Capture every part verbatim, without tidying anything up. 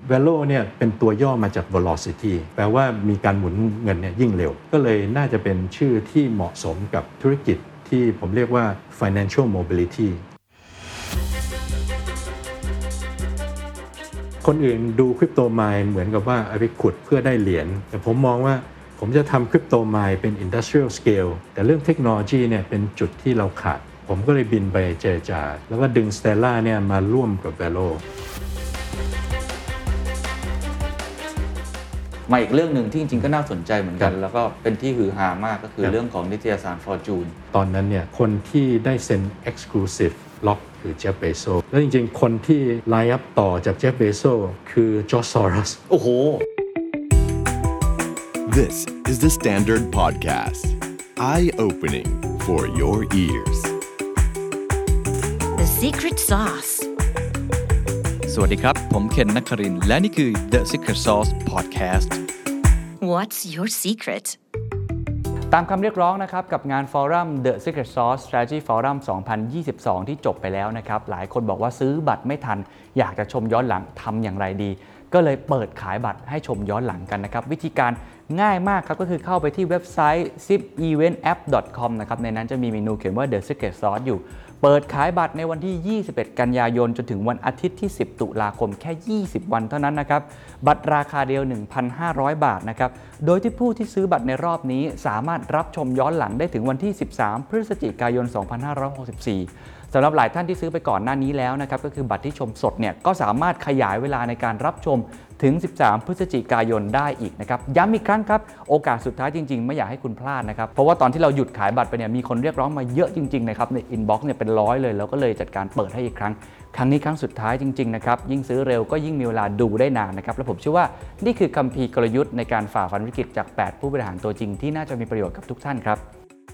Velo เนี่ยเป็นตัวย่อมาจาก velocity แปลว่ามีการหมุนเงินเนี่ยยิ่งเร็วก็เลยน่าจะเป็นชื่อที่เหมาะสมกับธุรกิจที่ผมเรียกว่า financial mobility คนอื่นดูคริปโตไมน์เหมือนกับว่าเอาไปขุดเพื่อได้เหรียญแต่ผมมองว่าผมจะทำคริปโตไมน์เป็น industrial scale แต่เรื่องเทคโนโลยีเนี่ยเป็นจุดที่เราขาดผมก็เลยบินไปเจรจาแล้วก็ดึง Stellar เนี่ยมาร่วมกับ Velo มาอีกเรื่องหนึ่งที่จริงๆก็น่าสนใจเหมือนกันแล้วก็เป็นที่ฮือฮามากก็คือเรื่องของนิตยสาร Fortune ตอนนั้นเนี่ยคนที่ได้เซ็น exclusive lock คือ Jeff Bezos แล้วจริงๆคนที่ไลน์อัพต่อจาก Jeff Bezos คือ George Soros โอ้โห This is the Standard Podcast Eye-opening for your ears The Secret Sauce สวัสดีครับผมเคนนักครินทร์และนี่คือ The Secret Sauce Podcast What's your secret ตามคำเรียกร้องนะครับกับงานฟอรัม The Secret Sauce Strategy Forum สองพันยี่สิบสองที่จบไปแล้วนะครับหลายคนบอกว่าซื้อบัตรไม่ทันอยากจะชมย้อนหลังทำอย่างไรดีก็เลยเปิดขายบัตรให้ชมย้อนหลังกันนะครับวิธีการง่ายมากครับก็คือเข้าไปที่เว็บไซต์ ซิป อีเวนต์ แอป ดอท คอม นะครับในนั้นจะมีเมนูเขียนว่า The Secret Sauce อยู่เปิดขายบัตรในวันที่ยี่สิบเอ็ดกันยายนจนถึงวันอาทิตย์ที่สิบตุลาคมแค่ยี่สิบวันเท่านั้นนะครับบัตรราคาเดียว หนึ่งพันห้าร้อย บาทนะครับโดยที่ผู้ที่ซื้อบัตรในรอบนี้สามารถรับชมย้อนหลังได้ถึงวันที่สิบสามพฤศจิกายนสองพันห้าร้อยหกสิบสี่สำหรับหลายท่านที่ซื้อไปก่อนหน้านี้แล้วนะครับก็คือบัตรที่ชมสดเนี่ยก็สามารถขยายเวลาในการรับชมถึงสิบสามพฤศจิกายนได้อีกนะครับย้ำอีกครั้งครับโอกาสสุดท้ายจริงๆไม่อยากให้คุณพลาดนะครับเพราะว่าตอนที่เราหยุดขายบัตรไปเนี่ยมีคนเรียกร้องมาเยอะจริงๆนะครับในอินบ็อกซ์เนี่ยเป็นร้อยเลยแล้วก็เลยจัดการเปิดให้อีกครั้งครั้งนี้ครั้งสุดท้ายจริงๆนะครับยิ่งซื้อเร็วก็ยิ่งมีเวลาดูได้นานนะครับและผมเชื่อว่านี่คือคัมภีร์กลยุทธ์ในการฝ่าฟันวิกฤตจากแปดผู้บริหารตัวจริงที่น่าจะมีประโยชน์กับทุกท่านครับ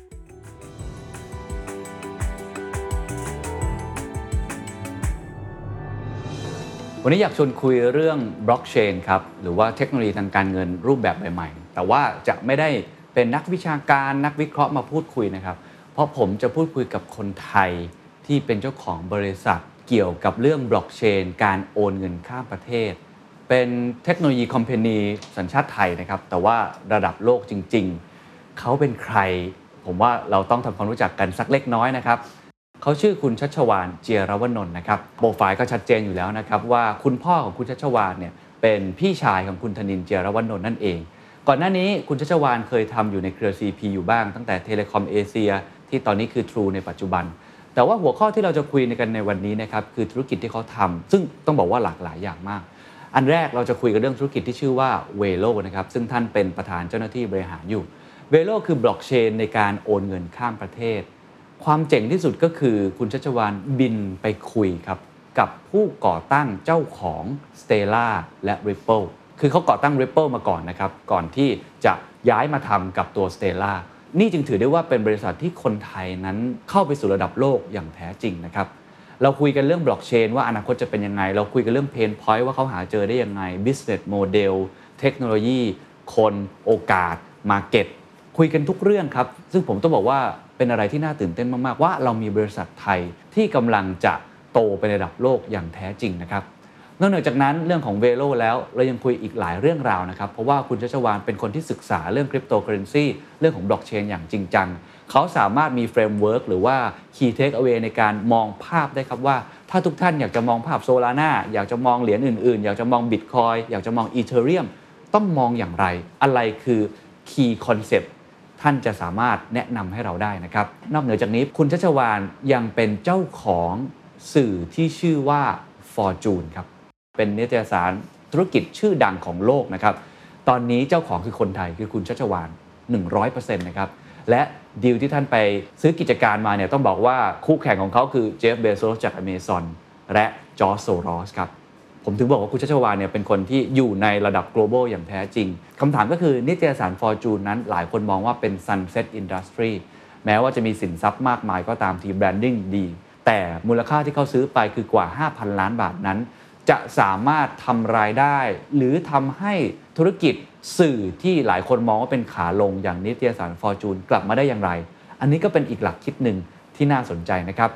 วันนี้อยากชวนคุยเรื่องบล็อกเชนครับหรือว่าเทคโนโลยีทางการเงินรูปแบบใหม่ๆแต่ว่าจะไม่ได้เป็นนักวิชาการนักวิเคราะห์มาพูดคุยนะครับเพราะผมจะพูดคุยกับคนไทยที่เป็นเจ้าของบริษัทเกี่ยวกับเรื่องบล็อกเชนการโอนเงินข้ามประเทศเป็นเทคโนโลยีคอมพานีสัญชาติไทยนะครับแต่ว่าระดับโลกจริงๆเขาเป็นใครผมว่าเราต้องทำความรู้จักกันสักเล็กน้อยนะครับเขาชื่อคุณชัชวาลเจียรวนนท์นะครับโปรไฟล์ก็ชัดเจนอยู่แล้วนะครับว่าคุณพ่อของคุณชัชวาลเนี่ยเป็นพี่ชายของคุณธนินทร์เจียรวนนท์นั่นเองก่อนหน้านี้คุณชัชวาลเคยทำอยู่ในเครือ ซี พี อยู่บ้างตั้งแต่เทเลคอมเอเชียที่ตอนนี้คือ True ในปัจจุบันแต่ว่าหัวข้อที่เราจะคุยกันในวันนี้นะครับคือธุรกิจที่เขาทำซึ่งต้องบอกว่าหลากหลายอย่างมากอันแรกเราจะคุยกันเรื่องธุรกิจที่ชื่อว่า Velo นะครับซึ่งท่านเป็นประธานเจ้าหน้าที่บริหารอยู่ Velo คือบล็อกเชนในการโอนเงินข้ามประเทศความเจ๋งที่สุดก็คือคุณชัชวาลบินไปคุยครับกับผู้ก่อตั้งเจ้าของ Stellar และ Ripple คือเขาก่อตั้ง Ripple มาก่อนนะครับก่อนที่จะย้ายมาทำกับตัว Stellar นี่จึงถือได้ว่าเป็นบริษัทที่คนไทยนั้นเข้าไปสู่ระดับโลกอย่างแท้จริงนะครับเราคุยกันเรื่องบล็อกเชนว่าอนาคตจะเป็นยังไงเราคุยกันเรื่อง Pain Point ว่าเขาหาเจอได้ยังไง Business Model เทคโนโลยีคนโอกาส Market คุยกันทุกเรื่องครับซึ่งผมต้องบอกว่าเป็นอะไรที่น่าตื่นเต้นมากๆว่าเรามีบริษัทไทยที่กำลังจะโตไประดับโลกอย่างแท้จริงนะครับนอกจากนั้นเรื่องของ Velo แล้วเรายังคุยอีกหลายเรื่องราวนะครับเพราะว่าคุณชัชวาลเป็นคนที่ศึกษาเรื่องคริปโตเคอเรนซีเรื่องของบล็อกเชนอย่างจริงจังเขาสามารถมีเฟรมเวิร์กหรือว่า Key Takeaway ในการมองภาพได้ครับว่าถ้าทุกท่านอยากจะมองภาพ Solana อยากจะมองเหรียญอื่นๆอยากจะมอง Bitcoin อยากจะมอง Ethereum ต้องมองอย่างไรอะไรคือ Key Conceptท่านจะสามารถแนะนำให้เราได้นะครับนอกเหนือจากนี้คุณชัชวาลยังเป็นเจ้าของสื่อที่ชื่อว่า Fortune ครับเป็นนิตยสารธุรกิจชื่อดังของโลกนะครับตอนนี้เจ้าของคือคนไทยคือคุณชัชวาล หนึ่งร้อยเปอร์เซ็นต์ นะครับและดีลที่ท่านไปซื้อกิจการมาเนี่ยต้องบอกว่าคู่แข่งของเขาคือเจฟ เบโซสจาก Amazon และจอร์จ โซรอสครับผมถึงบอกว่าคุณชัชวาลเนี่ยเป็นคนที่อยู่ในระดับ global อย่างแท้จริงคำถามก็คือนิตยสาร Fortune นั้นหลายคนมองว่าเป็น sunset industry แม้ว่าจะมีสินทรัพย์มากมายก็ตามที branding ดีแต่มูลค่าที่เขาซื้อไปคือกว่า ห้าพัน ล้านบาทนั้นจะสามารถทำรายได้หรือทำให้ธุรกิจสื่อที่หลายคนมองว่าเป็นขาลงอย่างนิตยสาร Fortune กลับมาได้อย่างไรอันนี้ก็เป็นอีกหลักคิดหนึ่งที่น่าสนใจนะครับ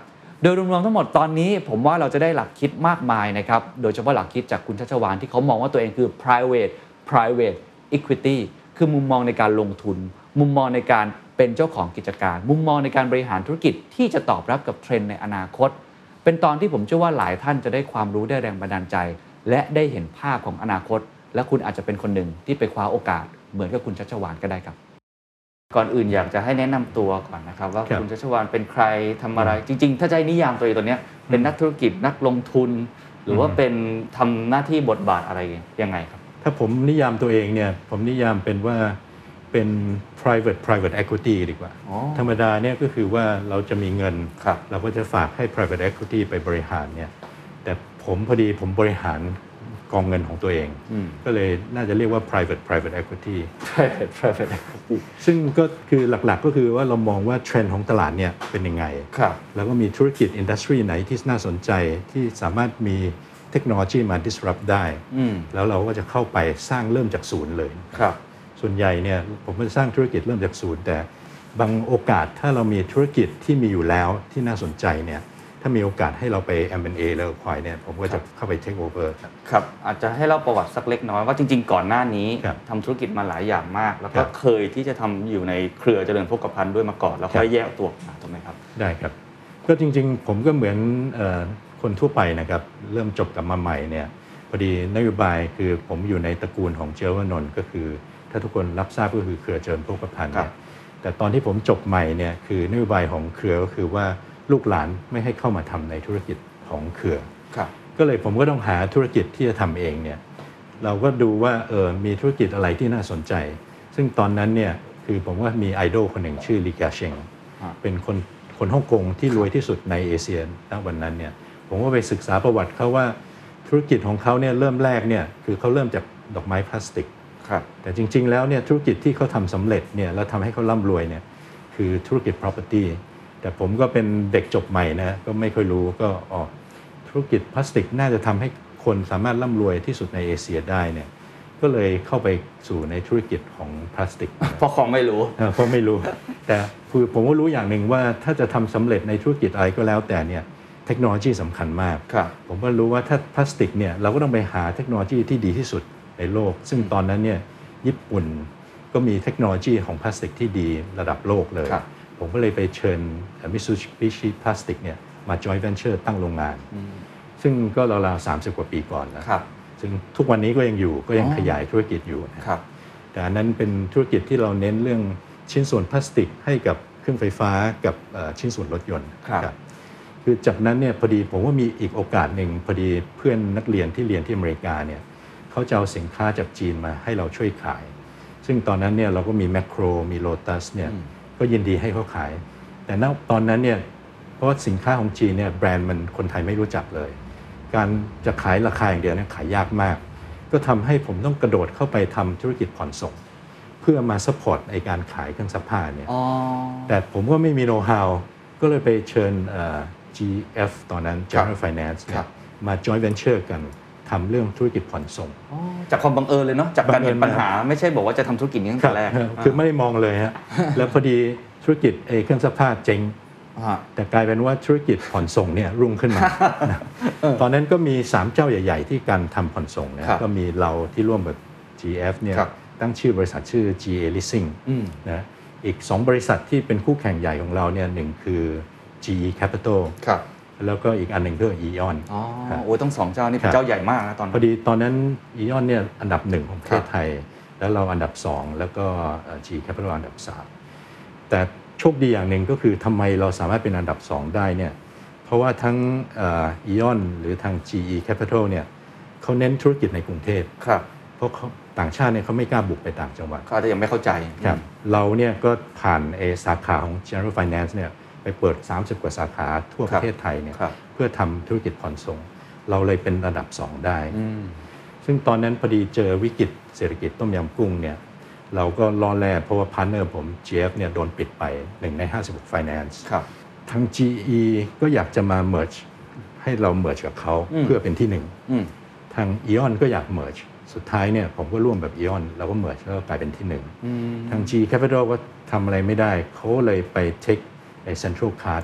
โดยรวมๆทั้งหมดตอนนี้ผมว่าเราจะได้หลักคิดมากมายนะครับโดยเฉพาะหลักคิดจากคุณชัชวาลที่เขามองว่าตัวเองคือ private private equity คือมุมมองในการลงทุนมุมมองในการเป็นเจ้าของกิจการมุมมองในการบริหารธุรกิจที่จะตอบรับกับเทรนด์ในอนาคตเป็นตอนที่ผมเชื่อว่าหลายท่านจะได้ความรู้ได้แรงบันดาลใจและได้เห็นภาพของอนาคตและคุณอาจจะเป็นคนหนึ่งที่ไปคว้าโอกาสเหมือนกับคุณชัชวาลก็ได้ครับก่อนอื่นอยากจะให้แนะนำตัวก่อนนะครับว่าคุณชัชวาลเป็นใครทำอะไรจริงๆถ้าจะให้นิยามตัวเองตัวเนี้ยเป็นนักธุรกิจนักลงทุนหรือว่าเป็นทำหน้าที่บทบาทอะไรยังไงครับถ้าผมนิยามตัวเองเนี่ยผมนิยามเป็นว่าเป็น private private equity ดีกว่าธรรมดาเนี่ยก็คือว่าเราจะมีเงินเราก็จะฝากให้ private equity ไปบริหารเนี่ยแต่ผมพอดีผมบริหารกองเงินของตัวเองก็เลยน่าจะเรียกว่า private private equity private private equity ซึ่งก็คือหลักๆก็คือว่าเรามองว่าเทรนด์ของตลาดเนี่ยเป็นยังไงแล้วก็มีธุรกิจอินดัสทรีไหนที่น่าสนใจที่สามารถมีเทคโนโลยีมา disrupt ได้แล้วเราก็จะเข้าไปสร้างเริ่มจากศูนย์เลยส่วนใหญ่เนี่ยผมจะสร้างธุรกิจเริ่มจากศูนย์แต่บางโอกาสถ้าเรามีธุรกิจที่มีอยู่แล้วที่น่าสนใจเนี่ยถ้ามีโอกาสให้เราไป เอ็ม แอนด์ เอ แล้วควายเนี่ยผมก็จะเข้าไป take over ครับครับอาจจะให้เล่าประวัติสักเล็กน้อยว่าจริงๆก่อนหน้านี้ทำธุรกิจมาหลายอย่างมากแล้วก็เคยที่จะทำอยู่ในเครือเจริญโภคภัณฑ์ด้วยมาก่อนแล้วค่อยแยกตัวมาถูกไหมครับได้ครับก็จริงๆผมก็เหมือนคนทั่วไปนะครับเริ่มจบกลับมาใหม่เนี่ยพอดีนโยบายคือผมอยู่ในตระกูลของเจริญวนนท์ก็คือถ้าทุกคนรับทราบก็คือเครือเจริญโภคภัณฑ์เนี่ยแต่ตอนที่ผมจบใหม่เนี่ยคือนโยบายของเครือก็คือว่าลูกหลานไม่ให้เข้ามาทำในธุรกิจของเครือก็เลยผมก็ต้องหาธุรกิจที่จะทำเองเนี่ยเราก็ดูว่าเออมีธุรกิจอะไรที่น่าสนใจซึ่งตอนนั้นเนี่ยคือผมว่ามีไอดอลคนหนึ่งชื่อลีกาเชงเป็นคนคนฮ่องกงที่รวยที่สุดในเอเชียณวันนั้นเนี่ยผมก็ไปศึกษาประวัติเขาว่าธุรกิจของเขาเนี่ยเริ่มแรกเนี่ยคือเขาเริ่มจากดอกไม้พลาสติกแต่จริงๆแล้วเนี่ยธุรกิจที่เขาทำสำเร็จเนี่ยแล้วทำให้เขาร่ำรวยเนี่ยคือธุรกิจ propertyแต่ผมก็เป็นเด็กจบใหม่นะก็ไม่ค่อยรู้ก็อ๋อธุรกิจพลาสติกน่าจะทำให้คนสามารถร่ำรวยที่สุดในเอเชียได้เนี่ยก็เลยเข้าไปสู่ในธุรกิจของพลาสติกเพราะของไม่รู้เพราะไม่รู้แต่คือผมก็รู้อย่างหนึ่งว่าถ้าจะทำสำเร็จในธุรกิจอะไรก็แล้วแต่เนี่ยเทคโนโลยีสำคัญมากผมก็รู้ว่าถ้าพลาสติกเนี่ยเราก็ต้องไปหาเทคโนโลยีที่ดีที่สุดในโลกซึ่งตอนนั้นเนี่ยญี่ปุ่นก็มีเทคโนโลยีของพลาสติกที่ดีระดับโลกเลยผมก็เลยไปเชิญ Mitsubishi Plastic เนี่ยมา joint venture ตั้งโรงงานซึ่งก็ราวๆสามสิบกว่าปีก่อนแล้วซึ่งทุกวันนี้ก็ยังอยู่ก็ยังขยายธุรกิจอยู่นะครับแต่อันนั้นเป็นธุรกิจที่เราเน้นเรื่องชิ้นส่วนพลาสติกให้กับเครื่องไฟฟ้ากับชิ้นส่วนรถยนต์ครับคือจากนั้นเนี่ยพอดีผมว่ามีอีกโอกาสหนึ่งพอดีเพื่อนนักเรียนที่เรียนที่อเมริกาเนี่ยเขาจะเอาสินค้าจากจีนมาให้เราช่วยขายซึ่งตอนนั้นเนี่ยเราก็มีแมคโครมีโลตัสเนี่ยก็ยินดีให้เขาขายแต่ณตอนนั้นเนี่ยเพราะว่าสินค้าของจีนเนี่ยแบรนด์มันคนไทยไม่รู้จักเลยการจะขายราคาอย่างเดียวเนี่ยขายยากมากก็ทำให้ผมต้องกระโดดเข้าไปทำธุรกิจผ่อนส่งเพื่อมาซัพพอร์ตในการขายเครื่องซักผ้าเนี่ยแต่ผมก็ไม่มีโน้ตฮาวก็เลยไปเชิญ จี เอฟ ตอนนั้น General Finance มา joint venture กันทำเรื่องธุรกิจผ่อนส่งจากความบังเอิญเลยเนาะจากการเห็นปัญหาไม่ใช่บอกว่าจะทำธุรกิจนี้ตั้งแต่แรกคือไม่ได้มองเลยฮะแล้วพอดีธุรกิจเครื่องซักผ้าเจ๊งแต่กลายเป็นว่าธุรกิจผ่อนส่งเนี่ยรุ่งขึ้นมาตอนนั้นก็มีสามเจ้าใหญ่ๆที่การทำผ่อนส่งนะก็มีเราที่ร่วมกับ จี เอฟ เนี่ยตั้งชื่อบริษัทชื่อ จี เอ Leasing นะอีกสองบริษัทที่เป็นคู่แข่งใหญ่ของเราเนี่ยหนึ่งคือ จี อี Capital แล้วก็อีกอันหนึ่งคือ อี ออนอ๋อโอ้ต้องสองเจ้านี่เป็นเจ้าใหญ่มากนะตอนพอดีตอนนั้น อี ออน เนี่ยอันดับหนึ่งของประเทศไทยแล้วเราอันดับสองแล้วก็ จี Capital อันดับสามแต่โชคดีอย่างหนึ่งก็คือทำไมเราสามารถเป็นอันดับสองได้เนี่ยเพราะว่าทั้ง อี ออน หรือทาง จี อี Capital เนี่ยเขาเน้นธุรกิจในกรุงเทพเพราะเขาต่างชาติเนี่ยเขาไม่กล้าบุกไปต่างจังหวัดเขาอาจจะยังไม่เข้าใจครับเราเนี่ยก็ผ่านเอสาขาของ General Finance เนี่ยไปเปิดสามสิบกว่าสาขาทั่วประเทศไทยเนี่ยเพื่อทำธุรกิจผ่อนส่งเราเลยเป็นระดับสองได้ซึ่งตอนนั้นพอดีเจอวิกฤตเศรษฐกิจต้มยำกุ้งเนี่ยเราก็รอแลเพราะว่าพาร์ทเนอร์ผม จี เอฟ เนี่ยโดนปิดไปหนึ่งในห้าสิบหก Finance ทาง จี อี ก็อยากจะมา merge ให้เรา merge กับเขาเพื่อเป็นที่หนึ่งทาง อี ออน ก็อยาก merge สุดท้ายเนี่ยผมก็ร่วมแบบ อี ออน เราก็ merge แล้วก็กลายเป็นที่หนึ่งทาง จี Capital ก็ทำอะไรไม่ได้เขาเลยไป take ไอ้ Central Card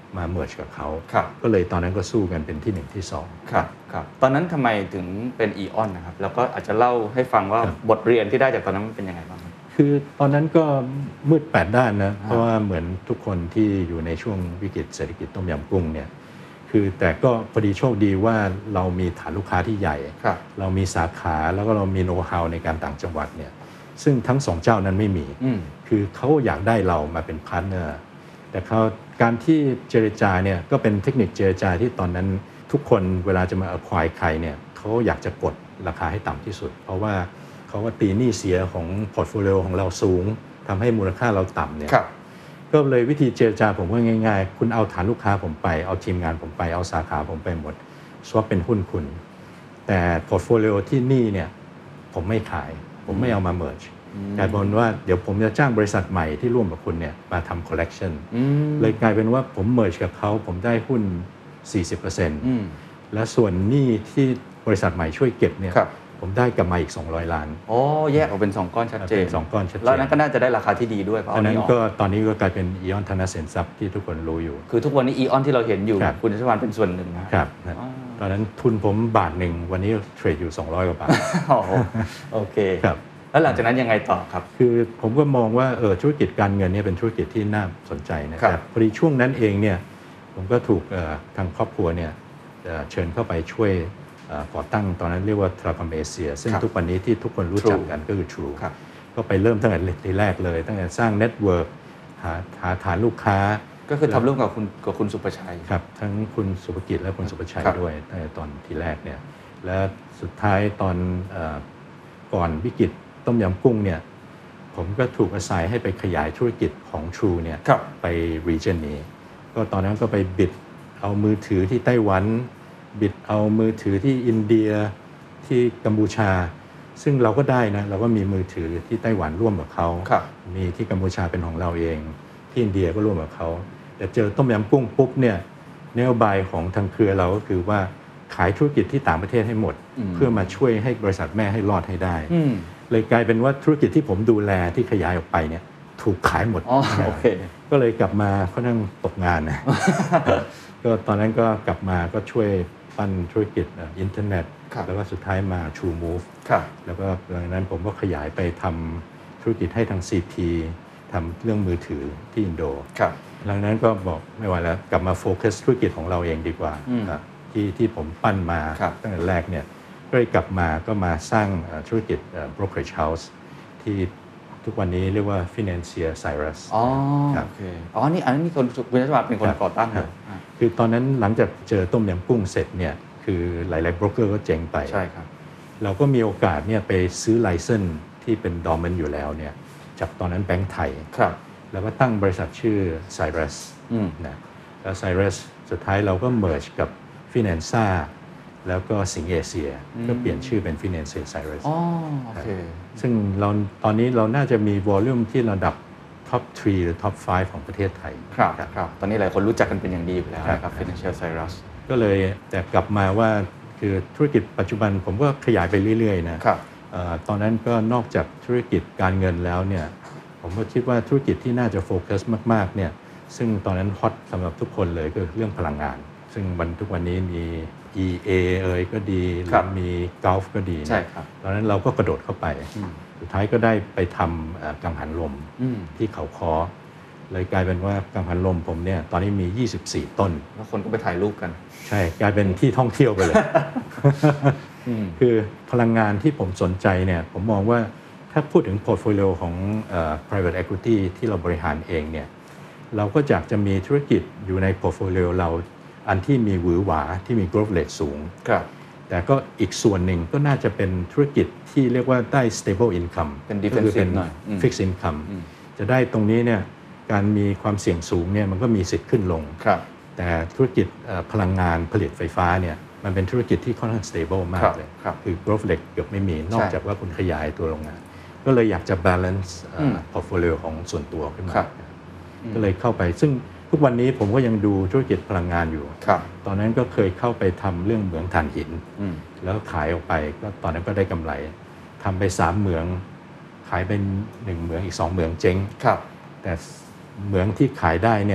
มาเมิร์จกับเขาครับก็เลยตอนนั้นก็สู้กันเป็นที่หนึ่งที่สองครับครับตอนนั้นทำไมถึงเป็นอีออนนะครับแล้วก็อาจจะเล่าให้ฟังว่าบทเรียนที่ได้จากตอนนั้นมันเป็นยังไงบ้างครับคือตอนนั้นก็มืดแปดด้านนะเพราะว่าเหมือนทุกคนที่อยู่ในช่วงวิกฤตเศรษฐกิจต้มยำกุ้งเนี่ยคือแต่ก็พอดีโชคดีว่าเรามีฐานลูกค้าที่ใหญ่ครับเรามีสาขาแล้วก็เรามีโน้ตฮาวในการต่างจังหวัดเนี่ยซึ่งทั้งสองเจ้านั้นไม่มีอืมคือเขาอยากได้เรามาเป็นพาร์ทเนอร์แต่เขาการที่เจรจาเนี่ยก็เป็นเทคนิคเจรจาที่ตอนนั้นทุกคนเวลาจะมา acquire ใครเนี่ยเขาอยากจะกดราคาให้ต่ำที่สุด เพราะว่าเขาก็ตีหนี้เสียของพอร์ตโฟลิโอของเราสูงทำให้มูลค่าเราต่ำเนี่ยครับก็เลยวิธีเจรจาผมก็ง่ายๆคุณเอาฐานลูกค้าผมไปเอาทีมงานผมไปเอาสาขาผมไปหมดสวอปเป็นหุ้นคุณแต่พอร์ตโฟลิโอที่นี่เนี่ยผมไม่ขายผมไม่เอามาเมิร์จกลายเป็นว่าเดี๋ยวผมจะจ้างบริษัทใหม่ที่ร่วมกับคุณเนี่ยมาทำคอลเลกชันเลยกลายเป็นว่าผมเมิร์จกับเขาผมได้หุ้น สี่สิบเปอร์เซ็นต์ และส่วนหนี้ที่บริษัทใหม่ช่วยเก็บเนี่ยผมได้กลับมาอีกสองร้อยล้านอ๋อแยกออกเป็นสองก้อนชัดเจนเป็นสองก้อนชัดเจนแล้วนั้นก็น่าจะได้ราคาที่ดีด้วยเพราะอันนั้นเอาก็ออกตอนนี้ก็กลายเป็นอีออนธนสินทรัพย์ที่ทุกคนรู้อยู่คือทุกวันนี้อีออนที่เราเห็นอยู่ครับคุณชัชวาลเป็นส่วนหนึ่งนะครับตอนนั้นทุนผมบาทหนึ่งวันนี้เทรดอยู่สองร้อยกว่าบาทอ๋อโอเคครับแล้วหลังจากนั้นยังไงต่อครับคือผมก็มองว่าเออธุรกิจการเงินเนี่ยเป็นธุรกิจที่น่าสนใจนะครับ แต่พอดีช่วงนั้นเองเนี่ยผมก็ถูกเอ่อทางครอบครัวเนี่ยเอ่อเชิญเข้าไปช่วยเอ่อก่อตั้งตอนนั้นเรียกว่า Telecom Asia ซึ่งครับทุกวันนี้ที่ทุกคนรู้จัก True กันก็คือ True ครับก็ไปเริ่มตั้งแต่ทีแรกเลย ตั้งแต่สร้างเน็ตเวิร์กหาหาฐานลูกค้าก็คือทำร่วมกับคุณกับคุณสุประชัยครับทั้งคุณสุภกิจและคุณสุภชัยครับด้วยตั้งแต่ตอนทีแรกเนี่ยและสุดท้ายตอนเอ่อก่อนวิกฤตต้มยำกุ้งเนี่ยผมก็ถูกอาศัยให้ไปขยายธุรกิจของ True เนี่ยครับไป region นี้ก็ตอนนั้นก็ไปบิดเอามือถือที่ไต้หวันบิดเอามือถือที่อินเดียที่กัมพูชา ซึ่งเราก็ได้นะเราก็มีมือถือที่ไต้หวันร่วมกับเขาครับมีที่กัมพูชาเป็นของเราเองที่อินเดียก็ร่วมกับเขาแต่เจอต้มยำกุ้งปุ๊บเนี่ยนโยบายของทางเครือเราก็คือว่าขายธุรกิจที่ต่างประเทศให้หมด เพื่อมาช่วยให้บริษัทแม่ให้รอดให้ได้อืมเลยกลายเป็นว่าธุรกิจที่ผมดูแลที่ขยายออกไปเนี่ยถูกขายหมดอ๋อโอเคก็เลยกลับมาค่อนข้างตกงานนะ ก็ตอนนั้นก็กลับมาก็ช่วยปั้นธุรกิจเอ่ออินเทอร์เน็ตครับแล้วก็สุดท้ายมา True Move ครับแล้วก็หลังจากนั้นผมก็ขยายไปทำธุรกิจให้ทาง ซี พี ทำเรื่องมือถือที่อินโดครับหลังจากนั้นก็บอกไม่ไหวแล้วกลับมาโฟกัสธุรกิจของเราเองดีกว่าอืมครับที่ที่ผมปั้นมาครับตั้งแต่แรกเนี่ยก็เลยกลับมาก็มาสร้างเอ่อธุรกิจเอ่อ brokerage house ที่ทุกวันนี้เรียกว่า Financier Cyrus อ๋อครับโอเคอ๋อนี่อันนี้คนคุณชัชวาลเป็นคนก่อตั้งคเลรับยอ่ะคือตอนนั้นหลังจากเจอต้มยำกุ้งเสร็จเนี่ยคือหลายๆโบรกเกอร์ก็เจ๊งไปใช่ครับเราก็มีโอกาสเนี่ยไปซื้อไลเซนส์ที่เป็นดอมเมนอยู่แล้วเนี่ยจากตอนนั้นแบงก์ไทยครับแล้วก็ตั้งบริษัทชื่อ Cyrus อืมนะแล้ว Cyrus สุดท้ายเราก็ merge กับ Finanza แล้วก็สิงห์เอเชียก็เปลี่ยนชื่อเป็น Financier Cyrus อ๋อโอเคซึ่งเราตอนนี้เราน่าจะมีวอลลุ่มที่ระดับ top สามหรือ top ห้าของประเทศไทยครับครับตอนนี้หลายคนรู้จักกันเป็นอย่างดีอยู่แล้วนะคครัรับ บ Financial Cyrus ก็เลยแต่กลับมาว่าคือธุรกิจปัจจุบันผมก็ขยายไปเรื่อยๆนะครับ เอ่อตอนนั้นก็นอกจากธุรกิจการเงินแล้วเนี่ยผมก็คิดว่าธุรกิจที่น่าจะโฟกัสมากๆเนี่ยซึ่งตอนนั้นฮอตสำหรับทุกคนเลยก็คือเรื่องพลังงาน ซึ่งวันทุกวันนี้มี อี เอ เอ่ยก็ดีหครัรืบอมีกอล์ฟก็ดีนะใช่ครับตอนนั้นเราก็กระโดดเข้าไป สุดท้ายก็ได้ไปทำเอ่อกังหันลมอืมที่เขาคอเลยกลายเป็นว่ากังหันลมผมเนี่ยตอนนี้มียี่สิบสี่ต้นแล้วคนก็ไปถ่ายรูปกันใช่กลายเป็นที่ท่องเที่ยวไปเลย คือพลังงานที่ผมสนใจเนี่ยผมมองว่าถ้าพูดถึงพอร์ตโฟลิโอของเอ่อ private equity ที่เราบริหารเองเนี่ยเราก็อยากจะมีธุรกิจอยู่ในพอร์ตโฟลิโอเราอันที่มีหวือหวาที่มี growth rate สูงครับแต่ก็อีกส่วนหนึ่งก็น่าจะเป็นธุรกิจที่เรียกว่าได้ stable income เป็นก็คือ defensive หน่อยอืม fixed income จะได้ตรงนี้เนี่ยการมีความเสี่ยงสูงเนี่ยมันก็มีสิทธิ์ขึ้นลงครับแต่ธุรกิจเอ่อพลังงานผลิตไฟฟ้าเนี่ยมันเป็นธุรกิจที่ค่อนข้าง stable มาครักบเลยครับคือ growth rate เกือบไม่มีนอกใช่จากว่าคุณขยายตัวโรงงาน ก็เลยอยากจะ balance เอ่ออม portfolio ของส่วนตัวขึ้นมาครับก็เลยเข้าไปซึ่งทุกวันนี้ผมก็ยังดูธุรกิจพลังงานอยู่ครับตอนนั้นก็เคยเข้าไปทำเรื่องเหมืองถ่านหินอืมแล้วขายออกไปก็ตอนนั้นก็ได้กำไรทำไปสามเหมือง ขายเป็นหนึ่งเหมืองอีกสองเหมืองเจ๊งครับแต่เหมืองที่ขายได้เนี่ย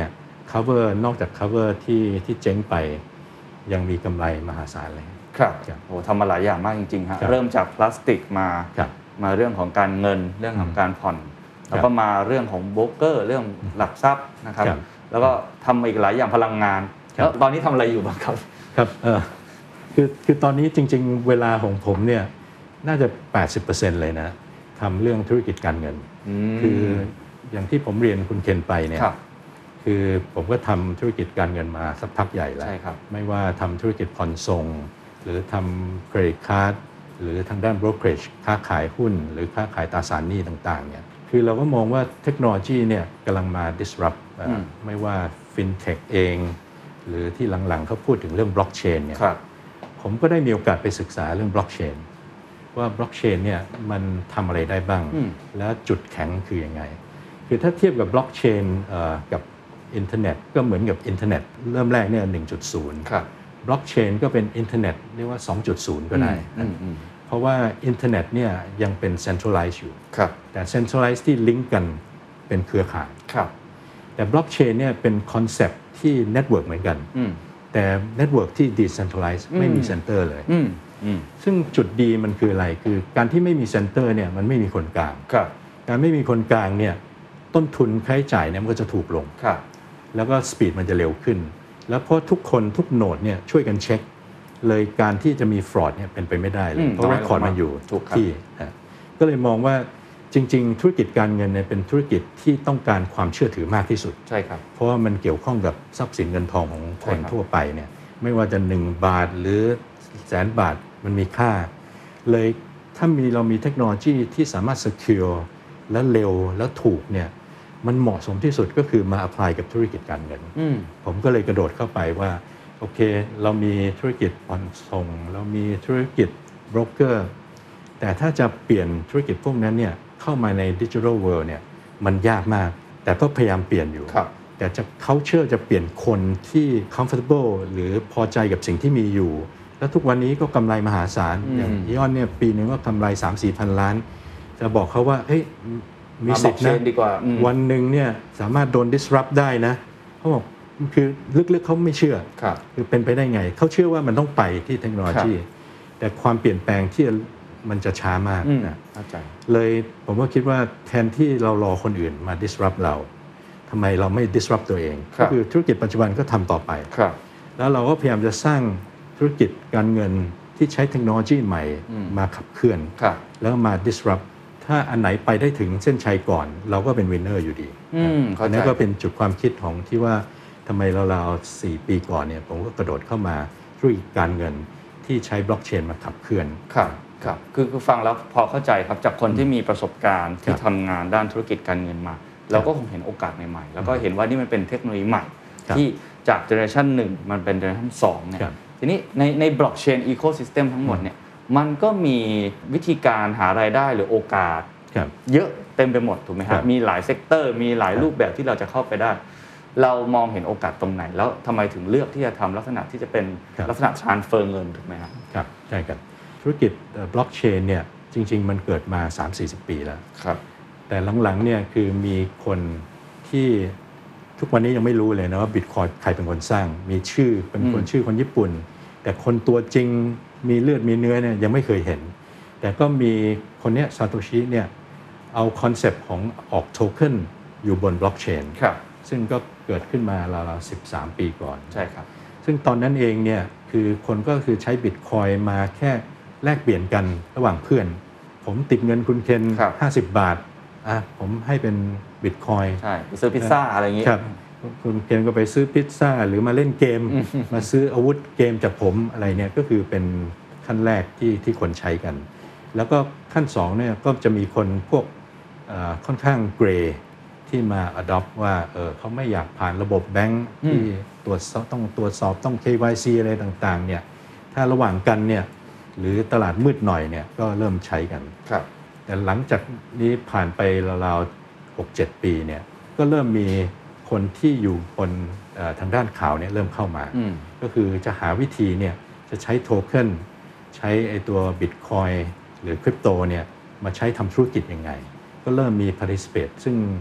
cover นอกจาก cover ที่ที่เจ๊งไปยังมีกำไรมหาศาลเลยครับโอ้ทำมาหลายอย่างมากจริงๆฮะเริ่มจากพลาสติกมามาเรื่องของการเงินเรื่องของการผ่อนแล้วก็มาเรื่องของโบรกเกอร์เรื่องหลักทรัพย์นะครับแล้วก็ทำอีกหลายอย่างพลังงานแล้วตอนนี้ทำอะไรอยู่บ้างครับครับเออคือคือตอนนี้จริงๆเวลาของผมเนี่ยน่าจะ แปดสิบเปอร์เซ็นต์ เลยนะทำเรื่องธุรกิจการเงินคืออย่างที่ผมเรียนคุณเคนไปเนี่ยคือผมก็ทำธุรกิจการเงินมาสักพักใหญ่แล้วไม่ว่าทำธุรกิจผ่อนส่งหรือทำเครดิตการ์ดหรือทางด้าน brokerage ค้าขายหุ้นหรือค้าขายตราสารหนี้ต่างๆเนี่ยคือเราก็มองว่าเทคโนโลยีเนี่ยกำลังมา disrupt ไม่ว่า fintech เองหรือที่หลังๆเขาพูดถึงเรื่อง blockchain เนี่ยผมก็ได้มีโอกาสไปศึกษาเรื่อง blockchain ว่า blockchain เนี่ยมันทำอะไรได้บ้างและจุดแข็งคือยังไงคือถ้าเทียบกับ blockchain กับอินเทอร์เน็ตก็เหมือนกับอินเทอร์เน็ตเริ่มแรกเนี่ย หนึ่งจุดศูนย์ บล็อกเชนก็เป็นอินเทอร์เน็ตเรียกว่า สองจุดศูนย์ ก็ได้เพราะว่าอินเทอร์เน็ตเนี่ยยังเป็น centralized อยู่แต่ centralized ที่ลิงก์กันเป็นเครือข่ายแต่บล็อกเชนเนี่ยเป็นคอนเซปต์ที่เน็ตเวิร์กเหมือนกันแต่เน็ตเวิร์กที่ decentralized ไม่มีเซ็นเตอร์เลยซึ่งจุดดีมันคืออะไรคือการที่ไม่มีเซ็นเตอร์เนี่ยมันไม่มีคนกลางการไม่มีคนกลางเนี่ยต้นทุนค่าใช้จ่ายเนี่ยมันก็จะถูกลงแล้วก็สปีดมันจะเร็วขึ้นแล้วเพราะทุกคนทุกโนดเนี่ยช่วยกันเช็คเลยการที่จะมีฟรอดเนี่ยเป็นไปไม่ได้เลยเพราะว่าคอร์ดมันอยู่ทุกที่ก็เลยมองว่าจริงๆธุรกิจการเงินเนี่ยเป็นธุรกิจที่ต้องการความเชื่อถือมากที่สุดใช่ครับเพราะว่ามันเกี่ยวข้องกับทรัพย์สินเงินทองของคนทั่วไปเนี่ยไม่ว่าจะหนึ่งบาทหรือแสนบาทมันมีค่าเลยถ้ามีเรามีเทคโนโลยีที่สามารถ secure และเร็วและถูกเนี่ยมันเหมาะสมที่สุดก็คือมา apply กับธุรกิจการเงินผมก็เลยกระโดดเข้าไปว่าโอเคเรามีธุรกิจผ่อนส่งเรามีธุรกิจโบรกเกอร์แต่ถ้าจะเปลี่ยนธุรกิจพวกนั้นเนี่ยเข้ามาใน Digital World เนี่ยมันยากมากแต่ก็พยายามเปลี่ยนอยู่แต่จะ culture จะเปลี่ยนคนที่ comfortable หรือพอใจกับสิ่งที่มีอยู่แล้วทุกวันนี้ก็กำไรมหาศาลอย่างอีออนเนี่ยปีนึงก็กำไร สามถึงสี่ พันล้านจะบอกเขาว่าเฮ้ยมีสิทธิ์นะวันหนึ่งเนี่ยสามารถโดน disrupt ได้นะเขาบอกคือลึกๆเขาไม่เชื่อคือเป็นไปได้ไงเขาเชื่อว่ามันต้องไปที่เทคโนโลยีแต่ความเปลี่ยนแปลงที่มันจะช้ามากนะเลยผมก็คิดว่าแทนที่เรารอคนอื่นมา disrupt เราทำไมเราไม่ disrupt ตัวเองก็คือธุรกิจปัจจุบันก็ทำต่อไปแล้วเราก็พยายามจะสร้างธุรกิจการเงินที่ใช้เทคโนโลยีใหม่มาขับเคลื่อนแล้วมา disruptถ้าอันไหนไปได้ถึงเส้นชัยก่อนเราก็เป็นวินเนอร์อยู่ดีอันนี้ก็เป็นจุดความคิดของที่ว่าทำไมเราเราสี่ปีก่อนเนี่ยผมก็กระโดดเข้ามาธุรกิจการเงินที่ใช้บล็อกเชนมาขับเคลื่อนครับครับคือคือฟังแล้วพอเข้าใจครับจากคนที่มีประสบการณ์ที่ทำงานด้านธุรกิจการเงินมาเราก็คงเห็นโอกาสใหม่ๆแล้วก็เห็นว่านี่มันเป็นเทคโนโลยีใหม่ที่จากเจเนอเรชันหนึ่งมันเป็นเจเนอเรชันสองเนี่ยทีนี้ในในบล็อกเชนอีโคซิสเต็มทั้งหมดเนี่ยมันก็มีวิธีการหารายได้หรือโอกาสเยอะเต็มไปหมดถูกไหมครับมีหลายเซกเตอร์มีหลายรูปแบบที่เราจะเข้าไปได้เรามองเห็นโอกาสตรงไหนแล้วทำไมถึงเลือกที่จะทำลักษณะที่จะเป็นลักษณะ transfer เงินถูกไหมครับครับใช่ครับธุรกิจบล็อกเชนเนี่ยจริงๆมันเกิดมา สามถึงสี่สิบ ปีแล้วครับแต่หลังๆเนี่ยคือมีคนที่ทุกวันนี้ยังไม่รู้เลยนะว่า Bitcoin ใครเป็นคนสร้างมีชื่อเป็นคนชื่อคนญี่ปุ่นแต่คนตัวจริงมีเลือดมีเนื้อเนี่ยยังไม่เคยเห็นแต่ก็มีคนเนี้ยซาโตชิเนี่ยเอาคอนเซปต์ของออกโทเค็นอยู่บนบล็อกเชนซึ่งก็เกิดขึ้นมาราวๆสิบสามปีก่อนใช่ครับซึ่งตอนนั้นเองเนี่ยคือคนก็คือใช้ Bitcoin มาแค่แลกเปลี่ยนกันระหว่างเพื่อนผมติดเงินคุณเคนห้าสิบบาทอ่ะผมให้เป็น Bitcoin ใช่ไปซื้อพิซซ่าอะไรอย่างงี้ครับคุณเคนก็ไปซื้อพิซซ่าหรือมาเล่นเกมมาซื้ออาวุธเกมจากผมอะไรเนี่ยก็คือเป็นขั้นแรกที่ที่คนใช้กันแล้วก็ขั้นสองเนี่ยก็จะมีคนพวกค่อนข้างเกรย์ที่มา adopt ว่าเออเขาไม่อยากผ่านระบบแบงค์ที่ตรวจต้องตรวจสอบต้อง เค วาย ซี อะไรต่างๆเนี่ยถ้าระหว่างกันเนี่ยหรือตลาดมืดหน่อยเนี่ยก็เริ่มใช้กันแต่หลังจากนี้ผ่านไปราวๆ หกเจ็ด ปีเนี่ยก็เริ่มมีคนที่อยู่บนทางด้านข่าวเนี่ยเริ่มเข้ามาก็คือจะหาวิธีเนี่ยจะใช้โทเค็นใช้ไอตัว Bitcoin หรือคริปโตเนี่ยมาใช้ทำธุรกิจยังไงก็เริ่มมี participate ซึ่ง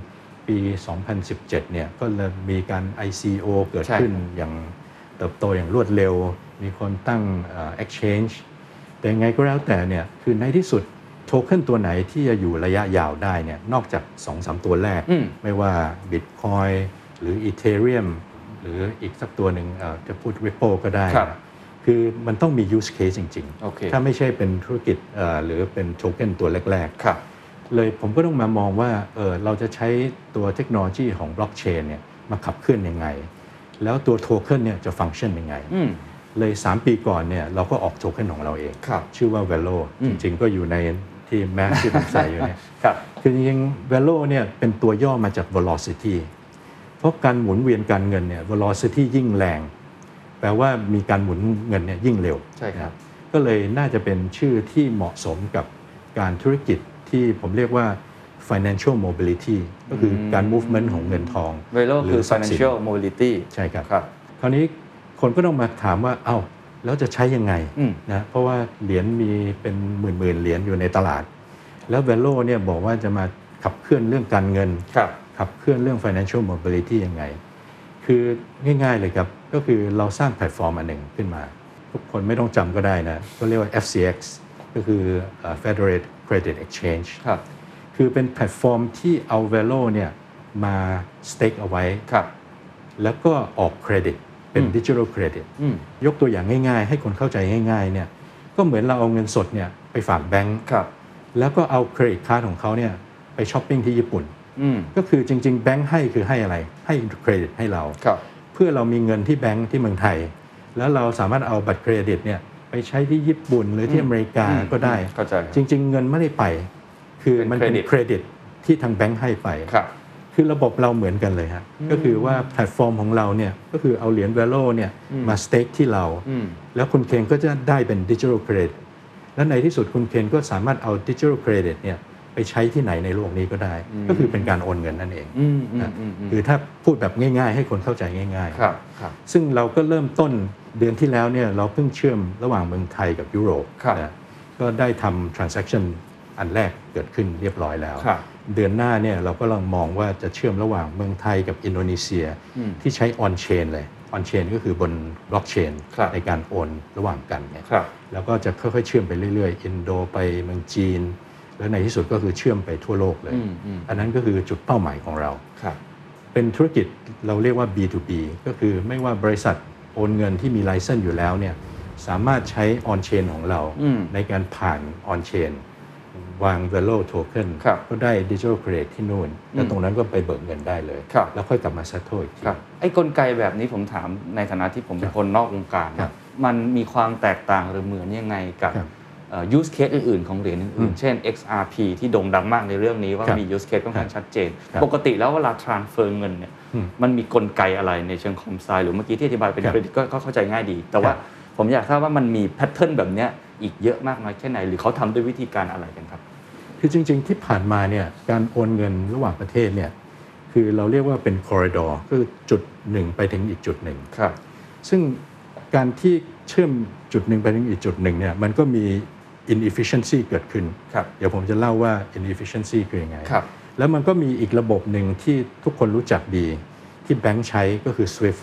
ปี สองพันสิบเจ็ด เนี่ยก็เลยมีการ ไอ ซี โอ เกิดขึ้นอย่างเติบโตอย่างรวดเร็วมีคนตั้ง exchange แต่ยังไงก็แล้วแต่เนี่ยคือในที่สุดโทเค็นตัวไหนที่จะอยู่ระยะยาวได้เนี่ยนอกจาก สองสาม ตัวแรกไม่ว่า Bitcoin หรือ Ethereum หรืออีกสักตัวหนึ่งจะพูด Ripple ก็ได้คือมันต้องมี use case จริง okay. ๆถ้าไม่ใช่เป็นธุรกิจหรือเป็นโทเค็นตัวแรกๆเลยผมก็ต้องมามองว่า เออเราจะใช้ตัวเทคโนโลยีของบล็อกเชนเนี่ยมาขับเคลื่อนยังไงแล้วตัวโทเค็นเนี่ยจะฟังก์ชันยังไงเลยสามปีก่อนเนี่ยเราก็ออกโทเค็นของเราเองชื่อว่า Velo จริงๆก็อยู่ในที่แมสที่ผมใส่อยู่เนี่ยคือจริงๆ Velo เนี่ยเป็นตัวย่อมาจาก velocity เพราะการหมุนเวียนการเงินเนี่ย velocity ยิ่งแรงแปลว่ามีการหมุนเงินเนี่ยยิ่งเร็วใช่ครับก็เลยน่าจะเป็นชื่อที่เหมาะสมกับการธุรกิจที่ผมเรียกว่า financial mobility ก็คือการ movement ของเงินทอง Velo คือ financial mobility ใช่ครับคราวนี้คนก็ต้องมาถามว่าเอ้าแล้วจะใช้ยังไงนะเพราะว่าเหรียญมีเป็นหมื่นๆเหรียญอยู่ในตลาดแล้ว Velo เนี่ยบอกว่าจะมาขับเคลื่อนเรื่องการเงินขับเคลื่อนเรื่อง financial mobility ยังไงคือง่ายๆเลยครับก็คือเราสร้างแพลตฟอร์มอันหนึ่งขึ้นมาทุกคนไม่ต้องจำก็ได้นะก็เรียกว่า เอฟ ซี เอ็กซ์ ก็คือ Federated Credit Exchange ครับคือเป็นแพลตฟอร์มที่เอา Velo เนี่ยมาสเต็กเอาไว้แล้วก็ออกเครดิตเป็นดิจิทัลเครดิตยกตัวอย่างง่ายๆให้คนเข้าใจง่ายๆเนี่ยก็เหมือนเราเอาเงินสดเนี่ยไปฝากแบงก์แล้วก็เอาเครดิตการ์ดของเขาเนี่ยไปช้อปปิ้งที่ญี่ปุ่นก็คือจริงๆแบงก์ให้คือให้อะไรให้เครดิตให้เราเพื่อเรามีเงินที่แบงก์ที่เมืองไทยแล้วเราสามารถเอาบัตรเครดิตเนี่ยไปใช้ที่ญี่ปุ่นหรือที่อเมริกาก็ได้จริงๆเงินไม่ได้ไปคือมันเป็นเครดิตที่ทางแบงก์ให้ไปคือระบบเราเหมือนกันเลยฮะก็คือว่าแพลตฟอร์มของเราเนี่ยก็คือเอาเหรียญ Velo เนี่ยมาสเต็กที่เราแล้วคุณเคนก็จะได้เป็นดิจิทัลเครดิตและในที่สุดคุณเคนก็สามารถเอาดิจิทัลเครดิตเนี่ยไปใช้ที่ไหนในโลกนี้ก็ได้ก็คือเป็นการโอนเงินนั่นเองคือถ้าพูดแบบง่ายๆให้คนเข้าใจง่ายๆซึ่งเราก็เริ่มต้นเดือนที่แล้วเนี่ยเราเพิ่งเชื่อมระหว่างเมืองไทยกับยุโรปนะก็ได้ทำ transaction อันแรกเกิดขึ้นเรียบร้อยแล้วเดือนหน้าเนี่ยเราก็ลองมองว่าจะเชื่อมระหว่างเมืองไทยกับอินโดนีเซียที่ใช้ on chain เลย on chain ก็คือบน blockchain ในการโอนระหว่างกันเนี่ยแล้วก็จะค่อยๆเชื่อมไปเรื่อยๆอินโดไปเมืองจีนแล้วในที่สุดก็คือเชื่อมไปทั่วโลกเลยอันนั้นก็คือจุดเป้าหมายของเราเป็นธุรกิจเราเรียกว่า บี ทู บี ก็คือไม่ว่าบริษัทโอนเงินที่มีไลเซนส์อยู่แล้วเนี่ยสามารถใช้ on chain ของเราในการผ่าน on chainวาง Velo Token ก็ได้ Digital Credit ที่นู่นแล้วตรงนั้นก็ไปเบิกเงินได้เลยแล้วค่อยกลับมา settle อีกทีไอ้กลไกแบบนี้ผมถามในฐานะที่ผมเป็นคนนอกวงการมันมีความแตกต่างหรือเหมือนยังไงกับ use case อื่นๆของเหรียญอื่นๆเช่น เอ็กซ์ อาร์ พี ที่โด่งดังมากในเรื่องนี้ว่ามี use case ค่อนข้างชัดเจนปกติแล้วเวลา transfer เงินเนี่ยมันมีกลไกอะไรในเชิงคอมไซหรือเมื่อกี้ที่อธิบายเป็นเครดิตก็เข้าใจง่ายดีแต่ว่าผมอยากทราบว่ามันมีแพทเทิร์นแบบนี้อีกเยอะมากน้อยแค่ไหนหรือเขาทำด้วยวิธีการอะไรกันครับคือจริงๆที่ผ่านมาเนี่ยการโอนเงินระหว่างประเทศเนี่ยคือเราเรียกว่าเป็นคอริดอร์คือจุดหนึ่งไปถึงอีกจุดหนึ่งครับซึ่งการที่เชื่อมจุดหนึ่งไปถึงอีกจุดหนึ่งเนี่ยมันก็มี inefficiency เกิดขึ้นเดี๋ยวผมจะเล่าว่า inefficiency คือยังไงแล้วมันก็มีอีกระบบหนึ่งที่ทุกคนรู้จักดีที่แบงค์ใช้ก็คือ Swift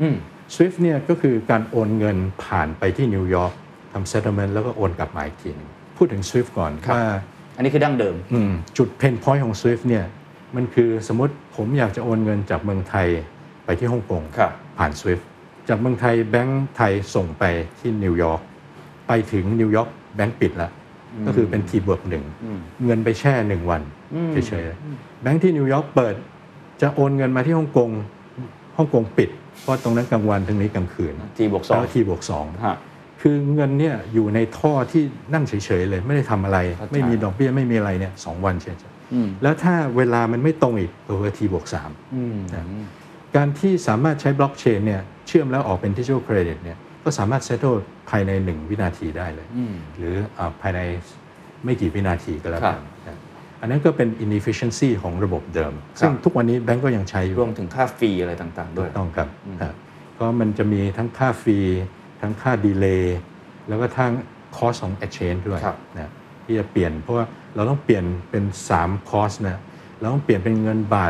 Swift เนี่ยก็คือการโอนเงินผ่านไปที่นิวยอร์กทำ settlement แล้วก็โอนกลับมาอีกทีนึงพูดถึง Swift ก่อนว่าอันนี้คือดั้งเดิมจุด pain point ของ Swift เนี่ยมันคือสมมติผมอยากจะโอนเงินจากเมืองไทยไปที่ฮ่องกงผ่าน Swift จากเมืองไทยแบงก์ไทยส่งไปที่นิวยอร์กไปถึงนิวยอร์กแบงก์ปิดแล้วก็คือเป็น T บวกหนึ่งเงินไปแช่หนึ่งวันเฉยๆแบงก์ที่นิวยอร์กเปิดจะโอนเงินมาที่ฮ่องกงฮ่องกงปิดเพราะตรงนั้นกลางวันตรงนี้กลางคืน T บวกสอง T บวกสองคือเงินเนี่ยอยู่ในท่อที่นั่งเฉยๆเลยไม่ได้ทำอะไรไม่มีดอกเบี้ยไม่มีอะไรเนี่ยสองวันเฉยๆแล้วถ้าเวลามันไม่ตรงอีกตัว T บวกสามนะการที่สามารถใช้บล็อกเชนเนี่ยเชื่อมแล้วออกเป็นดิจิทัลเครดิตเนี่ยก็สามารถเซตโต้ภายในหนึ่งวินาทีได้เลยหรือภายในไม่กี่วินาทีก็แล้วกันอันนั้นก็เป็น inefficiency ของระบบเดิมซึ่งทุกวันนี้แบงก์ก็ยังใช้อยู่รวมถึงค่าฟรีอะไรต่างๆด้วยต้องครับก็มันจะมีทั้งค่าฟรีทั้งค่าดีเลย์แล้วก็ทั้งคอสของ exchange ด้วยนะที่จะเปลี่ยนเพราะว่าเราต้องเปลี่ยนเป็นสามคอสนะเราต้องเปลี่ยนเป็นเงินบาท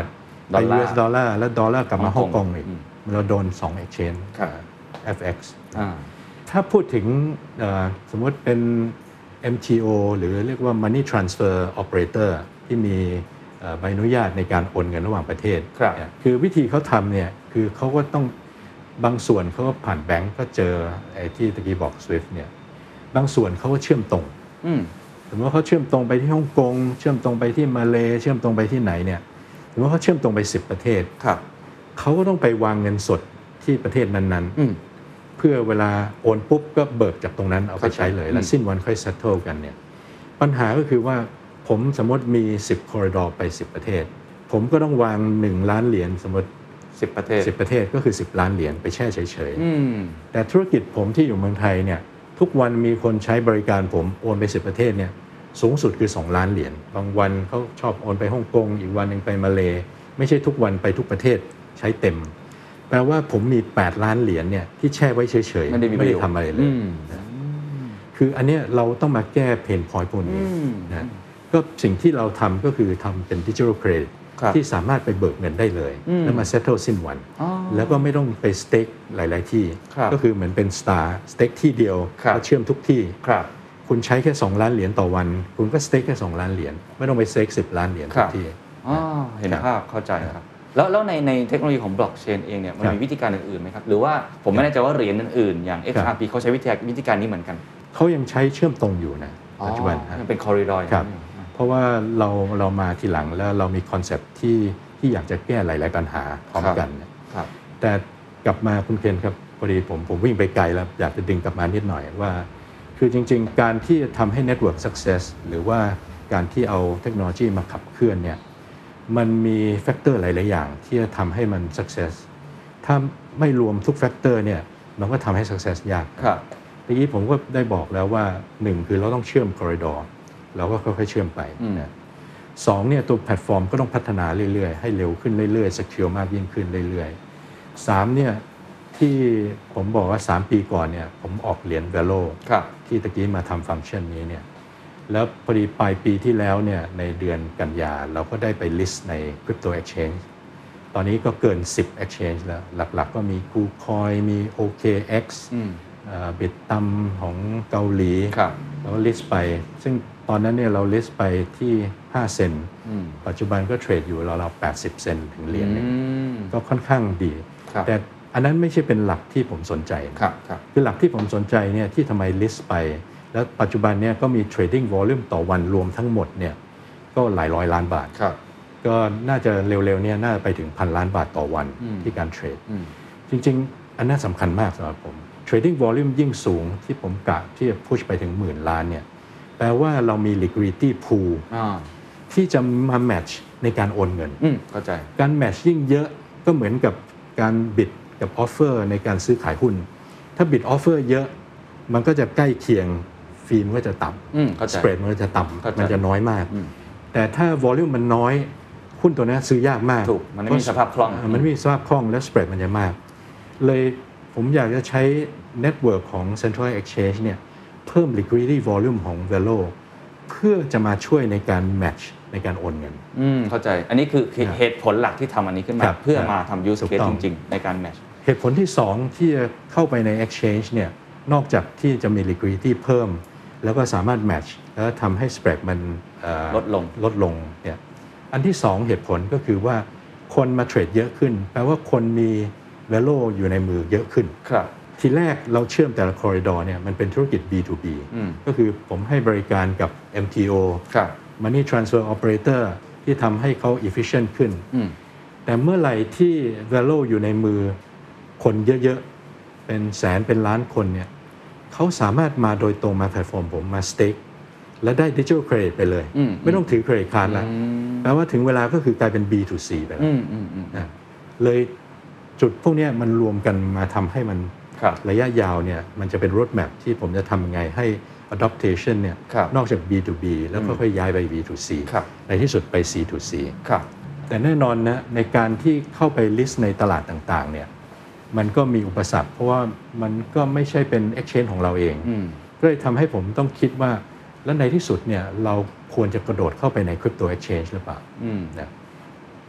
ไป ยู เอส ดอลลาร์แล้วดอลลาร์กลับมาฮ่องกงอีกอืมเราโดนสอง exchange ครับเอฟ เอ็กซ์อ่าถ้าพูดถึงเอ่อสมมติเป็น เอ็ม ที โอ หรือเรียกว่า Money Transfer Operator ที่มีเอ่อใบอนุญาตในการโอนเงินระหว่างประเทศครับเนี่ยคือวิธีเขาทำเนี่ยคือเขาก็ต้องบางส่วนเขาก็ผ่านแบงก์ก็เจอไอ้ที่ตะกี้บอก Swift เนี่ยบางส่วนเขาก็เชื่อมตรงอืมสมมติว่าเขาเชื่อมตรงไปที่ฮ่องกงเชื่อมตรงไปที่มาเลเชื่อมตรงไปที่ไหนเนี่ยสมมติว่าเขาเชื่อมตรงไปสิบประเทศครับเขาก็ต้องไปวางเงินสดที่ประเทศนั้นอืมๆเพื่อเวลาโอนปุ๊บก็เบิกจากตรงนั้นเอาไปใช้เลยเข้าใจแล้วสิ้นวันค่อย settle กันเนี่ยปัญหาก็คือว่าผมสมมติมีสิบ corridor ไปสิบประเทศผมก็ต้องวางหนึ่งล้านเหรียญสมมติสิบประเทศสิบประเทศก็คือสิบล้านเหรียญไปแช่เฉยอืมๆแต่ธุรกิจผมที่อยู่เมืองไทยเนี่ยทุกวันมีคนใช้บริการผมโอนไปสิบประเทศเนี่ยสูงสุดคือสองล้านเหรียญบางวันเขาชอบโอนไปฮ่องกงอีกวันหนึ่งไปมาเลไม่ใช่ทุกวันไปทุกประเทศใช้เต็มแปลว่าผมมีแปดล้านเหรียญเนี่ยที่แช่ไว้เฉยๆไม่ได้มีประโยชน์ทำอะไรเลอืยมนะคืออันเนี้ยเราต้องมาแก้เพนพอยต์พวกนี้อืมนะก็สิ่งที่เราทำก็คือทำเป็นดิจิทัลเครดิตครับที่สามารถไปเบิกเงินได้เลยอืมแล้วมาเซตเทิลสิ้นวันอ๋อแล้วก็ไม่ต้องไปสเต็กหลาย ๆ ที่ครับก็คือเหมือนเป็นสตาร์สเต็กที่เดียวครับแล้วเชื่อมทุกที่ครับคุณใช้แค่สองล้านเหรียญต่อวัน คุณก็สเต็กแค่สองล้านเหรียญไม่ต้องไปสเต็กสิบล้านเหรียญครัทุบกที่อ๋อเห็นครับภาพเข้าใจครับ แล้วแล้วในในเทคโนโลยีของบล็อกเชนเองเนี่ยมันครับมีวิธีการอื่นๆไหมครับ หรือว่าผมไม่แน่ใจว่าเหรียญอื่นๆ อย่าง เอ็กซ์ อาร์ พี เขาใช้วิธีวิธีการนี้เหมือนกันเขายังใช้เชื่อมตรงอยู่นะปัจจุบันอ๋อฮะมันเป็นคอริดอร์ครับเพราะว่าเราเรามาทีหลังแล้วเรามีคอนเซปต์ที่ที่อยากจะแก้หลาย ๆ ปัญหาพร้อมกันนะครับ แต่กลับมาคุณเคนครับพอดีผมผมวิ่งไปไกลแล้วอยากจะดึงกลับมานิดหน่อยว่า คือจริง ๆ การที่จะทำให้ Network Success หรือว่าการที่เอาเทคโนโลยีมาขับเคลื่อนเนี่ยมันมีแฟกเตอร์หลาย ๆ อย่างที่จะทำให้มัน Success ถ้าไม่รวมทุกแฟกเตอร์เนี่ยมันก็ทำให้ Success ยากครับทีนี้ผมก็ได้บอกแล้วว่าหนึ่งคือเราต้องเชื่อมคอริดอร์เราก็ค่อยๆเชื่อมไปอืมนะสองเนี่ยตัวแพลตฟอร์มก็ต้องพัฒนาเรื่อยๆให้เร็วขึ้นเรื่อยๆ secure มากยิ่งขึ้นเรื่อยๆสามเนี่ยที่ผมบอกว่าสามปีก่อนเนี่ยผมออกเหรียญ Velo ครับที่ตะกี้มาทำฟังก์ชันนี้เนี่ยแล้วพอดีปลายปีที่แล้วเนี่ยในเดือนกันยาเราก็ได้ไป list ใน Crypto Exchange ตอนนี้ก็เกินสิบ Exchange แล้วหลักๆก็มี KuCoin มี โอ เค เอ็กซ์อืมบิตตัมของเกาหลีครับเราก็ list ไป ซึ่งตอนนั้นเนี่ยเรา list ไปที่ห้าเซนต์อืมปัจจุบันก็เทรดอยู่ราวๆแปดสิบเซนต์ถึงเหรียญหนึงอืมก็ค่อนข้างดีครับแต่อันนั้นไม่ใช่เป็นหลักที่ผมสนใจนะครับครับคือหลักที่ผมสนใจเนี่ยที่ทำไม list ไป แล้วปัจจุบันเนี่ยก็มี trading volume ต่อวันรวมทั้งหมดเนี่ยก็หลายร้อยล้านบาทครับก็น่าจะเร็วๆเนี่ยน่าจะไปถึงพันล้านบาทต่อวันอืมที่การเทรดอืมจริงๆ อันนั้นสำคัญมากสำหรับผม trading volume ยิ่งสูงที่ผมกะที่จะพุชไปถึงหมื่นล้านเนี่ยแปลว่าเรามี liquidity pool อ่าที่จะมา match ในการโอนเงินอืมเข้าใจการ match ยิ่งเยอะก็เหมือนกับการ bid กับ offer ในการซื้อขายหุ้น ถ้า bid offer เยอะมันก็จะใกล้เคียงฟีมันก็จะต่อืมเข้าำใจ spread มันก็จะต่เข้าใจำมันจะน้อยมากอืมแต่ถ้า volume มันน้อยหุ้นตัวนี้ซื้อยากมากถูกมันไม่มีสภาพคล่องเมันไม่มีสภาพคล่องและ spread มันจะมาก เลยผมอยากจะใช้ network ของ Central Exchange เนี่ยเพิ่ม liquidity volume ของ Velo เพื่อจะมาช่วยในการ match ในการโอนเงินอืมเข้าใจ อันนี้คือคือครับเหตุผลหลักที่ทำอันนี้ขึ้นมาครับเพื่อมาทำ use ถูก case ต้จองริงๆ ในการ match เหตุผลที่สองที่จะเข้าไปใน exchange เนี่ยนอกจากที่จะมี liquidity เพิ่ม แล้วก็สามารถ match แล้วทำให้ spread มันเอ่อลดลงลดลงเนี่ยอันที่สองเหตุผลก็คือว่าคนมาเทรดเยอะขึ้น แปลว่าคนมี value อยู่ในมือเยอะขึ้นครับทีแรกเราเชื่อมแต่ละ corridor เนี่ยมันเป็นธุรกิจ บี ทู บีอืมก็คือผมให้บริการกับ เอ็ม ที โอครับ Money Transfer Operator ที่ทำให้เขา efficient ขึ้นอืมแต่เมื่อไหร่ที่ value อยู่ในมือคนเยอะๆ เป็นแสนเป็นล้านคนเนี่ยเขาสามารถมาโดยตรงมาแพลตฟอร์มผมมา stake และได้ digital credit ไปเลยอืมไม่ต้องถือ credit card แล้วอืมแปลว่าถึงเวลาก็คือกลายเป็น บี ทู ซี ไปแล้อืวมอืมอืมนะเลยจุดพวกเนี้ยมันรวมกันมาทำให้มันครับระยะยาวเนี่ยมันจะเป็น road map ที่ผมจะทำยังไงให้ adaptation เนี่ยครับนอกจาก บี ทู บี แล้วก็ค่อยย้ายไป บี ทู ซีครับในที่สุดไป ซี ทู ซีครับแต่แน่นอนนะในการที่เข้าไป list ในตลาดต่างๆเนี่ยมันก็มีอุปสรรคเพราะว่ามันก็ไม่ใช่เป็น exchange ของเราเองอืมก็เลยทำให้ผมต้องคิดว่าแล้วในที่สุดเนี่ยเราควรจะกระโดดเข้าไปใน crypto exchange หรือเปล่าอืมนะ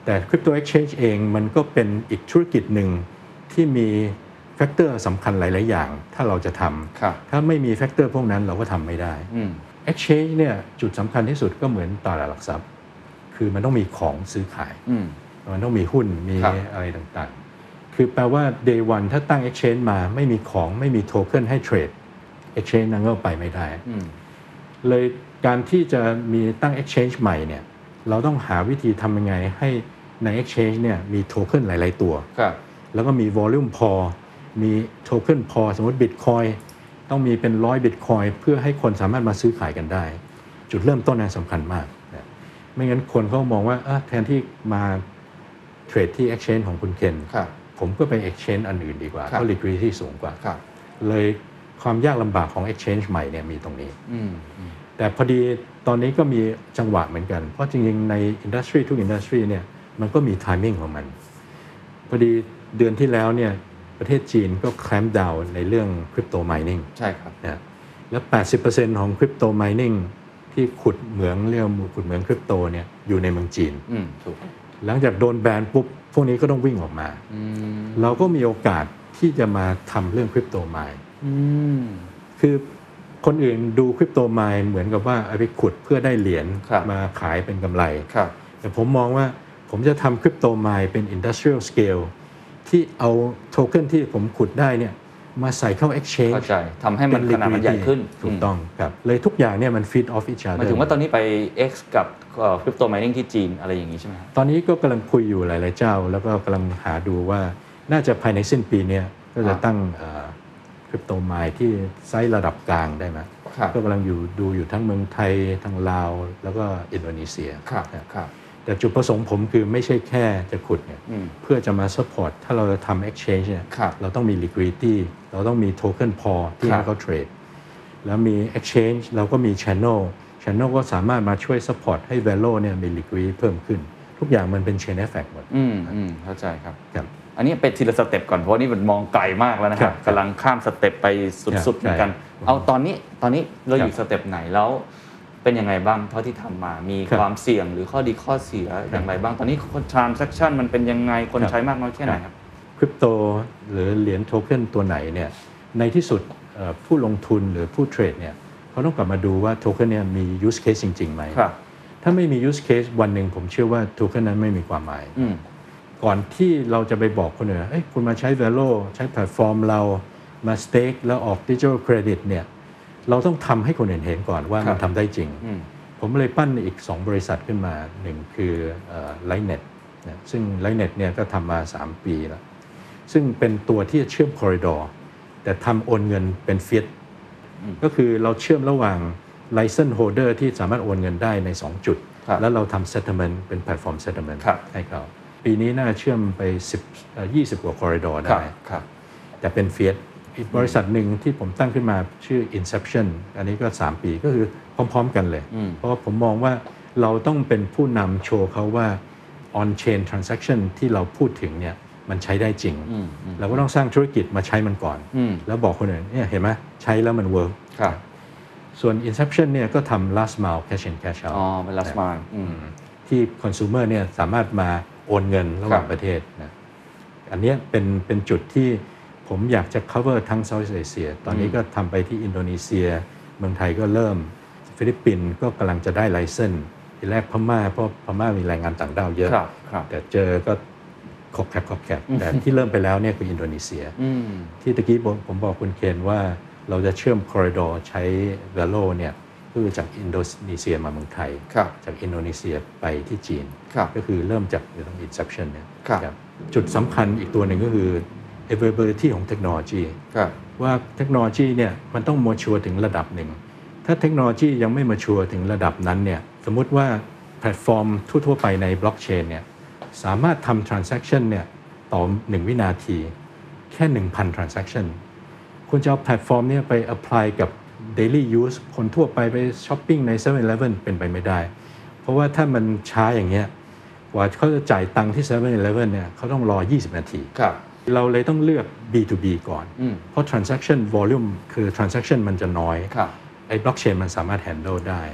แต่ Crypto Exchange เองมันก็เป็นอีกธุรกิจหนึ่งที่มีแฟกเตอร์สำคัญหลายๆอย่างถ้าเราจะทำถ้าไม่มีแฟกเตอร์พวกนั้นเราก็ทำไม่ได้ Exchange เนี่ยจุดสำคัญที่สุดก็เหมือนตลาดหลักทรัพย์คือมันต้องมีของซื้อขายมันต้องมีหุ้นมีอะไรต่างๆคือแปลว่า Day One ถ้าตั้ง Exchange มาไม่มีของไม่มีโทเค็นให้เทรด Exchange นั้นก็ไปไม่ได้เลยการที่จะมีตั้ง Exchange ใหม่เนี่ยเราต้องหาวิธีทำยังไงให้ใน Exchange เนี่ยมีโทเค็นหลายๆตัวแล้วก็มี Volume พอมีโทเค็นพอสมมติ Bitcoin ต้องมีเป็นร้อย Bitcoin เพื่อให้คนสามารถมาซื้อขายกันได้จุดเริ่มต้นนั้นสำคัญมากไม่งั้นคนเขามองว่าแทนที่มาเทรดที่ Exchange ของคุณเคนผมก็ไป Exchange อันอื่นดีกว่าเพราะ liquidity สูงกว่าเลยความยากลำบากของ Exchange ใหม่เนี่ยมีตรงนี้แต่พอดีตอนนี้ก็มีจังหวะเหมือนกันเพราะจริงๆในอินดัสทรีทุกอินดัสทรีเนี่ยมันก็มี timing ของมันพอดีเดือนที่แล้วเนี่ยประเทศจีนก็ clamp down ในเรื่อง crypto mining ใช่ครับนะแล้ว แปดสิบเปอร์เซ็นต์ ของ crypto mining ที่ขุดเหมืองเรียกขุดเหมืองคริปโตเนี่ยอยู่ในเมืองจีนถูกหลังจากโดนแบนปุ๊บพวกนี้ก็ต้องวิ่งออกมาเราก็มีโอกาสที่จะมาทำเรื่องคริปโตไมน์คือคนอื่นดูคริปโตไมน์เหมือนกับว่าเอาไปขุดเพื่อได้เหรียญมาขายเป็นกำไรแต่ผมมองว่าผมจะทำคริปโตไมน์เป็น industrial scale ที่เอาโทเค็นที่ผมขุดได้เนี่ยมาใส่เข้า exchange เข้าใจทำให้มันขนาดมันใหญ่ขึ้นถูกต้องครับเลยทุกอย่างเนี่ยมัน feed off each other หมายถึงว่าตอนนี้ไป X กับคริปโตไมนิ่งที่จีนอะไรอย่างนี้ใช่ไหมตอนนี้ก็กำลังคุยอยู่หลายๆเจ้าแล้วก็กำลังหาดูว่าน่าจะภายในสิ้นปีนี้ก็จะตั้งคริปโตไมน์ที่ไซส์ระดับกลางได้ไหมก็กำลังอยู่ดูอยู่ทั้งเมืองไทยทั้งลาวแล้วก็อินโดนีเซียแต่จุดประสงค์ผมคือไม่ใช่แค่จะขุดเนี่ยเพื่อจะมา support ถ้าเราจะทำ exchange เนี่ยเราต้องมี liquidity เราต้องมี token พอที่ให้เขาเทรดแล้วมี exchange เราก็มี channel channel ก็สามารถมาช่วย support ให้ value เนี่ยมี liquidity เพิ่มขึ้นทุกอย่างมันเป็น chain effect หมดอืมอืมเข้าใจครับครับอันนี้เป็นทีละสเต็ปก่อนเพราะนี่มันมองไกลมากแล้วนะครับกำลังข้ามสเต็ปไปสุดๆเหมือนกันเอาตอนนี้ตอนนี้เราอยู่สเต็ปไหนแล้วเป็นยังไงบ้างเท่าที่ทำมามีความเสี่ยงหรือข้อดีข้อเสียอย่างไรบ้างตอนนี้คน transaction มันเป็นยังไงคนใช้มากน้อยแค่ไหนครับคริปโตหรือเหรียญโทเค็นตัวไหนเนี่ยในที่สุดผู้ลงทุนหรือผู้เทรดเนี่ยเขาต้องกลับมาดูว่าโทเค็นเนี่ยมี use case จริงๆไหมถ้าไม่มี use case วันหนึ่งผมเชื่อว่าโทเค็นนั้นไม่มีความหมายก่อนที่เราจะไปบอกคนอื่นเอ้ยคุณมาใช้ Velo ใช้แพลตฟอร์มเรามา stake แล้วออก digital credit เนี่ยเราต้องทำให้คนอื่นเห็นก่อนว่ามันทำได้จริงผมเลยปั้นอีกสองบริษัทขึ้นมาหนึ่งคือ Lightnet นะซึ่ง Lightnet เนี่ยก็ทำมาสามปีแล้วซึ่งเป็นตัวที่เชื่อมคอริดอร์แต่ทำโอนเงินเป็นเฟียสก็คือเราเชื่อมระหว่าง license holder ที่สามารถโอนเงินได้ในสองจุดแล้วเราทำ settlement เป็นแพลตฟอร์ม settlement ให้เขาปีนี้น่าเชื่อมไปสิบ ยี่สิบกว่าคอริดอร์ได้แต่เป็นเฟียสอีกบริษัทหนึ่งที่ผมตั้งขึ้นมาชื่อ Inception อันนี้ก็สามปีก็คือพร้อมๆกันเลยเพราะว่าผมมองว่าเราต้องเป็นผู้นำโชว์เขาว่า on chain transaction ที่เราพูดถึงเนี่ยมันใช้ได้จริงเราก็ต้องสร้างธุรกิจมาใช้มันก่อนแล้วบอกคนอื่นเนี่ยเห็นไหมใช้แล้วมันเวิร์กส่วน Inception เนี่ยก็ทำ last mile cash in cash out อ๋อเป็น last mile ที่ consumer เนี่ยสามารถมาโอนเงินระหว่างประเทศนะอันนี้เป็นเป็นจุดที่ผมอยากจะ cover ทั้ง Southeast Asia ตอนนี้ก็ทำไปที่อินโดนีเซียเมืองไทยก็เริ่มฟิลิปปินส์ก็กำลังจะได้ไลเซนส์ทีแรกพม่าเพราะพม่ามีแรงงานต่างด้าวเยอะแต่เจอก็ขบแคบขบแคบแต่ที่เริ่มไปแล้วเนี่ยคืออินโดนีเซียที่ตะกี้ผมบอกคุณเคนว่าเราจะเชื่อมคอริดอร์ใช้ Velo เนี่ยคือจากอินโดนีเซียมาเมืองไทยจากอินโดนีเซียไปที่จีนก็คือเริ่มจากตรง Inception เนี่ยจุดสำคัญอีกตัวหนึ่งก็คือ availability ของเทคโนโลยีว่าเทคโนโลยีเนี่ยมันต้อง mature ถึงระดับหนึ่งถ้าเทคโนโลยียังไม่ mature ถึงระดับนั้นเนี่ยสมมุติว่าแพลตฟอร์มทั่วๆไปในบล็อกเชนเนี่ยสามารถทำ transaction เนี่ยต่อหนึ่งวินาทีแค่ หนึ่งพัน transaction คุณจะเอาแพลตฟอร์มเนี่ยไป apply กับ daily use คนทั่วไปไปช้อปปิ้งใน เซเว่น อีเลฟเว่น เป็นไปไม่ได้เพราะว่าถ้ามันช้าอย่างเงี้ยกว่าเขาจะจ่ายตังค์ที่ เซเว่น อีเลฟเว่น เนี่ยเขาต้องรอยี่สิบนาทีเราเลยต้องเลือก บี ทู บี ก่อนเพราะ transaction volume คือ transaction มันจะน้อยไอ้ blockchain มันสามารถ handle ได้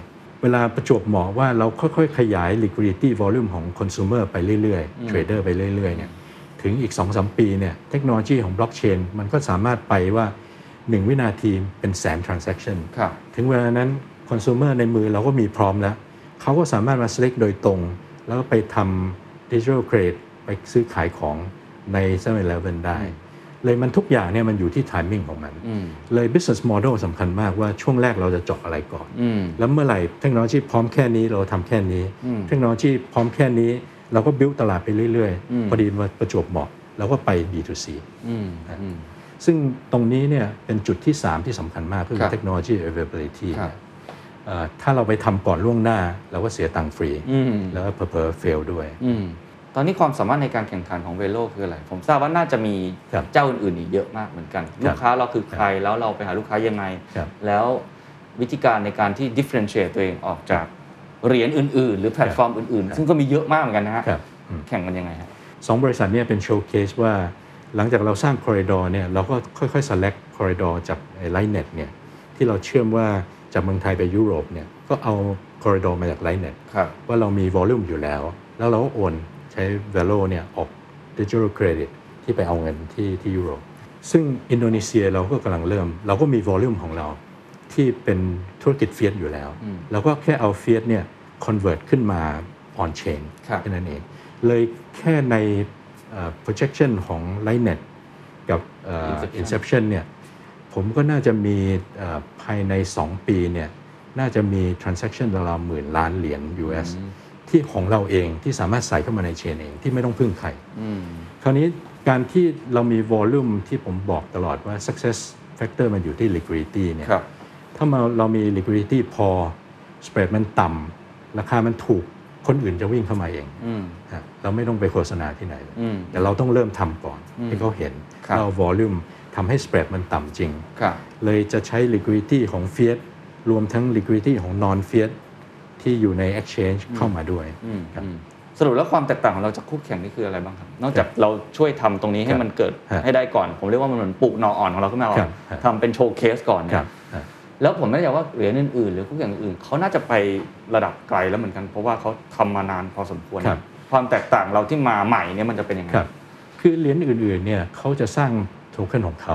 เวลาประจวบเหมาะว่าเราค่อยๆขยาย liquidity volume ของ consumer ไปเรื่อยๆ trader ไปเรื่อยๆเนี่ยถึงอีก สองถึงสาม ปีเนี่ยเทคโนโลยีของ blockchain มันก็สามารถไปว่าหนึ่งวินาทีเป็นแสน transaction ถึงเวลานั้น consumer ในมือเราก็มีพร้อมแล้วเขาก็สามารถมา select โดยตรงแล้วก็ไปทำ digital trade ไปซื้อขายของใน เซเว่น อีเลฟเว่น ได้เลยมันทุกอย่างเนี่ยมันอยู่ที่ timing ของมันเลย business model สำคัญมากว่าช่วงแรกเราจะเจาะอะไรก่อนแล้วเมื่อไหร่เทคโนโลยีพร้อมแค่นี้เราทำแค่นี้เทคโนโลยีพร้อมแค่นี้เราก็ build ตลาดไปเรื่อยๆพอดีมาประจวบเหมาะเราก็ไป บี ทู ซี ซึ่งตรงนี้เนี่ยเป็นจุดที่สามที่สำคัญมากคือ technology availability ถ้าเราไปทำก่อนล่วงหน้าเราก็เสียตังค์ฟรีแล้วก็เผลอๆ fail ด้วยตอนนี้ความสามารถในการแข่งขันของ Velo คืออะไรผมทราบว่าน่าจะมีเจ้าอื่นๆอีกเยอะมากเหมือนกันลูกค้าเราคือใครแล้วเราไปหาลูกค้ายังไงแล้ววิธีการในการที่ differentiate ตัวเองออกจากเหรียญอื่นๆหรือแพลตฟอร์มอื่นๆซึ่งก็มีเยอะมากเหมือนกันนะฮะแข่งกันยังไงครับสองบริษัทนี้เป็นโชว์เคสว่าหลังจากเราสร้าง corridor เนี่ยเราก็ค่อยๆ select corridor จาก Lightnet เนี่ยที่เราเชื่อมว่าจากเมืองไทยไปยุโรปเนี่ยก็เอา corridor มาจาก Lightnet ว่าเรามี volume อยู่แล้วแล้วเราก็โอนใช้ Velo เนี่ยออก digital credit ที่ไปเอาเงินที่ที่ยุโรปซึ่งอินโดนีเซียเราก็กำลังเริ่มเราก็มี volume ของเราที่เป็นธุรกิจ Fiat อยู่แล้วเราก็แค่เอา Fiat เนี่ย convert ขึ้นมา on chain แค่นั้นเองเลยแค่ใน uh, projection ของ Lightnet กับ uh, Inception เนี่ยผมก็น่าจะมี uh, ภายในสองปีเนี่ยน่าจะมี transaction ราวๆหมื่นล้านเหรียญ ยู เอส ที่ของเราเองที่สามารถใส่เข้ามาในเชนเองที่ไม่ต้องพึ่งใครคราวนี้การที่เรามี volume ที่ผมบอกตลอดว่า success factor มันอยู่ที่ liquidity เนี่ยถ้าเราเรามี liquidity พอ spread มันต่ำราคามันถูกคนอื่นจะวิ่งเข้ามาเองเราไม่ต้องไปโฆษณาที่ไหนแต่เราต้องเริ่มทำก่อนให้เขาเห็นเรา volume ทำให้ spread มันต่ำจริงเลยจะใช้ liquidity ของ Fiat รวมทั้ง liquidity ของ non Fiat ที่อยู่ใน exchange เข้ามาด้วยสรุปแล้วความแตกต่างของเราจากคู่แข่งนี่คืออะไรบ้างครับนอกจากเราช่วยทำตรงนี้ให้มันเกิดให้ได้ก่อนผมเรียกว่ามันเหมือนปลูกหน่ออ่อนของเราขึ้นมาก่อนทำเป็นโชว์เคสก่อนเนี่ยแล้วผมไม่แน่ใจว่าเหรียญอื่นๆหรือคู่แข่งอื่นเขาน่าจะไประดับไกลแล้วเหมือนกันเพราะว่าเขาทำมานานพอสมควรความแตกต่างเราที่มาใหม่เนี่ยมันจะเป็นยังไงคือเหรียญอื่นๆเนี่ยเขาจะสร้างโทเค็นของเขา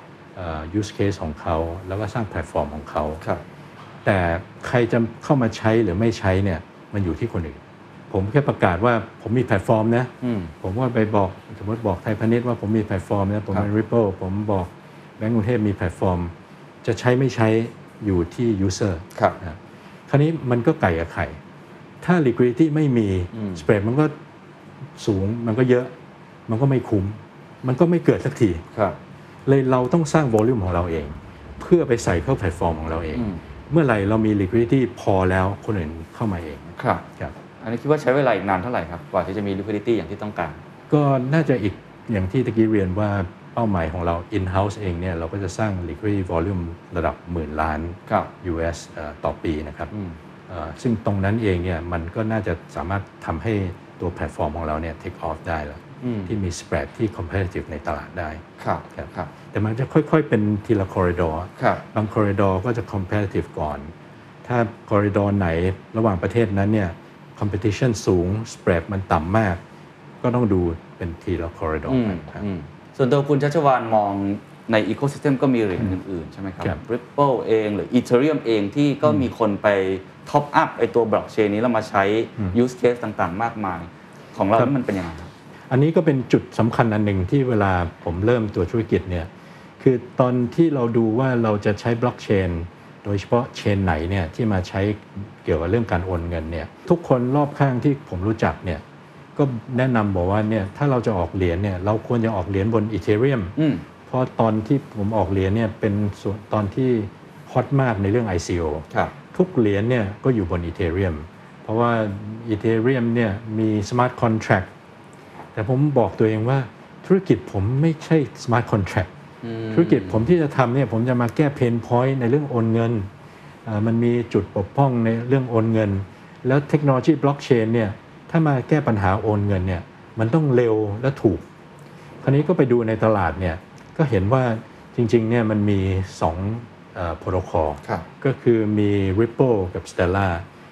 use case ของเขาแล้วก็สร้างแพลตฟอร์มของเขาแต่ใครจะเข้ามาใช้หรือไม่ใช้เนี่ยมันอยู่ที่คนอื่นผมแค่ประกาศว่าผมมีแพลตฟอร์มนะผมว่าไปบอกสมมติบอกไทยพาณิชย์ว่าผมมีแพลตฟอร์มนะผมมี Ripple ผมบอกแบงก์กรุงเทพมีแพลตฟอร์มจะใช้ไม่ใช้อยู่ที่ user ครับคราวนี้มันก็ไก่กับไข่ถ้า liquidity ไม่มี spread มันก็สูงมันก็เยอะมันก็ไม่คุ้มมันก็ไม่เกิดสักทีเลยเราต้องสร้าง volume ของเราเองเพื่อไปใส่เข้าแพลตฟอร์มของเราเองเมื่อไหร่เรามี liquidity พอแล้วคนอื่นเข้ามาเองครับครับอันนี้คิดว่าใช้เวลาอีกนานเท่าไหร่ครับกว่าที่จะมี liquidity อย่างที่ต้องการก็น่าจะอีกอย่างที่ตะกี้เรียนว่าเป้าหมายของเรา in-house เองเนี่ยเราก็จะสร้าง liquidity volume ระดับหมื่นล้าน ยู เอส ต่อปีนะครับซึ่งตรงนั้นเองเนี่ยมันก็น่าจะสามารถทำให้ตัวแพลตฟอร์มของเราเนี่ย take off ได้แล้วที่มี spread ที่ competitive ในตลาดได้ครับครับแต่มันจะค่อยๆเป็นทีละ corridor บาง corridor ก็จะ competitive ก่อนถ้า corridor ไหนระหว่างประเทศนั้นเนี่ย competition สูง spread มันต่ำมากก็ต้องดูเป็นทีละ corridor ไปครับส่วนตัวคุณชัชวาลมองใน ecosystem ก็มีเหรียญอื่นๆใช่ไหมครับ Ripple เองหรือ Ethereum เองที่ก็มีคนไป top up ไอตัว blockchain นี้แล้วมาใช้ use case ต่างๆมากมายของเรามันเป็นยังไงครับอันนี้ก็เป็นจุดสำคัญอันหนึ่งที่เวลาผมเริ่มตัวธุรกิจเนี่ยคือตอนที่เราดูว่าเราจะใช้บล็อกเชนโดยเฉพาะเชนไหนเนี่ยที่มาใช้เกี่ยวกับเรื่องการโอนเงินเนี่ยทุกคนรอบข้างที่ผมรู้จักเนี่ยก็แนะนำบอกว่าเนี่ยถ้าเราจะออกเหรียญเนี่ยเราควรจะออกเหรียญบน Ethereum เพราะตอนที่ผมออกเหรียญเนี่ยเป็นตอนที่ฮอตมากในเรื่อง ไอ ซี โอ ทุกเหรียญเนี่ยก็อยู่บน Ethereum เพราะว่า Ethereum เนี่ยมี Smart Contractแต่ผมบอกตัวเองว่าธุรกิจผมไม่ใช่ smart contract ธุรกิจผมที่จะทำเนี่ยผมจะมาแก้เพนพอยต์ในเรื่องโอนเงินมันมีจุดบกพร่องในเรื่องโอนเงินแล้วเทคโนโลยีบล็อกเชนเนี่ยถ้ามาแก้ปัญหาโอนเงินเนี่ยมันต้องเร็วและถูกคราวนี้ก็ไปดูในตลาดเนี่ยก็เห็นว่าจริงๆเนี่ยมันมีสองโปรโตคอลก็คือมี Ripple กับ Stellar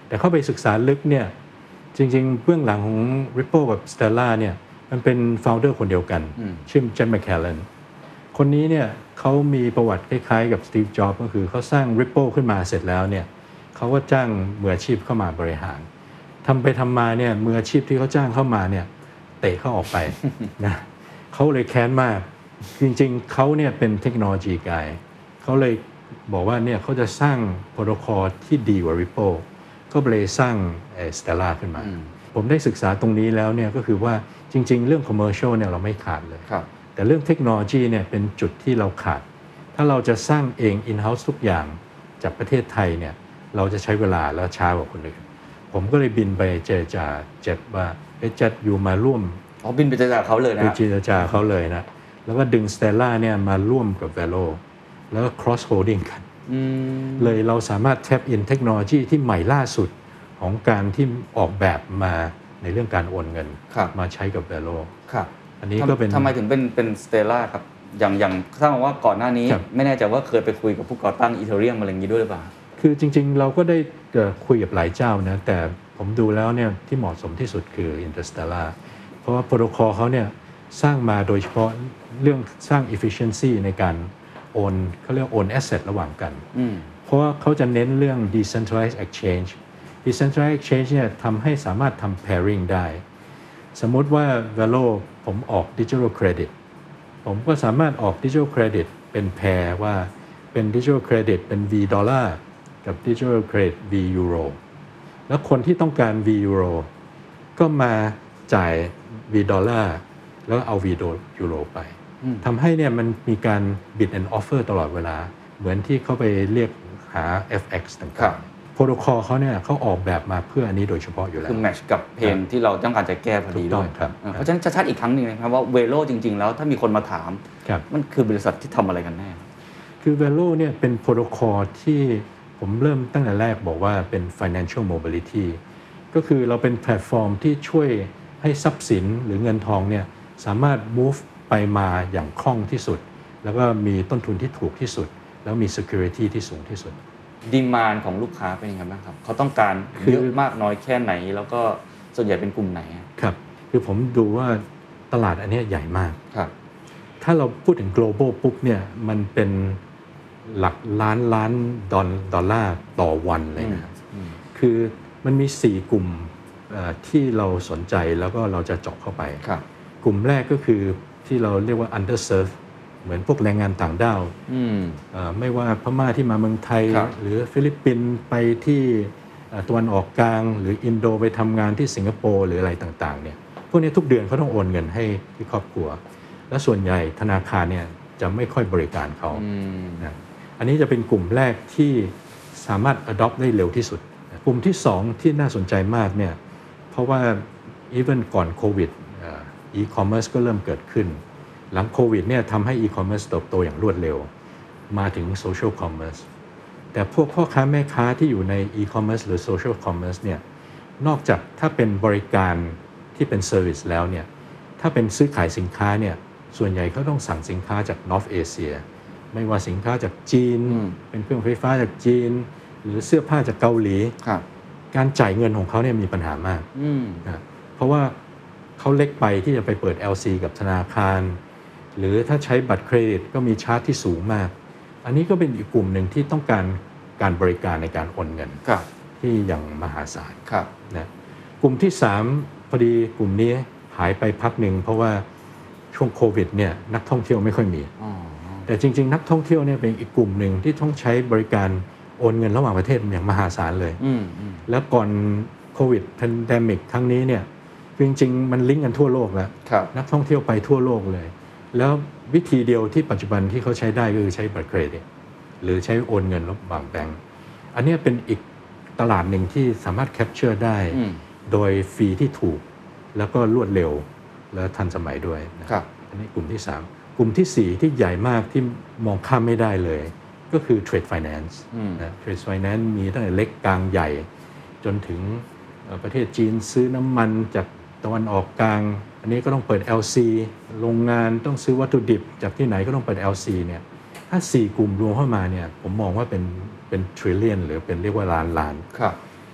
แต่เข้าไปศึกษาลึกเนี่ยจริงๆเบื้องหลังของ Ripple กับ Stellar เนี่ยมันเป็น founder คนเดียวกันชื่อ Jen McCallan คนนี้เนี่ยเขามีประวัติคล้ายๆกับ Steve Jobs ก็คือเขาสร้าง Ripple ขึ้นมาเสร็จแล้วเนี่ยเขาก็จ้างมืออาชีพเข้ามาบริหารทำไปทำมาเนี่ยมืออาชีพที่เขาจ้างเข้ามาเนี่ยเตะเขาออกไป นะเขาเลยแค้นมากจริงๆเขาเนี่ยเป็นเทคโนโลยีไกด์เขาเลยบอกว่าเนี่ยเขาจะสร้างโปรโตคอลที่ดีกว่า Ripple ก็เลยสร้าง Stellar ขึ้นมาผมได้ศึกษาตรงนี้แล้วเนี่ยก็คือว่าจริงๆเรื่อง commercial เนี่ยเราไม่ขาดเลยแต่เรื่องเทคโนโลยีเนี่ยเป็นจุดที่เราขาดถ้าเราจะสร้างเอง in-house ทุกอย่างจากประเทศไทยเนี่ยเราจะใช้เวลาและช้ากว่าคนอื่นผมก็เลยบินไปเจรจาเจ็ดว่าเอ๊ะเจ็ดอยู่มาร่วมอ๋อบินไปเจรจาเขาเลยนะไปเจรจาเขาเลยนะแล้วก็ดึง Stellar เนี่ยมาร่วมกับ Velo แล้วก็ cross holding กันเลยเราสามารถ tap in เทคโนโลยีที่ใหม่ล่าสุดของการที่ออกแบบมาในเรื่องการโอนเงินมาใช้กับ Velo ครับอันนี้ก็เป็นทำไมถึงเป็นเป็น Stellar ครับอย่างอย่างทราบมาว่าก่อนหน้านี้ไม่แน่ใจว่าเคยไปคุยกับผู้ก่อตั้ง Ethereum อะไรอย่างนี้ด้วยหรือเปล่าคือจริงๆเราก็ได้คุยกับหลายเจ้านะแต่ผมดูแล้วเนี่ยที่เหมาะสมที่สุดคือ Interstellar เพราะว่าโปรโตคอลเขาเนี่ยสร้างมาโดยเฉพาะเรื่องสร้าง efficiency ในการโอนเขาเรียกโอน asset ระหว่างกันเพราะว่าเขาจะเน้นเรื่อง decentralized exchange decentralized exchange เนี่ยทำให้สามารถทำ pairing ได้สมมติว่า Velo ผมออก digital credit ผมก็สามารถออก digital credit เป็น pair ว่าเป็น digital credit เป็น V ดอลลาร์กับ digital credit V euro แล้วคนที่ต้องการ V euro ก็มาจ่าย V ดอลลาร์แล้วเอา V ยูโรไปทำให้เนี่ยมันมีการ bid and offer ตลอดเวลาเหมือนที่เขาไปเรียกหา เอฟ เอ็กซ์ ต่างๆโปรโตคอลเขาเนี่ยเขาออกแบบมาเพื่ออันนี้โดยเฉพาะอยู่แล้วคือแมทช์กับเพนที่เราต้องการจะแก้พอดีด้วยเพราะฉะนั้นชัดๆอีกครั้งนึงนะครับว่า Velo จริงๆแล้วถ้ามีคนมาถามมันคือบริษัทที่ทำอะไรกันแน่คือ Velo เนี่ยเป็นโปรโตคอลที่ผมเริ่มตั้งแต่แรกบอกว่าเป็น financial mobility ก็คือเราเป็นแพลตฟอร์มที่ช่วยให้ทรัพย์สินหรือเงินทองเนี่ยสามารถ move ไปมาอย่างคล่องที่สุดแล้วก็มีต้นทุนที่ถูกที่สุดแล้วมี security ที่สูงที่สุดดีมานด์ของลูกค้าเป็นยังไงบ้างครับเขาต้องการเยอะมากน้อยแค่ไหนแล้วก็ส่วนใหญ่เป็นกลุ่มไหนครับคือผมดูว่าตลาดอันนี้ใหญ่มากครับถ้าเราพูดถึง global ปุ๊บเนี่ยมันเป็นหลักล้านล้านดอลดอลลาร์ต่อวันเลยนะคือมันมีสี่กลุ่มที่เราสนใจแล้วก็เราจะเจาะเข้าไปกลุ่มแรกก็คือที่เราเรียกว่า underserved เหมือนพวกแรงงานต่างด้าวไม่ว่าพม่าที่มาเมืองไทยหรือฟิลิปปินส์ไปที่ตะวันออกกลางหรืออินโดไปทำงานที่สิงคโปร์หรืออะไรต่างๆเนี่ยพวกนี้ทุกเดือนเขาต้องโอนเงินให้ที่ครอบครัวและส่วนใหญ่ธนาคารเนี่ยจะไม่ค่อยบริการเขานะอันนี้จะเป็นกลุ่มแรกที่สามารถ adopt ได้เร็วที่สุดกลุ่มที่สองที่น่าสนใจมากเนี่ยเพราะว่า even ก่อนโควิดอีคอมเมิร์ซก็เริ่มเกิดขึ้นหลังโควิดเนี่ยทำให้อีคอมเมิร์ซเติบโตอย่างรวดเร็วมาถึงโซเชียลคอมเมิร์ซแต่พวกพ่อค้าแม่ค้าที่อยู่ในอีคอมเมิร์ซหรือโซเชียลคอมเมิร์ซเนี่ยนอกจากถ้าเป็นบริการที่เป็นเซอร์วิสแล้วเนี่ยถ้าเป็นซื้อขายสินค้าเนี่ยส่วนใหญ่เขาต้องสั่งสินค้าจากนอร์ทเอเชียไม่ว่าสินค้าจากจีนเป็นเครื่องไฟฟ้าจากจีนหรือเสื้อผ้าจากเกาหลีการจ่ายเงินของเขาเนี่ยมีปัญหามากนะเพราะว่าเขาเล็กไปที่จะไปเปิด แอล ซี กับธนาคารหรือถ้าใช้บัตรเครดิตก็มีชาร์จที่สูงมากอันนี้ก็เป็นอีกกลุ่มหนึ่งที่ต้องการการบริการในการโอนเงินที่อย่างมหาศาลนะกลุ่มที่สามพอดีกลุ่มนี้หายไปพักหนึ่งเพราะว่าช่วงโควิดเนี่ยนักท่องเที่ยวไม่ค่อยมีแต่จริงๆนักท่องเที่ยวเนี่ยเป็นอีกกลุ่มหนึ่งที่ต้องใช้บริการโอนเงินระหว่างประเทศอย่างมหาศาลเลยแล้วก่อนโควิดแพนเดมิกครั้งนี้เนี่ยจริงๆมันลิงก์กันทั่วโลกแล้วนักท่องเที่ยวไปทั่วโลกเลยแล้ววิธีเดียวที่ปัจจุบันที่เขาใช้ได้ก็คือใช้บัตรเครดิตหรือใช้โอนเงินระหว่างแบงก์อันนี้เป็นอีกตลาดหนึ่งที่สามารถแคปเจอร์ได้โดยฟรีที่ถูกแล้วก็รวดเร็วและทันสมัยด้วยนะครับอันนี้กลุ่มที่สามกลุ่มที่สี่ที่ใหญ่มากที่มองข้ามไม่ได้เลยก็คือ Trade Finance นะ Trade Finance มีตั้งแต่เล็กกลางใหญ่จนถึงประเทศจีนซื้อน้ำมันจากตะวันออกกลางอันนี้ก็ต้องเปิด แอล ซี โรงงานต้องซื้อวัตถุดิบจากที่ไหนก็ต้องเปิด แอล ซี เนี่ยถ้าสี่กลุ่มรวมเข้ามาเนี่ยผมมองว่าเป็นเป็น trillion หรือเป็นเรียกว่าล้านล้าน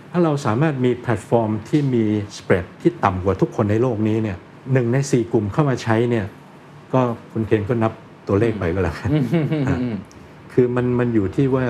ถ้าเราสามารถมีแพลตฟอร์มที่มีสเปรดที่ต่ำกว่าทุกคนในโลกนี้เนี่ยหนึ่งในสี่กลุ่มเข้ามาใช้เนี่ยก็คุณเคนก็นับตัวเลขไปก็แล้วกันคือมันมันอยู่ที่ว่า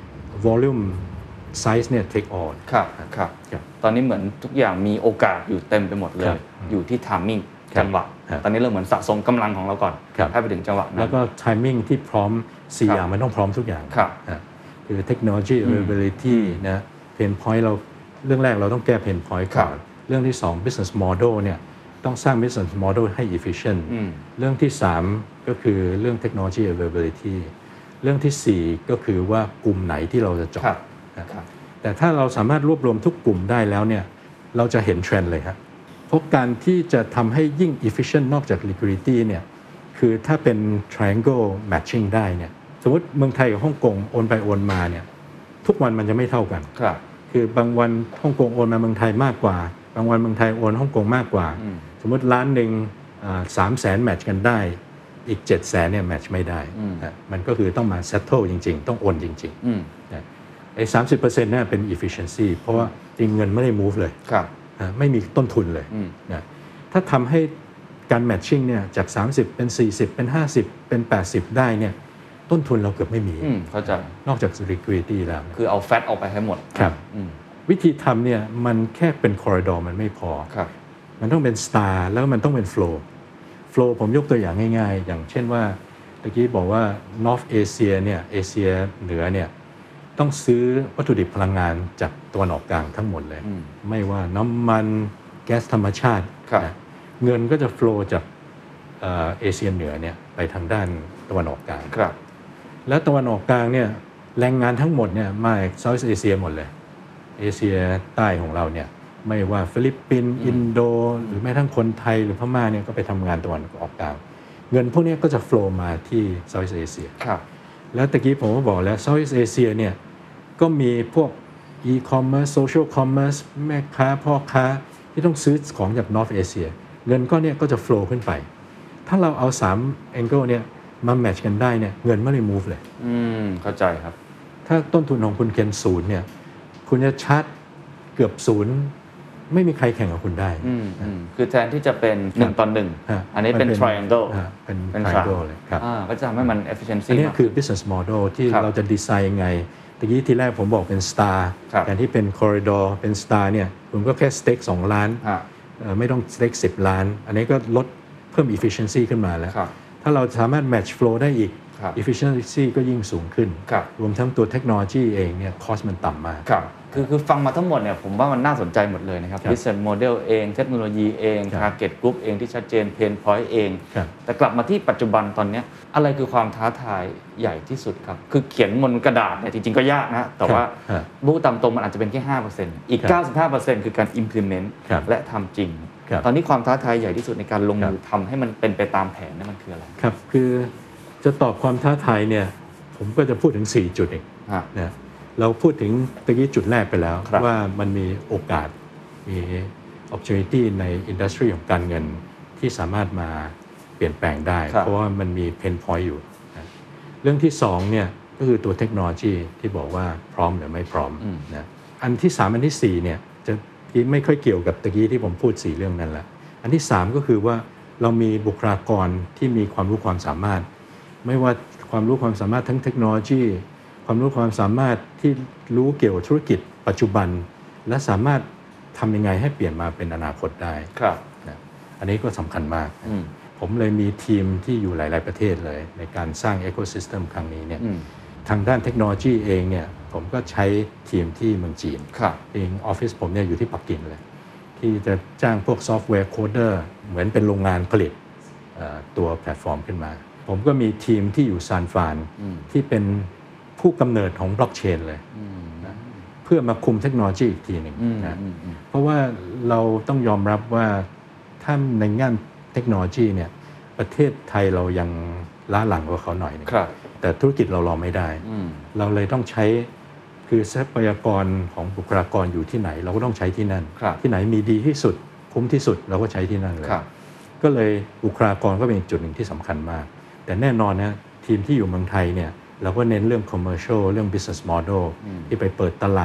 volume size เนี่ย take all ครับครับตอนนี้เหมือนทุกอย่างมีโอกาสอยู่เต็มไปหมดเลยอยู่ที่ timing จังหวะตอนนี้เราเหมือนสะสมกำลังของเราก่อนถ้าไปถึงจังหวะนั้นแล้วก็ timing ที่พร้อมสี่อย่างมันต้องพร้อมทุกอย่างคือ technology availability นะ pain point เราเรื่องแรกเราต้องแก้ pain point ก่อนเรื่องที่สอง business model เนี่ยต้องสร้าง business model ให้ efficient เรื่องที่สามก็คือเรื่อง technology availability เรื่องที่สี่ก็คือว่ากลุ่มไหนที่เราจะเจาะแต่ถ้าเราสามารถรวบรวมทุกกลุ่มได้แล้วเนี่ยเราจะเห็นเทรนด์เลยครับเพราะการที่จะทำให้ยิ่ง efficient นอกจาก liquidity เนี่ยคือถ้าเป็น triangle matching ได้เนี่ยสมมติเมืองไทยกับฮ่องกงโอนไปโอนมาเนี่ยทุกวันมันจะไม่เท่ากันครับคือบางวันฮ่องกงโอนมาเมืองไทยมากกว่าบางวันเมืองไทยโอนฮ่องกงมากกว่าสมมติล้านหนึ่งสามแสนแมทช์กันได้อีกเจ็ดแสนเนี่ยแมทช์ไม่ได้มันก็คือต้องมา settle จริงๆต้องโอนจริงๆนะไอ้สามสิบเปอร์เซ็นต์เนี่ยเป็น efficiency เพราะว่าจริงเงินไม่ได้ move เลยไม่มีต้นทุนเลยนะถ้าทำให้การ matching เนี่ยจากสามสิบเป็นสี่สิบเป็นห้าสิบเป็นแปดสิบได้เนี่ยต้นทุนเราเกือบไม่มีเข้าใจนอกจาก liquidity แล้วคือเอาแฟตออกไปให้หมดครับวิธีทำเนี่ยมันแค่เป็น corridor มันไม่พอมันต้องเป็น star แล้วมันต้องเป็น flow flow ผมยกตัวอย่างง่ายๆอย่างเช่นว่าตะกี้บอกว่า North Asia เนี่ยเอเชียเหนือเนี่ยต้องซื้อวัตถุดิบพลังงานจากตะวันออกกลางทั้งหมดเลยไม่ว่าน้ำมันแก๊สธรรมชาตินะเงินก็จะ flow จากเอเชียเหนือเนี่ยไปทางด้านตะวันออกกลางแล้วตะวันออกกลางเนี่ยแรงงานทั้งหมดเนี่ยมาจากเซาท์เอเชียหมดเลยเอเชียใต้ของเราเนี่ยไม่ว่าฟิลิปปินส์อินโดหรือแม้ทั้งคนไทยหรือพม่าเนี่ยก็ไปทำงานตะวันออกกลางเงินพวกนี้ก็จะโฟลว์มาที่เซาท์เอเชียแล้วตะกี้ผมก็บอกแล้วเซาท์เอเชียเนี่ยก็มีพวก e-commerce social commerce แม่ค้าพ่อค้าที่ต้องซื้อของจาก North Asia เงินก็เนี่ยก็จะโฟลว์ขึ้นไปถ้าเราเอาสาม angle เนี่ยมาแมทช์กันได้เนี่ยเงินไม่ได้ move เลยอืมเข้าใจครับถ้าต้นทุนของคุณเคนศูนย์เนี่ยคุณจะชาร์จเกือบศูนย์ไม่มีใครแข่งกับคุณได้คือแทนที่จะเป็นหนึ่งต่อหนึ่งอันนี้เป็น triangle เป็น triangle เลยครับก็จะทำให้มัน efficiency อันนี้คือ business model ที่เราจะดีไซน์ยังไงตะกี้ที่แรกผมบอกเป็น star แต่ที่เป็น corridor เป็น star เนี่ยผมก็แค่ stake สองล้านไม่ต้อง stake สิบล้านอันนี้ก็ลดเพิ่ม efficiency ขึ้นมาแล้วถ้าเราสามารถ match flow ได้อีก efficiency ก็ยิ่งสูงขึ้นรวมทั้งตัวเทคโนโลยีเองเนี่ย cost มันต่ำมากคือคือฟังมาทั้งหมดเนี่ยผมว่ามันน่าสนใจหมดเลยนะครับ business model เองเทคโนโลยีเอง target group เองที่ชัดเจน pain point เองแต่กลับมาที่ปัจจุบันตอนนี้อะไรคือความท้าทายใหญ่ที่สุดครับคือเขียนบนกระดาษเนี่ยจริงๆก็ยากนะแต่ว่าพูดตามตรงมันอาจจะเป็นแค่ ห้าเปอร์เซ็นต์ อีก เก้าสิบห้าเปอร์เซ็นต์ คือการ implement และทำจริงตอนนี้ความท้าทายใหญ่ที่สุดในการลงมือทำให้มันเป็นไปตามแผนนั่นมันคืออะไรครับคือจะตอบความท้าทายเนี่ยผมก็จะพูดถึงสี่จุดเองนะเราพูดถึงตะกี้จุดแรกไปแล้วว่ามันมีโอกาสมี opportunity ในอินดัสทรีของการเงินที่สามารถมาเปลี่ยนแปลงได้เพราะว่ามันมี pain point อยู่นะเรื่องที่สองเนี่ยก็คือตัวเทคโนโลยีที่บอกว่าพร้อมหรือไม่พร้อมนะอันที่สามอันที่สี่เนี่ยจะไม่ค่อยเกี่ยวกับตะกี้ที่ผมพูดสี่เรื่องนั้นละอันที่สามก็คือว่าเรามีบุคลากรที่มีความรู้ความสามารถไม่ว่าความรู้ความสามารถทั้งเทคโนโลยีความรู้ความสามารถที่รู้เกี่ยวกับธุรกิจปัจจุบันและสามารถทำยังไงให้เปลี่ยนมาเป็นอนาคตได้ครับนะอันนี้ก็สำคัญมากผมเลยมีทีมที่อยู่หลายๆประเทศเลยในการสร้าง ecosystem ครั้งนี้เนี่ยทางด้านเทคโนโลยีเองเนี่ยผมก็ใช้ทีมที่เมืองจีนเองออฟฟิศผมเนี่ยอยู่ที่ปักกิ่งเลยที่จะจ้างพวกซอฟต์แวร์โคเดอร์เหมือนเป็นโรงงานผลิตตัวแพลตฟอร์มขึ้นมาผมก็มีทีมที่อยู่ซานฟรานที่เป็นผู้กำเนิดของบล็อกเชนเลยนะเพื่อมาคุมเทคโนโลยีอีกทีหนึ่งนะเพราะว่าเราต้องยอมรับว่าถ้าในงานเทคโนโลยีเนี่ยประเทศไทยเรายังล้าหลังกว่าเขาหน่อยนึงแต่ธุรกิจเรารอไม่ได้เราเลยต้องใช้คือทรัพยากรของบุคลากรอยู่ที่ไหนเราก็ต้องใช้ที่นั่นที่ไหนมีดีที่สุดคุ้มที่สุดเราก็ใช้ที่นั่นเลยก็เลยบุคลากรก็เป็นอีกจุดหนึ่งที่สำคัญมากแต่แน่นอนนะทีมที่อยู่เมืองไทยเนี่ยเราก็เน้นเรื่อง commercial เรื่อง business model ที่ไปเปิดตลาด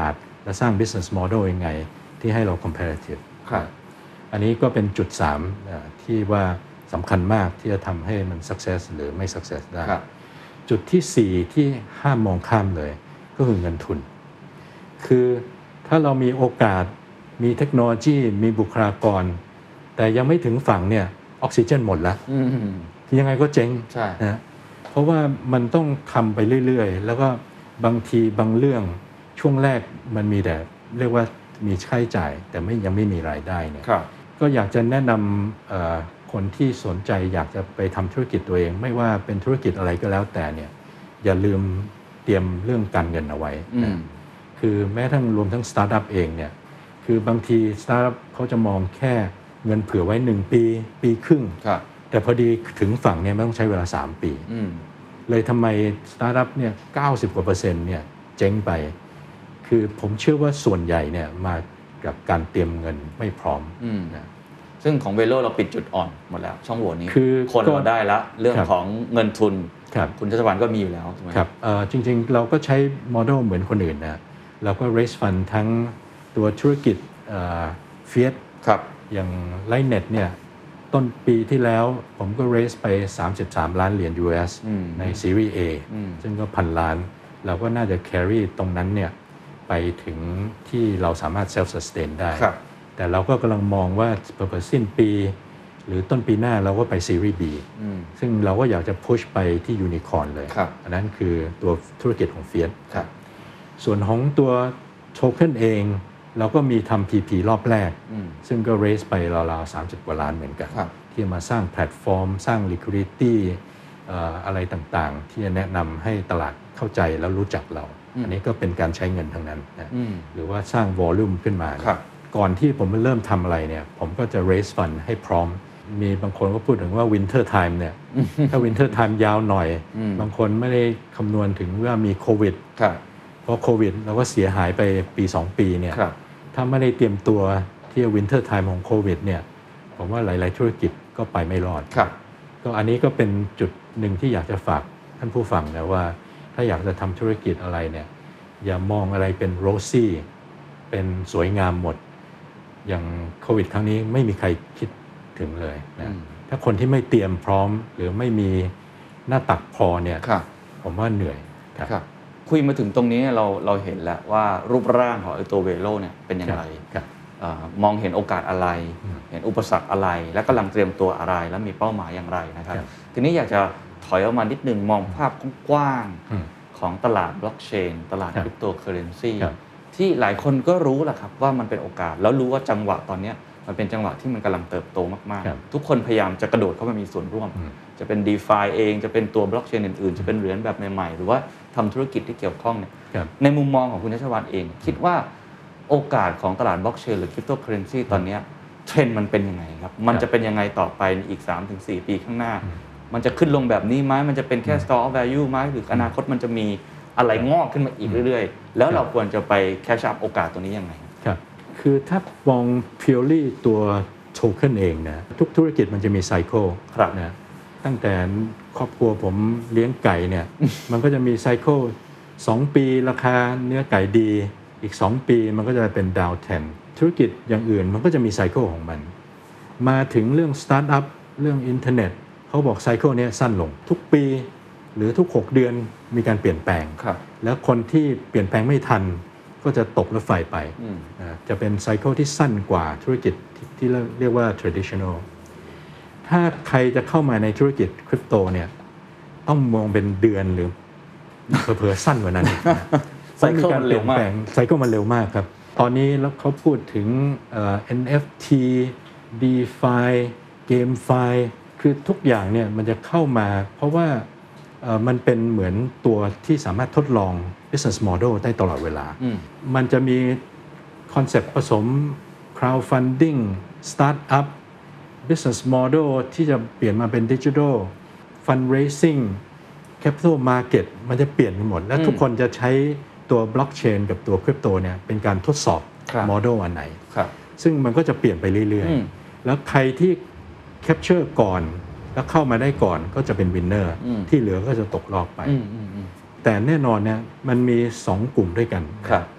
และสร้าง business model ยังไงที่ให้เรา competitive ครับอันนี้ก็เป็นจุดสามที่ว่าสำคัญมากที่จะทำให้มัน success หรือไม่ success ได้จุดที่สี่ที่ห้ามมองข้ามเลยก็คือเงินทุนคือถ้าเรามีโอกาสมีเทคโนโลยีมีบุคลากรแต่ยังไม่ถึงฝั่งเนี่ยออกซิเจนหมดแล้วยังไงก็เจ๊งนะเพราะว่ามันต้องทำไปเรื่อยๆแล้วก็บางทีบางเรื่องช่วงแรกมันมีแต่เรียกว่ามีค่าใช้จ่ายแต่ไม่ยังไม่มีรายได้เนี่ยก็อยากจะแนะนำคนที่สนใจอยากจะไปทำธุรกิจตัวเองไม่ว่าเป็นธุรกิจอะไรก็แล้วแต่เนี่ยอย่าลืมเตรียมเรื่องการเงินเอาไว้นะคือแม้ทั้งรวมทั้งสตาร์ทอัพเองเนี่ยคือบางทีสตาร์ทอัพเขาจะมองแค่เงินเผื่อไว้หนึ่งปีปีครึ่งแต่พอดีถึงฝั่งเนี่ยไม่ต้องใช้เวลาสามปีเลยทำไมสตาร์ทอัพเนี่ยเก้าสิบกว่าเปอร์เซ็นต์เนี่ยเจ๊งไปคือผมเชื่อว่าส่วนใหญ่เนี่ยมากับการเตรียมเงินไม่พร้อมนะซึ่งของเวโลเราปิดจุดอ่อนหมดแล้วช่องโหว่นี้คือคนเราได้แล้วเรื่องของเงินทุนคุณชัชวาลก็มีอยู่แล้วใช่ไหมครับจริงๆเราก็ใช้โมเดลเหมือนคนอื่นนะเราก็ raise fund ทั้งตัวธุรกิจเฟียสอย่างไลน์เน็ตเนี่ยต้นปีที่แล้วผมก็ raise ไปสามสิบสามล้านเหรียญ ยู เอส ในซีรีส์ A ซึ่งก็พันล้านเราก็น่าจะ carry ตรงนั้นเนี่ยไปถึงที่เราสามารถ self sustain ได้แต่เราก็กำลังมองว่าเปิดสิ้นปีหรือต้นปีหน้าเราก็ไปซีรีส์ B ซึ่งเราก็อยากจะ push ไปที่ยูนิคอร์นเลยอันนั้นคือตัวธุรกิจของเฟียสส่วนของตัวโทเค็นเองเราก็มีทำ พี พี รอบแรกซึ่งก็ raise ไปราวๆสามสิบกว่าล้านเหมือนกันที่มาสร้างแพลตฟอร์มสร้าง liquidity อะไรต่างๆที่จะแนะนำให้ตลาดเข้าใจแล้วรู้จักเราอันนี้ก็เป็นการใช้เงินทั้งนั้นนะหรือว่าสร้าง volume ขึ้นมาก่อนที่ผมเริ่มทำอะไรเนี่ยผมก็จะ raise fund ให้พร้อมมีบางคนก็พูดถึงว่า winter time เนี่ย ถ้า winter time ยาวหน่อยบางคนไม่ได้คำนวณถึงว่ามีโควิดเพราะโควิดเราก็เสียหายไปปีสองปีเนี่ยถ้าไม่ได้เตรียมตัวที่ winter time ของโควิดเนี่ยผมว่าหลายๆธุรกิจก็ไปไม่รอดก็อันนี้ก็เป็นจุดหนึ่งที่อยากจะฝากท่านผู้ฟังนะว่าถ้าอยากจะทำธุรกิจอะไรเนี่ยอย่ามองอะไรเป็นโรซี่เป็นสวยงามหมดอย่างโควิดครั้งนี้ไม่มีใครคิดถึงเลยนะถ้าคนที่ไม่เตรียมพร้อมหรือไม่มีหน้าตักพอเนี่ยผมว่าเหนื่อยครับคุยมาถึงตรงนี้เราเราเห็นแล้วว่ารูปร่างของไอ้ตัวเวโลเนี่ยเป็นอย่างไรมองเห็นโอกาสอะไรเห็นอุปสรรคอะไรและกำลังเตรียมตัวอะไรและมีเป้าหมายอย่างไรนะครับทีนี้อยากจะถอยออกมานิดนึงมองภาพกว้างของตลาดบล็อกเชนตลาดคริปโตเคอเรนซีที่หลายคนก็รู้แหละครับว่ามันเป็นโอกาสแล้วรู้ว่าจังหวะตอนนี้มันเป็นจังหวะที่มันกำลังเติบโตมากๆทุกคนพยายามจะกระโดดเข้ามามีส่วนร่วมจะเป็น DeFi เองจะเป็นตัวบล็อกเชนอื่นๆจะเป็นเหรียญแบบใหม่ๆหรือว่าทำธุรกิจที่เกี่ยวข้องเนี่ยในมุมมองของคุณชัชวาลเองคิดว่าโอกาสของตลาดบล็อกเชนหรือคริปโตเคอเรนซีตอนนี้เทรนด์มันเป็นยังไงครับมันจะเป็นยังไงต่อไปในอีก สามถึงสี่ ปีข้างหน้ามันจะขึ้นลงแบบนี้ไหมมันจะเป็นแค่ store of value ไหมหรืออนาคตมันจะมีอะไรงอกขึ้นมาอีกเรื่อยๆแล้วเราควรจะไปแคชอัพโอกาสตัวนี้ยังไงครับคือถ้ามอง purely ตัวโทเค็นเองนะทุกธุรกิจมันจะมีไซเคิลนะตั้งแต่ครอบครัวผมเลี้ยงไก่เนี่ยมันก็จะมีไซเคิลสองปีราคาเนื้อไก่ดีอีกสองปีมันก็จะเป็นดาวเทนธุรกิจอย่างอื่นมันก็จะมีไซเคิลของมันมาถึงเรื่องสตาร์ทอัพเรื่องอินเทอร์เน็ตเขาบอกไซเคิลนี้สั้นลงทุกปีหรือทุกหกเดือนมีการเปลี่ยนแปลงแล้วคนที่เปลี่ยนแปลงไม่ทันก็จะตกรถไฟไปจะเป็นไซเคิลที่สั้นกว่าธุรกิจที่เรียกว่า traditional ถ้าใครจะเข้ามาในธุรกิจคริปโตเนี่ยต้องมองเป็นเดือนหรือเผลอๆสั้นกว่านั้นไซเคิลมันเร็วมากไซเคิลมันเร็วมากครับตอนนี้แล้วเขาพูดถึง เอ็น เอฟ ที DeFi GameFi คือทุกอย่างเนี่ยมันจะเข้ามาเพราะว่ามันเป็นเหมือนตัวที่สามารถทดลอง business model ได้ตลอดเวลามันจะมีคอนเซ็ปต์ผสม crowdfunding startup business model ที่จะเปลี่ยนมาเป็น digital fundraising capital market มันจะเปลี่ยนไปหมดและทุกคนจะใช้ตัว blockchain กับตัวคริปโตเนี่ยเป็นการทดสอบ model อันไหนซึ่งมันก็จะเปลี่ยนไปเรื่อยๆแล้วใครที่ capture ก่อนแล้วเข้ามาได้ก่อนก็จะเป็นวินเนอร์ที่เหลือก็จะตกรอบไปแต่แน่นอนเนี่ยมันมีสองกลุ่มด้วยกัน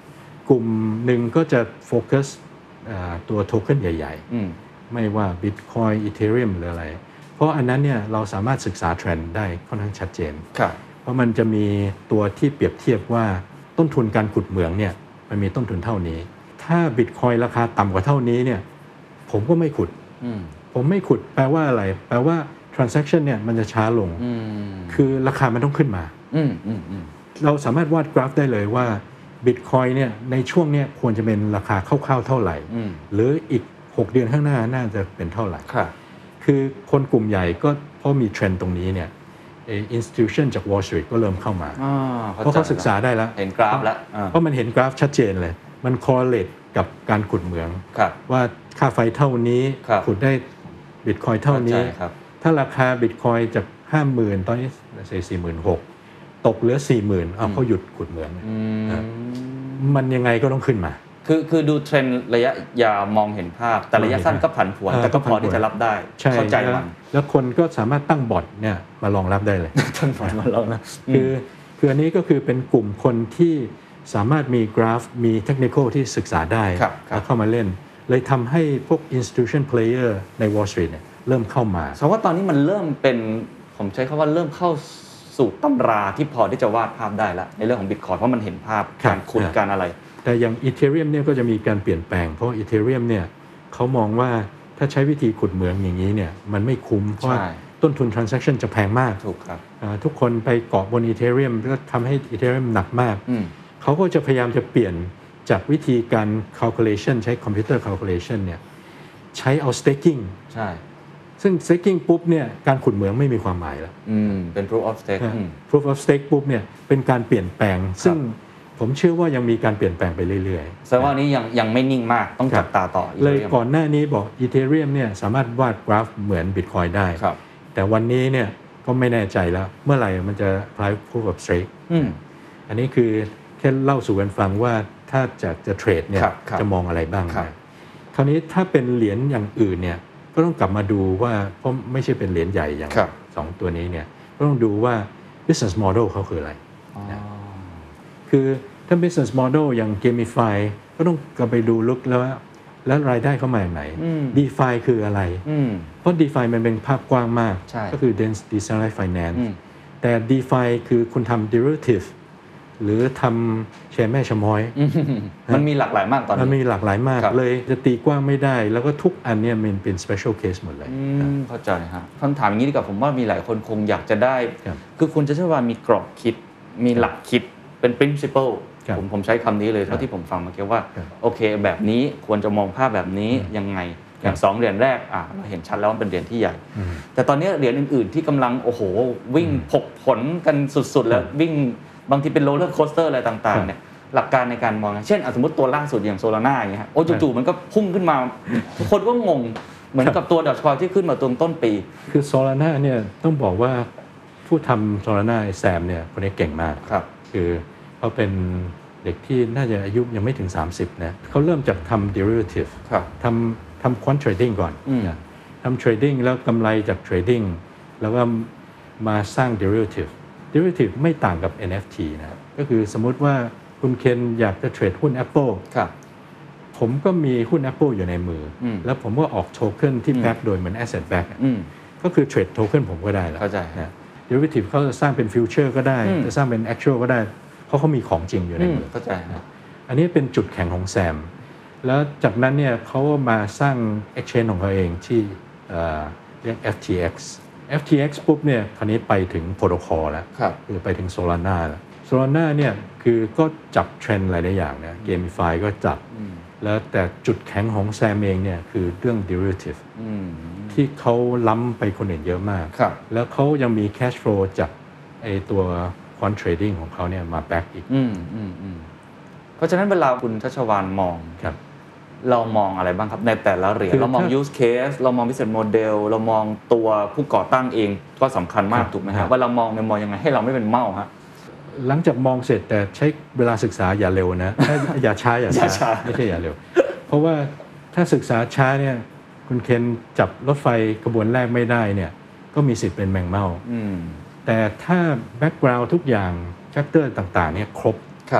กลุ่มหนึ่งก็จะโฟกัสตัวโทเค็นใหญ่อืมๆไม่ว่า Bitcoin Ethereum หรืออะไรเพราะอันนั้นเนี่ยเราสามารถศึกษาเทรนด์ได้ค่อนข้างชัดเจนครับเพราะมันจะมีตัวที่เปรียบเทียบว่าต้นทุนการขุดเหมืองเนี่ยมันมีต้นทุนเท่านี้ถ้า Bitcoin ราคาต่ำกว่าเท่านี้เนี่ยผมก็ไม่ขุดอืมผมไม่ขุดแปลว่าอะไรแปลว่า transaction เนี่ยมันจะช้าลงอืมคือราคามันต้องขึ้นมาอืมอืมอืมเราสามารถวาดกราฟได้เลยว่า Bitcoin เนี่ยในช่วงเนี้ยควรจะเป็นราคาคร่าวๆเท่าไหร่อืมหรืออีกหกเดือนข้างหน้าน่าจะเป็นเท่าไหร่ครับคือคนกลุ่มใหญ่ก็เพราะมีเทรนด์ตรงนี้เนี่ยเอ่อ institution จาก Wall Street ก็เริ่มเข้ามาอ่าเพราะเขาศึกษาได้แล้วเห็นกราฟแล้วอ่าเพราะมันเห็นกราฟชัดเจนเลย มัน correlate กับการขุดเหมืองครับว่าค่าไฟเท่านี้ครับขุดได้ Bitcoin เท่านี้เข้าใจครับถ้าราคา Bitcoin จาก ห้าหมื่น ตอนนี้เสีย สี่หมื่นหกพัน ตกเหลือ สี่หมื่น เอาเขาหยุดขุดเหมืองอืมนะมันยังไงก็ต้องขึ้นมาคือคือดูเทรนด์ระยะยาวมองเห็นภาพ แต่ระยะสั้นก็ผันผวนเออแต่ก็พอก็ผันผวนที่จะรับได้ใช่เข้าใจแล้วมันแล้วคนก็สามารถตั้งบอทเนี่ยมารองรับได้เลยท่านฝันมาแล้วนะคือคืออันนี้ก็คือเป็นกลุ่มคนที่สามารถมีกราฟมีเทคนิคที่ศึกษาได้ครับครับแล้วเข้ามาเล่น เลยทำให้พวก institution player ใน Wall Street เนี่ยเริ่มเข้ามาแสดงว่าตอนนี้มันเริ่มเป็นผมใช้คำว่าเริ่มเข้าสู่ตำราที่พอที่จะวาดภาพได้แล้วในเรื่องของ Bitcoin เพราะมันเห็นภาพครับการขุดครับการอะไรแต่อย่าง Ethereum เนี่ยก็จะมีการเปลี่ยนแปลง เพราะ Ethereum เนี่ยเขามองว่าถ้าใช้วิธีขุดเหมืองอย่างนี้เนี่ยมันไม่คุ้ม เพราะว่าใช่ต้นทุน transaction จะแพงมากถูกครับอ่าทุกคนไปเกาะบน Ethereum ก็ทำให้ Ethereum หนักมากอืมเขาก็จะพยายามจะเปลี่ยนจากวิธีการ calculation ใช้ computer calculation เนี่ยใช้เอา staking ใช่ซึ่ง staking ปุ๊บเนี่ยการขุดเหมืองไม่มีความหมายแล้วอืมเป็น proof of stake อืม proof of stake ปุ๊บเนี่ยเป็นการเปลี่ยนแปลง ซึ่งผมเชื่อว่ายังมีการเปลี่ยนแปลงไปเรื่อยๆแสดงว่าอันนี้ยังยังไม่นิ่งมากต้องจับตาต่อเลย Ethereum ก่อนหน้านี้บอก Ethereum เนี่ยสามารถวาดกราฟเหมือน Bitcoin ได้ครับแต่วันนี้เนี่ยก็ไม่แน่ใจแล้ว เมื่อไหร่มันจะ apply proof of stake อืมอันนี้คือแค่เล่าสู่กันฟังว่าถ้าจะจะเทรดเนี่ยครับครับจะมองอะไรบ้างครับนะคราวนี้ถ้าเป็นเหรียญอย่างอื่นเนี่ยก็ต้องกลับมาดูว่าเพราะไม่ใช่เป็นเหรียญใหญ่อย่างครับสองตัวนี้เนี่ยก็ต้องดูว่า business model เขาคืออะไรอ๋อคือถ้า business model อย่าง gamify ก็ต้องกลับไปดูลึกแล้วว่าแล้วรายได้เข้ามาจากไหนอืม DeFi คืออะไรอืมเพราะ DeFi มันเป็นภาพกว้างมากใช่ก็คือ Decentralized Finance อืมแต่ DeFi คือคุณทำ derivative หรือทำแชร์แม่ชะม้อยอืมมันมีหลากหลายมากตอนมันนี้มีหลากหลายมากครับเลยจะตีกว้างไม่ได้ แล้วก็ทุกอันเนี่ยมันเป็น special case หมดเลยอืมเข้าใจฮะคำถามอย่างนี้ดีกว่าผมว่ามีหลายคนคงอยากจะได้ครับคือคุณจะใช้ว่ามีกรอบคิด มีหลักคิดเป็น principle ครับผมผมใช้คำนี้เลยเท่าที่ผมฟังเมื่อกี้ว่าครับโอเคแบบนี้ควรจะมองภาพแบบนี้ยังไง อย่างสองเหรียญแรกอ่ะเราเห็นชัดแล้วว่าเป็นเหรียญที่ใหญ่อืมแต่ตอนนี้เหรียญอื่น ๆ ที่กำลังโอ้โห วิ่งผกผลกันสุด ๆ แล้ววิ่งบางทีเป็นโรลเลอร์โคสเตอร์อะไรต่าง ๆ เนี่ยหลักการในการมองเช่นอ่ะสมมติตัวล่าสุดอย่างโซลาร่าอย่างเงี้ยฮะโอ้จู่ๆมันก็พุ่งขึ้นมาทุกคนก็งงเหมือนกับตัวดอทคอยที่ขึ้นมาตรงต้นปีคือ Solana เนี่ยต้องบอกว่าผู้ทำ Solana ไอ้แซมเนี่ยคนนี้เก่งมากครับคือเขาเป็นเด็กที่น่าจะอายุยังไม่ถึง สามสิบนะเขาเริ่มจากทำ derivative ครับทำทำ quant trading ก่อนอืมนะทำ trading แล้วกำไรจาก trading แล้วก็มาสร้าง derivative derivative ไม่ต่างกับ เอ็น เอฟ ที นะครับก็คือสมมุติว่าคุณเคนอยากจะเทรดหุ้น Apple ครับผมก็มีหุ้น Apple อยู่ในมืออมแล้วผมก็ออกโทเค็นที่แบ็กโดยเหมือน asset back อะอืมก็คือเทรดโทเค็นผมก็ได้แล้วเข้าใจนะ derivative เขาจะสร้างเป็น future ก็ได้อืมจะสร้างเป็น actual ก็ได้ เพราะเขามีของจริงอยู่ในอืมมือเข้าใจฮะอันนี้เป็นจุดแข็งของแซม แล้วจากนั้นเนี่ยเขาก็มาสร้าง exchange ของเขาเองที่เอ่อเรียก เอฟ ที เอ็กซ์ เอฟ ที เอ็กซ์ ปุ๊บเนี่ยคราวนี้ไปถึงโปรโตคอลแล้วครับคือไปถึง Solana แล้ว Solana เนี่ยคือก็จับเทรนด์หลายๆอย่างนะ Gamify ก็จับอืมแล้วแต่จุดแข็งของแซมเองเนี่ยคือเรื่อง derivative อืมที่เขาล้ำไปคนอื่นเยอะมากครับแล้วเขายังมี cash flow จากไอตัว quant trading ของเขาเนี่ยมา back อีกอืมอืมอืมเพราะฉะนั้นเวลาคุณชัชวาลมองครับเรามองอะไรบ้างครับในแต่ละเหรียญคือเรามองถ้า use case เรามอง business model เรามองตัวผู้ก่อตั้งเองก็สำคัญมากครับถูกไหมครัฮะบว่าเรามองเนี่ยมองยังไงให้เราไม่เป็นเมาฮะหลังจากมองเสร็จแต่ใช้เวลาศึกษาอย่าเร็วนะ อย่าช้าอย่าอย่าช้าช้าไม่ใช่อย่าเร็ว เพราะว่าถ้าศึกษาช้าเนี่ยคุณเคนจับรถไฟกระบวนแรกไม่ได้เนี่ยก็มีสิทธิ์เป็นแมงเม่าอืมแต่ถ้าแบ็กกราวด์ทุกอย่างแฟกเตอร์ต่างๆเนี่ยครบครับ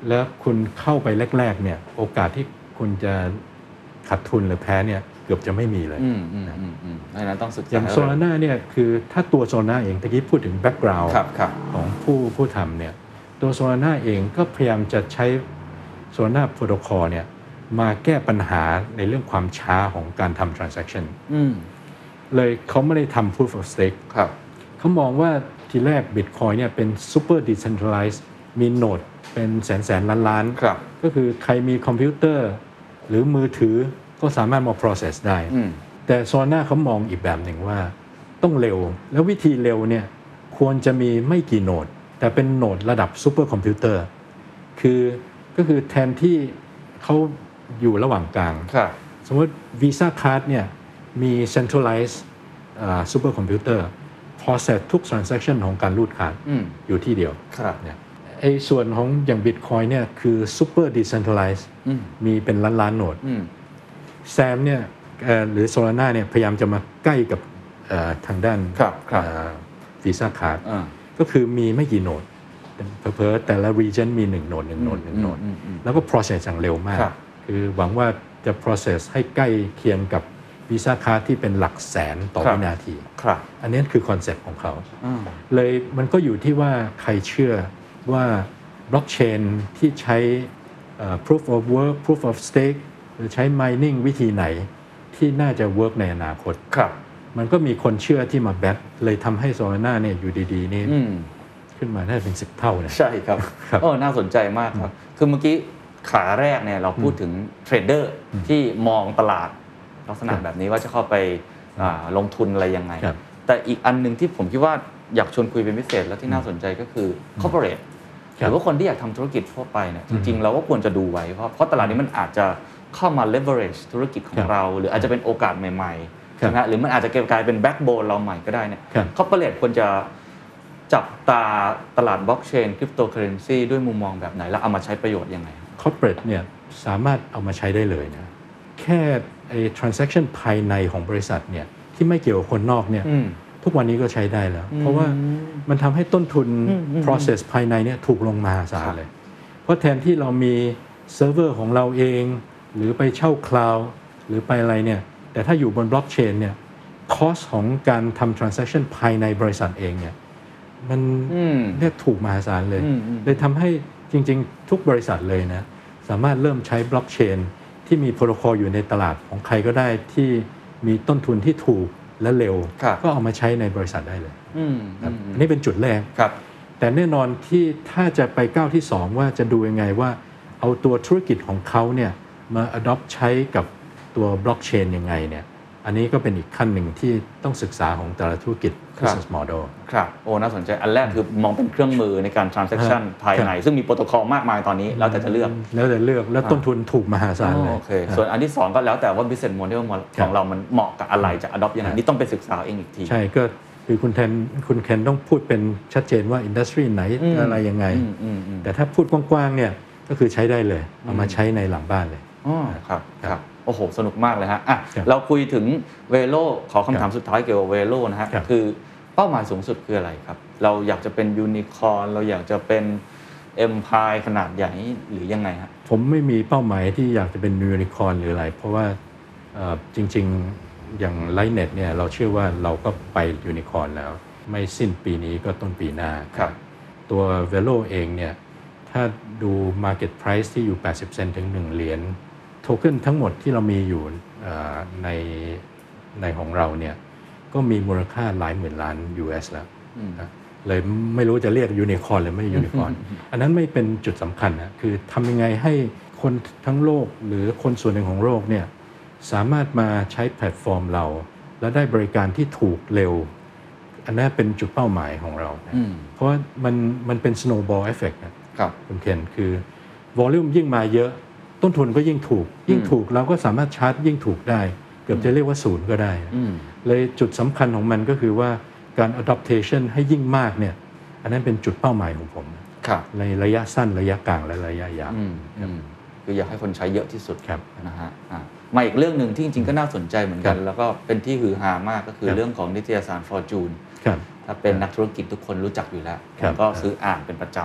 แล้วคุณเข้าไปแรกๆเนี่ยโอกาสที่คุณจะขาดทุนหรือแพ้เนี่ยเกือบจะไม่มีเลยอืมอืมอืมอืมดังนั้นต้องศึกษาอย่างโซลาร่าเนี่ยคือถ้าตัวโซลาร่าเองตะกี้พูดถึงแบ็กกราวด์ครับครับของผู้ผู้ทำเนี่ยตัวโซลาร่าเองก็พยายามจะใช้โซลาร่าโปรโตคอลเนี่ยมาแก้ปัญหาในเรื่องความช้าของการทำ transaction อืมเลยเขาไม่ได้ทำ proof of stake ครับเขามองว่าทีแรก Bitcoin เนี่ยเป็น super decentralized มีโนดเป็นแสนแสนล้านล้านครับก็คือใครมีคอมพิวเตอร์หรือมือถือก็สามารถมา process ได้อืมแต่โซลาร่าเขามองอีกแบบหนึ่งว่าต้องเร็ว แล้ววิธีเร็วเนี่ยควรจะมีไม่กี่โนด แต่เป็นโนดระดับซูเปอร์คอมพิวเตอร์คือก็คือแทนที่เขาอยู่ระหว่างกลางครับสมมติ Visa Card เนี่ยมี centralized ซูเปอร์คอมพิวเตอร์ process ทุก transaction ของการรูดคาร์ดอืมอยู่ที่เดียวครับเนี่ยไอ้ส่วนของอย่าง Bitcoin เนี่ยคือ super decentralized อืมมีเป็นล้านล้านๆโนดอืมแซมเนี่ยเอ่อหรือโซลาร่าเนี่ยพยายามจะมาใกล้กับเอ่อทางด้านครับครับวีซ่าคาร์ดอ่าก็คือมีไม่กี่โนดเพอๆแต่ละ region มีหนึ่งโนดหนึ่งโนดหนึ่งโนดอืมอืมอืมแล้วก็ process อย่างเร็วมากครับคือหวังว่าจะ process ให้ใกล้เคียงกับวีซ่าคาร์ดที่เป็นหลักแสนต่อครับวินาทีครับอันนี้คือคอนเซ็ปต์ของเขาอ่าเลยมันก็อยู่ที่ว่าใครเชื่อว่าบล็อกเชนที่ใช้เอ่อ proof of work proof of stake หรือใช้ mining วิธีไหนที่น่าจะ work ในอนาคตครับมันก็มีคนเชื่อที่มาแบทเลยทำให้โซลาร่าเนี่ยอยู่ดีๆนี่อืมขึ้นมาได้เป็นสิบเท่าเนี่ยใช่ครับครับโอ้น่าสนใจมากครับ คือเมื่อกี้ขาแรกเนี่ยเราพูดถึงเทรดเดอร์ที่มองตลาดลักษณะครับแบบนี้ว่าจะเข้าไปอ่าลงทุนอะไรยังไงครับแต่อีกอันหนึ่งที่ผมคิดว่าอยากชวนคุยเป็นพิเศษและที่น่าสนใจก็คือ corporate หรือว่าคนที่อยากทำธุรกิจทั่วไปเนี่ยจริงๆ เราก็ควรจะดูไว้เพราะเพราะตลาดนี้มันอาจจะเข้ามา leverage ธุรกิจของเรา หรืออาจจะเป็นโอกาสใหม่ๆครับนะฮะหรือมันอาจจะกลายเป็น backbone เราใหม่ก็ได้เนี่ยครับ corporate ควรจะจับตาตลาดบล็อกเชนคริปโตเคอเรนซีด้วยมุมมองแบบไหนแล้วเอามาใช้ประโยชน์ยังไง corporate เนี่ยสามารถเอามาใช้ได้เลยนะแค่ไอ้ transaction ภายในของบริษัทเนี่ยที่ไม่เกี่ยวกับคนนอกเนี่ยอืมทุกวันนี้ก็ใช้ได้แล้ว เพราะว่ามันทำให้ต้นทุน process ภายในเนี่ยถูกลงมหาศาลเลย เพราะแทนที่เรามีเซิร์ฟเวอร์ของเราเอง หรือไปเช่าคลาวด์หรือไปอะไรเนี่ยแต่ถ้าอยู่บนบล็อกเชนเนี่ยคอสของการทำ transaction ภายในบริษัทเองเนี่ยมันอืมเนี่ยถูกมหาศาลเลยอืมอืมเลยทำให้จริงๆ ทุกบริษัทเลยนะสามารถเริ่มใช้บล็อกเชนที่มีโปรโตคอลอยู่ในตลาดของใครก็ได้ที่มีต้นทุนที่ถูกและเร็วครับก็เอามาใช้ในบริษัทได้เลยอืมครับอันนี้เป็นจุดแรกครับแต่แน่นอนที่ถ้าจะไปก้าวที่สองว่าจะดูยังไงว่าเอาตัวธุรกิจของเขาเนี่ยมา adopt ใช้กับตัวบล็อกเชนยังไงเนี่ยอันนี้ก็เป็นอีกขั้นหนึ่งที่ต้องศึกษาของแต่ละธุรกิจ business model ครับโอ้น่าสนใจอันแรกคือมองเป็นเครื่องมือในการ transaction ครับภายใน ซึ่งมีโปรโตคอลมากมายตอนนี้แล้วแต่จะเลือกแล้วแต่เลือกแล้วต้นทุนถูกมหาศาลเลยโอเคส่วนอันที่สองก็แล้วแต่ว่า business model ของเรามันเหมาะกับอะไรจะ adopt ยังไงนี่ต้องไปศึกษาเองอีกทีใช่ก็คือคุณแทนคุณเคนต้องพูดเป็นชัดเจนว่าอินดัสทรีไหนอืมอะไรยังไงอืมอืมอืมแต่ถ้าพูดกว้างๆเนี่ยก็คือใช้ได้เลยเอามาใช้ในหลังบ้านเลยอ๋อครับครับโอ้โหสนุกมากเลยฮะอ่ะครับเราคุยถึงเวโลขอคำถามครับสุดท้ายเกี่ยวกับเวโลนะฮะครับคือเป้าหมายสูงสุดคืออะไรครับ เราอยากจะเป็นยูนิคอร์นเราอยากจะเป็นเอ็มพายขนาดใหญ่หรือยังไงฮะผมไม่มีเป้าหมายที่อยากจะเป็นยูนิคอร์นหรืออะไร เพราะว่าเอ่อจริงๆอย่างไลท์เน็ตเนี่ยเราเชื่อว่าเราก็ไปยูนิคอร์นแล้ว ไม่สิ้นปีนี้ก็ต้นปีหน้าครับตัว Velo เองเนี่ยถ้าดู Market Price ที่อยู่ แปดสิบเซนต์ถึงหนึ่งเหรียญโทเค็นทั้งหมดที่เรามีอยู่เอ่อในในของเราเนี่ยก็มีมูลค่าหลายหมื่นล้าน ยู เอส แล้วนะเลยไม่รู้จะเรียกยูนิคอร์นหรือไม่ยูนิคอร์น อันนั้นไม่เป็นจุดสำคัญนะคือทำยังไงให้คนทั้งโลกหรือคนส่วนหนึ่งของโลกเนี่ยสามารถมาใช้แพลตฟอร์มเรา และได้บริการที่ถูกเร็ว อันนั้นเป็นจุดเป้าหมายของเรานะอืมเพราะว่ามันมันเป็น snowball effect นะครับ คุณเคนคือ volume ยิ่งมาเยอะ ต้นทุนก็ยิ่งถูก ยิ่งถูกเราก็สามารถชาร์จยิ่งถูกได้ เกือบจะเรียกว่าศูนย์ก็ได้นะอืมเลยจุดสำคัญของมันก็คือว่าการ adaptation ให้ยิ่งมากเนี่ยอันนั้นเป็นจุดเป้าหมายของผมนะครับ ในระยะสั้นระยะกลางและระยะยาวอืมอืมคืออยากให้คนใช้เยอะที่สุดครับนะฮะอ่ะมาอีกเรื่องหนึ่งที่จริงๆก็น่าสนใจเหมือนกันครับแล้วก็เป็นที่ฮือฮามากก็คือครับเรื่องของนิตยสาร Fortune ครับถ้าเป็นนักธุรกิจทุกคนรู้จักอยู่แล้วครับก็ซื้ออ่านเป็นประจำส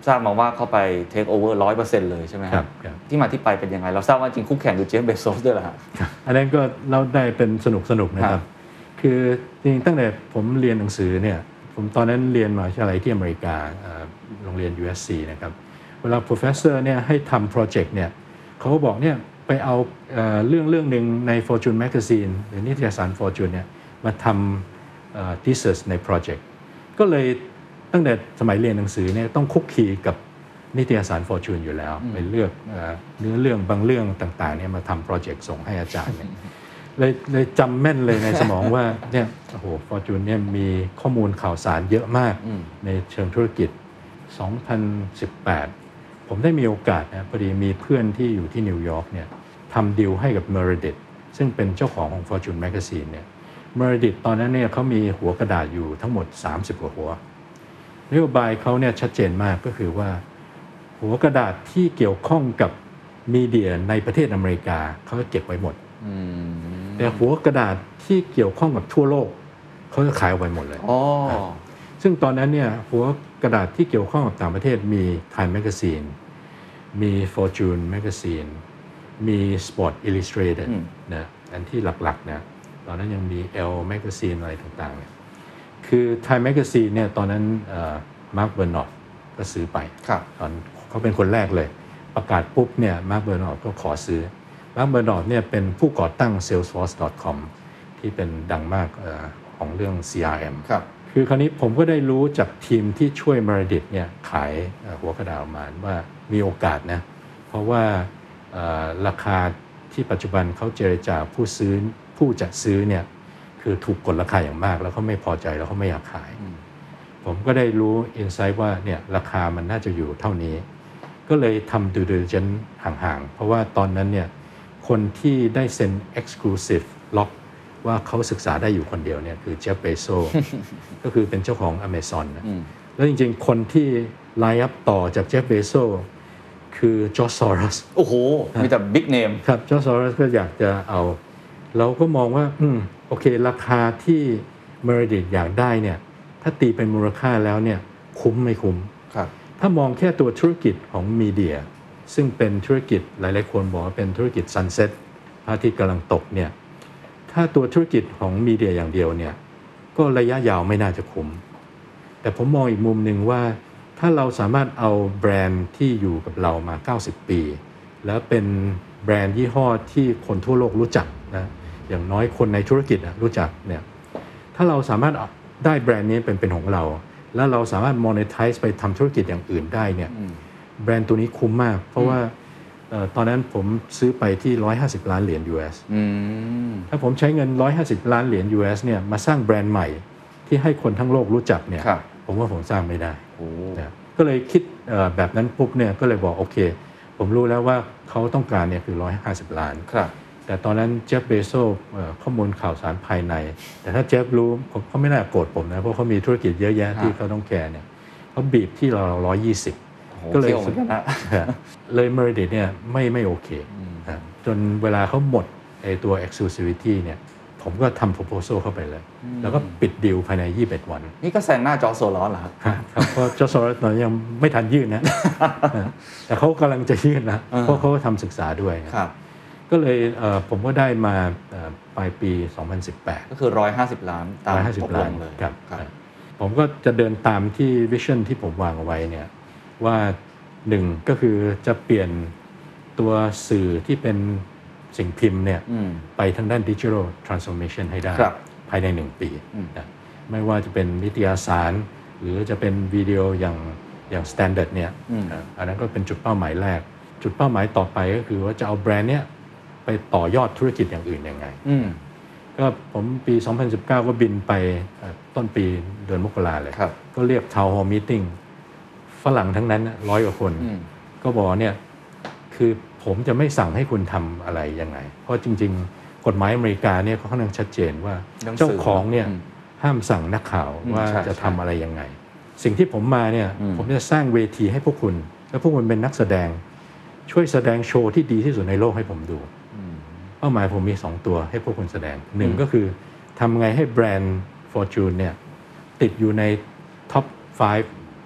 ทราบมาว่าเข้าไป take over หนึ่งร้อยเปอร์เซ็นต์ เลยใช่ไหมครับที่มาที่ไปเป็นยังไงเราทราบว่าจริงคู่แข่งคือเจฟเบโซสด้วยเหรอครับอันนั้นก็เราได้เป็นสนุกสนุกนะครับคือจริงๆตั้งแต่ผมเรียนหนังสือเนี่ยผมตอนนั้นเรียนมหาวิทยาลัยที่อเมริกาโรงเรียน ยู เอส ซี นะครับเวลา professor เนี่ยให้ทำ project เนี่ยเขาก็บอกเนี่ยไปเอาเรื่องเรื่องหนึ่งใน Fortune Magazine หรือนิตยสาร Fortune เนี่ยมาทำ thesis ใน project ก็เลยตั้งแต่สมัยเรียนหนังสือเนี่ยต้องคุกคีกับนิตยสาร Fortune อยู่แล้วไปเลือกเนื้อเรื่องบางเรื่องต่างๆเนี่ยมาทำ project ส่งให้อาจารย์เนี่ยเลยเลยจำแม่นเลยในสมองว่าเนี่ยโอ้โห Fortune เนี่ยมีข้อมูลข่าวสารเยอะมากในเชิงธุรกิจสองพันสิบแปดผมได้มีโอกาสนะพอดีมีเพื่อนที่อยู่ที่นิวยอร์กเนี่ยทำดีลให้กับ Meredith ซึ่งเป็นเจ้าของของ Fortune Magazine เนี่ย Meredith ตอนนั้นเนี่ยเขามีหัวกระดาษอยู่ทั้งหมดสามสิบกว่าหัวนโยบายเขาเนี่ยชัดเจนมากก็คือว่าหัวกระดาษที่เกี่ยวข้องกับมีเดียในประเทศอเมริกาเขาจะเก็บไว้หมดแต่หัวกระดาษที่เกี่ยวข้องกับทั่วโลกเขาจะขายไว้หมดเลยซึ่งตอนนั้นเนี่ยหัวกระดาษที่เกี่ยวข้องกับต่างประเทศมี Time Magazine มี Fortune Magazine มี Sport Illustrated นะอันที่หลักๆนะตอนนั้นยังมี Elle Magazine อะไรต่างๆเนี่ยคือ Time Magazine เนี่ยตอนนั้นมาร์ค เบอร์นอร์ดก็ซื้อไปตอนเขาเป็นคนแรกเลยประกาศปุ๊บเนี่ยมาร์ค เบอร์นอร์ดก็ขอซื้อมาร์ค เบอร์นอร์ดเนี่ยเป็นผู้ก่อตั้ง เซลส์ฟอร์ซ ดอท คอม ที่เป็นดังมากของเรื่อง ซี อาร์ เอ็ม ครับคือคราวนี้ผมก็ได้รู้จากทีมที่ช่วย Meredith เนี่ยขายหัวกระดาษออกมาว่ามีโอกาสนะเพราะว่าราคาที่ปัจจุบันเขาเจรจาผู้ซื้อผู้จะซื้อเนี่ยคือถูกกดราคาอย่างมากแล้วเขาไม่พอใจแล้วเขาไม่อยากขายผมก็ได้รู้ insight ว่าเนี่ยราคามันน่าจะอยู่เท่านี้ก็เลยทำ due diligence ห่างๆเพราะว่าตอนนั้นเนี่ยคนที่ได้เซ็น exclusive lock ว่าเขาศึกษาได้อยู่คนเดียวเนี่ยคือเจฟเบโซ ก็คือเป็นเจ้าของ Amazon นะแล้วจริงๆคนที่ไลน์อัพต่อจากเจฟเบโซคือจอร์จ ซอรอสโอ้โหมีแต่บิ๊กเนมครับจอร์จ ซอรอสก็อยากจะเอาเราก็มองว่าอืมโอเคราคาที่ Meredith อยากได้เนี่ยถ้าตีเป็นมูลค่าแล้วเนี่ยคุ้มไม่คุ้มครับถ้ามองแค่ตัวธุรกิจของมีเดียซึ่งเป็นธุรกิจหลายๆคนบอกว่าเป็นธุรกิจ Sunset พระอาทิตย์กำลังตกเนี่ยถ้าตัวธุรกิจของมีเดียอย่างเดียวเนี่ยก็ระยะยาวไม่น่าจะคุ้มแต่ผมมองอีกมุมหนึ่งว่าถ้าเราสามารถเอาแบรนด์ที่อยู่กับเรามาเก้าสิบปีแล้วเป็นแบรนด์ยี่ห้อที่คนทั่วโลกรู้จักนะอย่างน้อยคนในธุรกิจรู้จักเนี่ยถ้าเราสามารถได้แบรนด์นี้เป็นเป็นของเราแล้วเราสามารถ monetize ไปทำธุรกิจอย่างอื่นได้เนี่ยแบรนด์ตัวนี้คุ้มมากเพราะว่าตอนนั้นผมซื้อไปที่หนึ่งร้อยห้าสิบล้านเหรียญ ยู เอส ถ้าผมใช้เงินหนึ่งร้อยห้าสิบล้านเหรียญ ยู เอส เนี่ยมาสร้างแบรนด์ใหม่ที่ให้คนทั้งโลกรู้จักเนี่ยผมว่าผมสร้างไม่ได้นะก็เลยคิดแบบนั้นปุ๊บเนี่ยก็เลยบอกโอเคผมรู้แล้วว่าเขาต้องการเนี่ยคือหนึ่งร้อยห้าสิบล้านแต่ตอนนั้นเจฟเบโซข้อมูลข่าวสารภายในแต่ถ้าเจฟรู้เขาไม่น่าโกรธผมนะเพราะเขามีธุรกิจเยอะแยะที่เขาต้องแคร์เนี่ยเขาบีบที่เราหนึ่งร้อยยี่สิบก็เลยเลย Meredith เนี่ยไม่ไม่โอเคจนเวลาเขาหมดไอ้ตัว exclusivity เนี่ยผมก็ทำ proposal เข้าไปเลยแล้วก็ปิดดีลภายในยี่สิบเอ็ดวันนี่ก็แซงหน้าจอร์จ โซรอสเหรอครับครับเพราะจอร์จ โซรอสตอนยังไม่ทันยื่นนะแต่เขากำลังจะยื่นนะเพราะเขาทำศึกษาด้วยก็เลยผมก็ได้มาปลายปีสองพันสิบแปดก็คือหนึ่งร้อยห้าสิบล้านตามตกลงเลยครับผมก็จะเดินตามที่วิชั่นที่ผมวางเอาไว้เนี่ยว่าหนึ่งก็คือจะเปลี่ยนตัวสื่อที่เป็นสิ่งพิมพ์เนี่ยไปทางด้าน Digital Transformation ให้ได้ภายในหนึ่งปีนะไม่ว่าจะเป็นนิตยสารหรือจะเป็นวิดีโออย่างอย่าง Standard เนี่ยอันนั้นก็เป็นจุดเป้าหมายแรกจุดเป้าหมายต่อไปก็คือว่าจะเอาแบรนด์เนี้ยไปต่อยอดธุรกิจอย่างอื่นยังไงก็ผมปีสองพันสิบเก้าก็บินไปต้นปีเดือนมกราเลยก็เรียก Town Hall Meeting ฝรั่งทั้งนั้นร้อยกว่าคนก็บอกเนี่ยคือผมจะไม่สั่งให้คุณทำอะไรยังไงเพราะจริงๆกฎหมายอเมริกาเนี่ยเขาค่อนข้างชัดเจนว่าเจ้าของเนี่ยห้ามสั่งนักข่าวว่าจะทำอะไรยังไงสิ่งที่ผมมาเนี่ยผมจะสร้างเวทีให้พวกคุณแล้วพวกคุณเป็นนักแสดงช่วยแสดงโชว์ที่ดีที่สุดในโลกให้ผมดูเป้าหมายผมมีสองตัวให้พวกคุณแสดงหนึ่งก็คือทำไงให้แบรนด์ Fortune เนี่ยติดอยู่ในท็อปห้า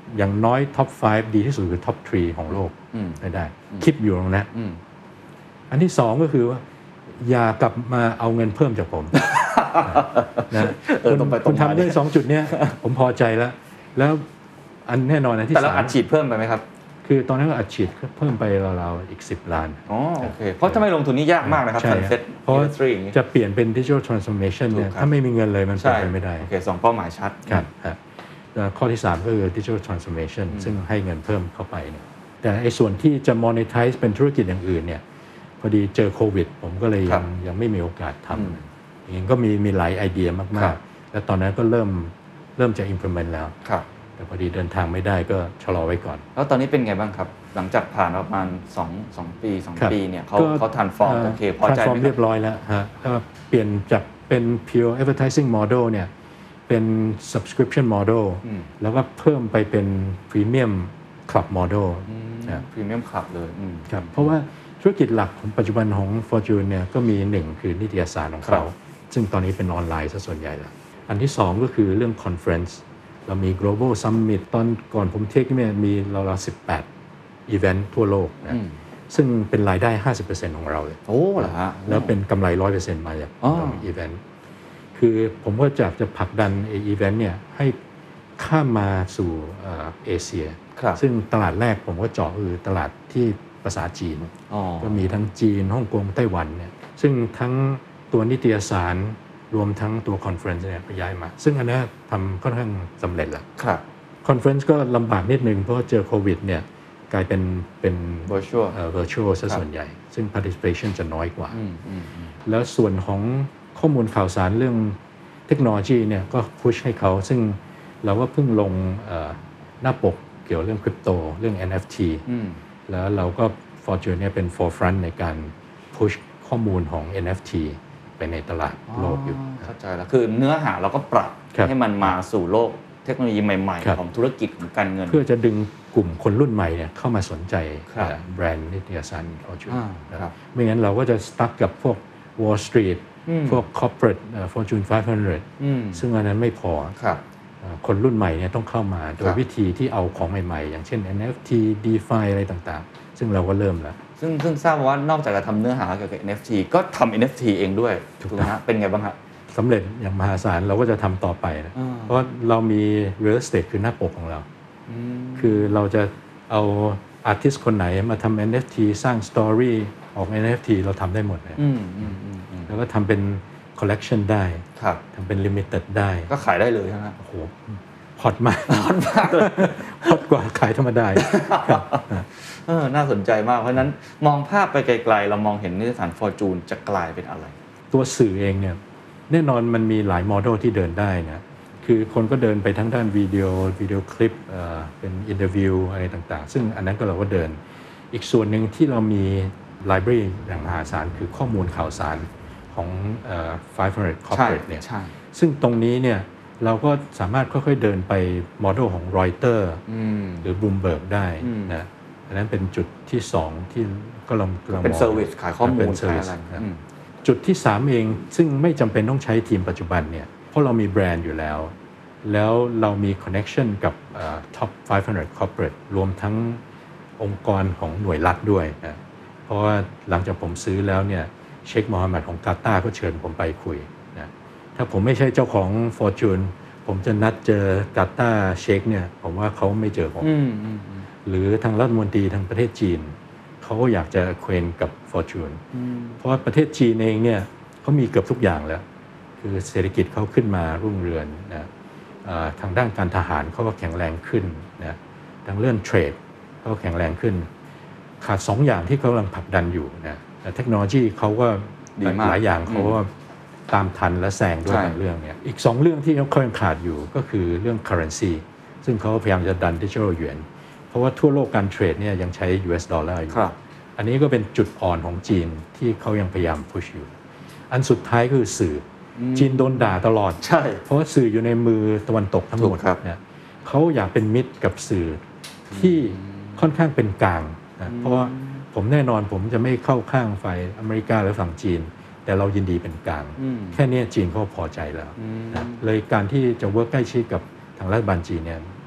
อย่างน้อยท็อปห้าดีที่สุดคือท็อปสามของโลกได้ได้คิดอยู่ตรงนั้นอันที่สองก็คือว่าอย่ากลับมาเอาเงินเพิ่มจากผมนะคุณทำได้สองจุดเนี้ยผมพอใจแล้วแล้วอันแน่นอนอันที่สามแต่เราอัดฉีดเพิ่มไปไหมครับคือตอนนั้นก็อัดฉีดเพิ่มไปราวๆอีกสิบล้านอ๋อโอเคเพราะถ้าไม่ลงทุนนี่ยากมากนะครับซันเซ็ตเพราะจะเปลี่ยนเป็น digital transformation เนี่ยถ้าไม่มีเงินเลยมันเป็นไปไม่ได้โอเคสองเป้าหมายชัดครับข้อที่สามก็คือ digital transformation ซึ่งให้เงินเพิ่มเข้าไปเนี่ยแต่ไอ้ส่วนที่จะ monetize เป็นธุรกิจอย่างอื่นเนี่ยพอดีเจอโควิดผมก็เลยยังยังไม่มีโอกาสทำเองก็มีมีหลายไอเดียมากๆแล้วตอนนั้นก็เริ่มเริ่มจะ implement แล้วแต่พอดีเดินทางไม่ได้ก็ชะลอไว้ก่อนแล้วตอนนี้เป็นไงบ้างครับหลังจากผ่านประมาณสอง สองปีสองปีเนี่ยเขาเขา transform โอเคพอใจไหม transform เรียบร้อยแล้วฮะก็เปลี่ยนจากเป็น pure advertising model เนี่ยเป็น subscription model แล้วก็เพิ่มไปเป็น premium club model นะ premium club เลยครับเพราะว่าธุรกิจหลักของปัจจุบันของ Fortune เนี่ยก็มีหนึ่งคือนิตยสารของเขาซึ่งตอนนี้เป็นออนไลน์ซะส่วนใหญ่แล้วอันที่สองก็คือเรื่อง conference เรามี global summit ตอนก่อนผมเทคเนี่ยมีราวๆสิบแปดอีเวนต์ทั่วโลกนะซึ่งเป็นรายได้ ห้าสิบเปอร์เซ็นต์ ของเราเลยโอ้เหรอฮะแล้วเป็นกำไร หนึ่งร้อยเปอร์เซ็นต์ มาจากอีเวนต์คือผมก็อยากจะผลักดันอีเวนต์เนี่ยให้ข้ามมาสู่เอเชียซึ่งตลาดแรกผมก็เจาะคือตลาดที่ภาษาจีนก็มีทั้งจีนฮ่องกงไต้หวันเนี่ยซึ่งทั้งตัวนิตยสารรวมทั้งตัวคอนเฟอเรนซ์เนี่ยไปย้ายมาซึ่งอันนี้ทำค่อนข้างสำเร็จแล้วคอนเฟอเรนซ์ก็ลำบากนิดนึงเพราะเจอโควิดเนี่ยกลายเป็นเป็น virtual เอ่อ virtual ซะส่วนใหญ่ซึ่ง participation จะน้อยกว่าแล้วส่วนของข้อมูลข่าวสารเรื่องเทคโนโลยีเนี่ยก็พุชให้เขาซึ่งเราก็เพิ่งลงหน้าปกเกี่ยวเรื่องคริปโตเรื่อง เอ็น เอฟ ที แล้วเราก็ Fortune เนี่ยเป็น forefront ในการ push ข้อมูลของ เอ็น เอฟ ที ไปในตลาดโลกอยู่เข้าใจแล้วคือเนื้อหาเราก็ปรับให้มันมาสู่โลกเทคโนโลยีใหม่ๆของธุรกิจของการเงินเพื่อจะดึงกลุ่มคนรุ่นใหม่เนี่ยเข้ามาสนใจแบรนด์นิตยสาร Fortune ไม่งั้นเราก็จะสตั๊กกับพวก Wall Street พวก corporate Fortune ห้าร้อยซึ่งอันนั้นไม่พอคนรุ่นใหม่เนี่ยต้องเข้ามาโดยวิธีที่เอาของใหม่ๆอย่างเช่น เอ็น เอฟ ที DeFi อะไรต่างๆซึ่งเราก็เริ่มแล้วซึ่งซึ่งทราบว่านอกจากจะทำเนื้อหาเกี่ยวกับ เอ็น เอฟ ที ก็ทำ เอ็น เอฟ ที เองด้วยถูกไหมฮะเป็นไงบ้างครับสำเร็จอย่างมหาศาลเราก็จะทำต่อไปนะเพราะเรามี real estate คือหน้าปกของเราคือเราจะเอาอาร์ติสต์คนไหนมาทำ เอ็น เอฟ ที สร้างสตอรี่ออก เอ็น เอฟ ที เราทำได้หมดเลยแล้วก็ทำเป็น collection ได้ทำเป็น limited ได้ก็ขายได้เลยใช่ไหมโอ้โหฮอตมากฮอตมากเลยฮอตกว่าขายธรรมดาเออน่าสนใจมากเพราะนั้นมองภาพไปไกลๆเรามองเห็นนิตยสาร Fortune จะกลายเป็นอะไรตัวสื่อเองเนี่ยแน่นอนมันมีหลายโมเดลที่เดินได้นะคือคนก็เดินไปทั้งด้านวิดีโอวิดีโอคลิปเอ่อเป็นอินเทอร์วิวอะไรต่างๆซึ่งอันนั้นก็เราก็เดินอีกส่วนหนึ่งที่เรามีไลบรารีอย่างมหาศาลคือข้อมูลข่าวสารของเอ่อห้าร้อย corporate เนี่ยซึ่งตรงนี้เนี่ยเราก็สามารถค่อยๆเดินไปโมเดลของ Reuters หรือ Bloomberg ได้นะอันนั้นเป็นจุดที่สองที่ก็ลองลองเป็นเซอร์วิสขายข้อมูลขายอะไรจุดที่สามเองซึ่งไม่จำเป็นต้องใช้ทีมปัจจุบันเนี่ยเพราะเรามีแบรนด์อยู่แล้วแล้วเรามีคอนเนคชั่นกับ ท็อป ห้าร้อย corporate รวมทั้งองค์กรของหน่วยรัฐด้วยนะเพราะว่าหลังจากผมซื้อแล้วเนี่ยเชคโมฮัมหมัดของกาตาร์ก็เชิญผมไปคุยนะถ้าผมไม่ใช่เจ้าของ Fortune ผมจะนัดเจอกาตาร์เชคเนี่ยผมว่าเขาไม่เจอผมหรือทางรัฐมนตรีทางประเทศจีนเขาก็อยากจะเควนกับ Fortune เพราะว่าประเทศจีนเองเนี่ยเขามีเกือบทุกอย่างแล้วคือเศรษฐกิจเขาขึ้นมารุ่งเรืองนะทางด้านการทหารเขาก็แข็งแรงขึ้นนะทางเรื่องเทรดเขาแข็งแรงขึ้นขาดสองอย่างที่เขากำลังผลักดันอยู่นะเทคโนโลยีเขาก็หลายอย่างเขาก็ตามทันและแซงด้วยบางเรื่องเนี่ยอีกสองเรื่องที่เขายังขาดอยู่ก็คือเรื่อง currency ซึ่งเขาพยายามจะดัน digital yuan เพราะว่าทั่วโลกการเทรดเนี่ยยังใช้ ยู เอส ดอลลาร์อยู่อันนี้ก็เป็นจุดอ่อนของจีนที่เขายังพยายามพุชอยู่อันสุดท้ายคือสื่อจีนโดนด่าตลอดใช่เพราะว่าสื่ออยู่ในมือตะวันตกทั้งหมดเนี่ยเขาอยากเป็นมิตรกับสื่อที่ค่อนข้างเป็นกลางนะเพราะว่าผมแน่นอนผมจะไม่เข้าข้างฝ่ายอเมริกาหรือฝั่งจีนแต่เรายินดีเป็นกลางแค่นี้จีนเขาพอใจแล้วนะเลยการที่จะเวิร์กใกล้ชิดกับทางรัฐบาลจีนเนี่ย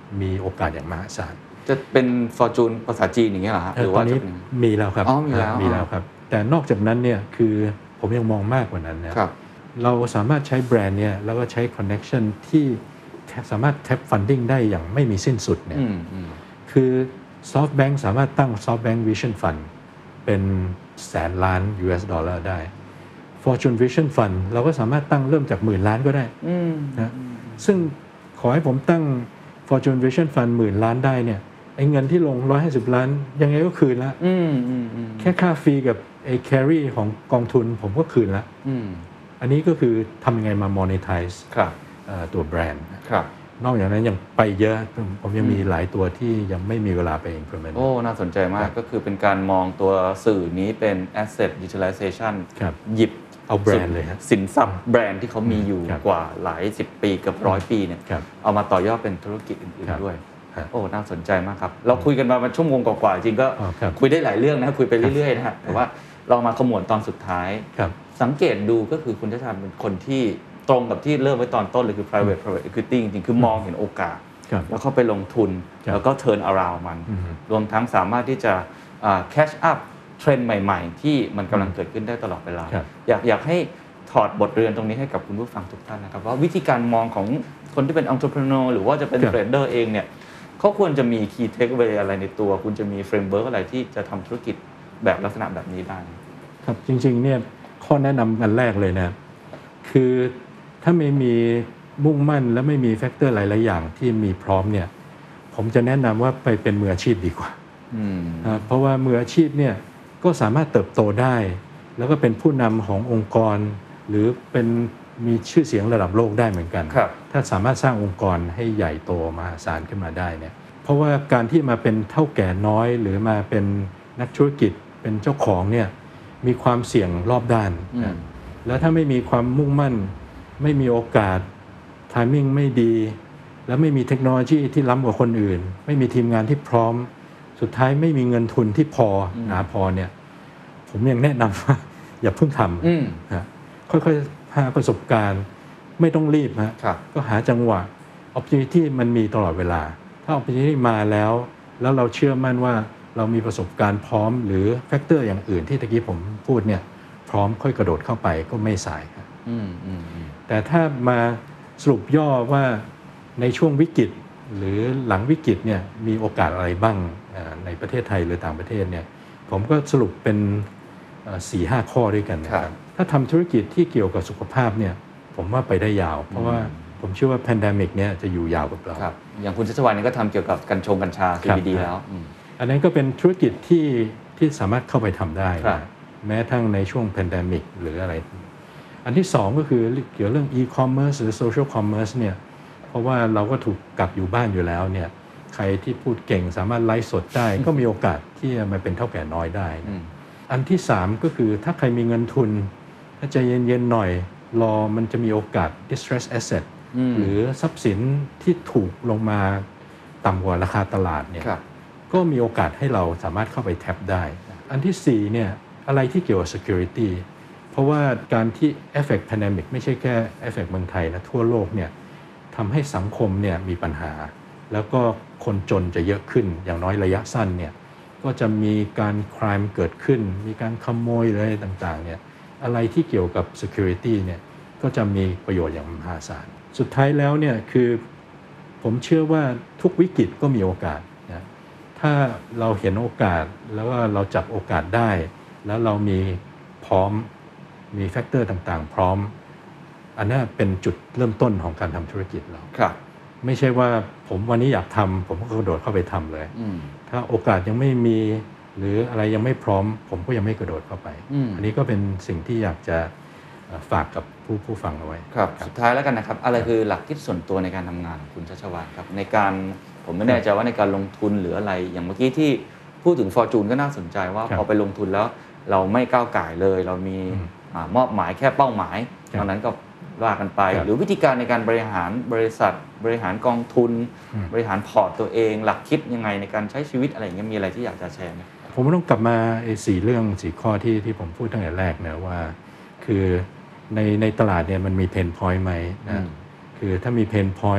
มีโอกาสอย่างมหาศาลจะเป็นฟอร์จูนภาษาจีนอย่างเงี้ยเหรอฮะหรือว่าตอนนี้มีแล้วครับอ๋อมีแล้วมีแล้วครับแต่นอกจากนั้นเนี่ยคือผมยังมองมากกว่านั้นนะครับเราสามารถใช้แบรนด์เนี่ยแล้วก็ใช้คอนเน็กชันที่สามารถแท็บฟันดิ้งได้อย่างไม่มีสิ้นสุดเนี่ยคือ SoftBank สามารถตั้ง SoftBank Vision Fund เป็นแสนล้าน ยู เอส ดอลลาร์ได้ Fortune Vision Fund เราก็สามารถตั้งเริ่มจากหมื่นล้านก็ได้นะซึ่งขอให้ผมตั้ง Fortune Vision Fund หมื่นล้านได้เนี่ยไอ้เงินที่ลงหนึ่งร้อยห้าสิบล้านยังไงก็คืนละแค่ค่าฟรีกับไอ้ carry ของกองทุนผมก็คืนละอันนี้ก็คือทำยังไงมา monetize ตัวแบรนด์นอกจากนั้นยังไปเยอะผมยังมีหลายตัวที่ยังไม่มีเวลาไป implement โอ้น่าสนใจมากก็คือเป็นการมองตัวสื่อนี้เป็น asset utilization หยิบเอาแบรนด์เลยครับสินทรัพย์แบรนด์ที่เขามีอยู่กว่าหลายสิบปีเกือบร้อยปีเนี่ยเอามาต่อยอดเป็นธุรกิจอื่นๆด้วยโอ้น่าสนใจมากครับเราคุยกันมาเป็นชั่วโมงกว่าๆจริงก็คุยได้หลายเรื่องนะคุยไปเรื่อยๆนะฮะแต่ว่าเรามาขมวดตอนสุดท้ายสังเกตดูก็คือคุณชัชวาลเป็นคนที่ตรงกับที่เริ่มไว้ตอนต้นเลยคือ private private equity จริงๆคือมองเห็นโอกาสแล้วเข้าไปลงทุนแล้วก็ turn around มันรวมทั้งสามารถที่จะ catch up เทรนด์ใหม่ๆที่มันกำลังเกิดขึ้นได้ตลอดเวลาอยากอยากให้ถอดบทเรียนตรงนี้ให้กับคุณผู้ฟังทุกท่านนะครับว่าวิธีการมองของคนที่เป็น entrepreneur หรือว่าจะเป็น trader เองเนี่ยเขาควรจะมี key takeaway อะไรในตัวคุณจะมี framework อะไรที่จะทำธุรกิจแบบลักษณะแบบนี้ได้ครับจริงๆเนี่ยข้อแนะนำอันแรกเลยนะคือถ้าไม่มีมุ่งมั่นและไม่มีแฟกเตอร์หลายๆอย่างที่มีพร้อมเนี่ยผมจะแนะนำว่าไปเป็นมืออาชีพดีกว่าเพราะว่ามืออาชีพเนี่ยก็สามารถเติบโตได้แล้วก็เป็นผู้นำขององค์กรหรือเป็นมีชื่อเสียงระดับโลกได้เหมือนกันถ้าสามารถสร้างองค์กรให้ใหญ่โตมหาศาลขึ้นมาได้เนี่ยเพราะว่าการที่มาเป็นเท่าแก่น้อยหรือมาเป็นนักธุรกิจเป็นเจ้าของเนี่ยมีความเสี่ยงรอบด้านแล้วถ้าไม่มีความมุ่งมั่นไม่มีโอกาสไทมิ่งไม่ดีแล้วไม่มีเทคโนโลยีที่ล้ำกว่าคนอื่นไม่มีทีมงานที่พร้อมสุดท้ายไม่มีเงินทุนที่พอหนาพอเนี่ยผมยังแนะนำว่าอย่าเพิ่งทำนะค่อยๆหาประสบการณ์ไม่ต้องรีบฮะก็หาจังหวะ opportunity มันมีตลอดเวลาถ้า opportunity มาแล้วแล้วเราเชื่อมั่นว่าเรามีประสบการณ์พร้อมหรือแฟกเตอร์อย่างอื่นที่ตะกี้ผมพูดเนี่ยพร้อมค่อยกระโดดเข้าไปก็ไม่สายครับแต่ถ้ามาสรุปย่อว่าในช่วงวิกฤตหรือหลังวิกฤตเนี่ยมีโอกาสอะไรบ้างในประเทศไทยหรือต่างประเทศเนี่ยผมก็สรุปเป็น สี่ห้า ข้อด้วยกันนะครับถ้าทำธุรกิจที่เกี่ยวกับสุขภาพเนี่ยผมว่าไปได้ยาวเพราะว่าผมเชื่อว่าแพนเดมิกเนี่ยจะอยู่ยาวกับเราอย่างคุณชัชวาลนี่ก็ทำเกี่ยวกับกัญชงกัญชา ซี บี ดี แล้วอันนั้นก็เป็นธุรกิจที่ที่สามารถเข้าไปทำได้แม้ทั้งในช่วงแพนเดมิกหรืออะไรอันที่สองก็คือเกี่ยวเรื่อง e-commerce หรือ social commerce เนี่ยเพราะว่าเราก็ถูกกักอยู่บ้านอยู่แล้วเนี่ยใครที่พูดเก่งสามารถไลฟ์สดได้ก็มีโอกาสที่จะมาเป็นเท่าแก่น้อยได้อันที่สามก็คือถ้าใครมีเงินทุนถ้าใจเย็นๆหน่อยรอมันจะมีโอกาส distress asset หรือทรัพย์สินที่ถูกลงมาต่ำกว่าราคาตลาดเนี่ยก็มีโอกาสให้เราสามารถเข้าไปแท็บได้อันที่สี่เนี่ยอะไรที่เกี่ยวกับ security เพราะว่าการที่ effect pandemic ไม่ใช่แค่ effect เมืองไทยนะทั่วโลกเนี่ยทำให้สังคมเนี่ยมีปัญหาแล้วก็คนจนจะเยอะขึ้นอย่างน้อยระยะสั้นเนี่ยก็จะมีการ crime เกิดขึ้นมีการขโมยอะไรต่างๆเนี่ยอะไรที่เกี่ยวกับ security เนี่ยก็จะมีประโยชน์อย่างมหาศาลสุดท้ายแล้วเนี่ยคือผมเชื่อว่าทุกวิกฤตก็มีโอกาสนะถ้าเราเห็นโอกาสแล้วว่าเราจับโอกาสได้แล้วเรามีพร้อมมีแฟกเตอร์ต่างๆพร้อมอันนั้นเป็นจุดเริ่มต้นของการทำธุรกิจเราไม่ใช่ว่าผมวันนี้อยากทำผมก็กระโดดเข้าไปทำเลยถ้าโอกาสยังไม่มีหรืออะไรยังไม่พร้อมผมก็ยังไม่กระโดดเข้าไป อ, อันนี้ก็เป็นสิ่งที่อยากจะฝากกับผู้ผู้ฟังเอาไว้ครับสุดท้ายแล้วกันนะครับอะไรคือหลักคิดส่วนตัวในการทำงานของคุณชัชวาลครับในการผมไม่แน่ใจว่าในการลงทุนหรืออะไรอย่างเมื่อกี้ที่พูดถึง Fortune ก็น่าสนใจว่าพอไปลงทุนแล้วเราไม่ก้าวก่ายเลยเรามีมอบหมายแค่เป้าหมายตอนนั้นก็ว่ากันไปหรือวิธีการในการบริหารบริษัทบริหารกองทุนบริหารพอร์ตตัวเองหลักคิดยังไงในการใช้ชีวิตอะไรอย่างเงี้ยมีอะไรที่อยากจะแชร์ไหมผมต้องกลับมาไอ้สี่เรื่องสี่ข้อที่ที่ผมพูดตั้งแต่แรกนะว่าคือในในตลาดเนี่ยมันมีเพนพอยต์ไหมนะคือถ้ามีเพนพอยต์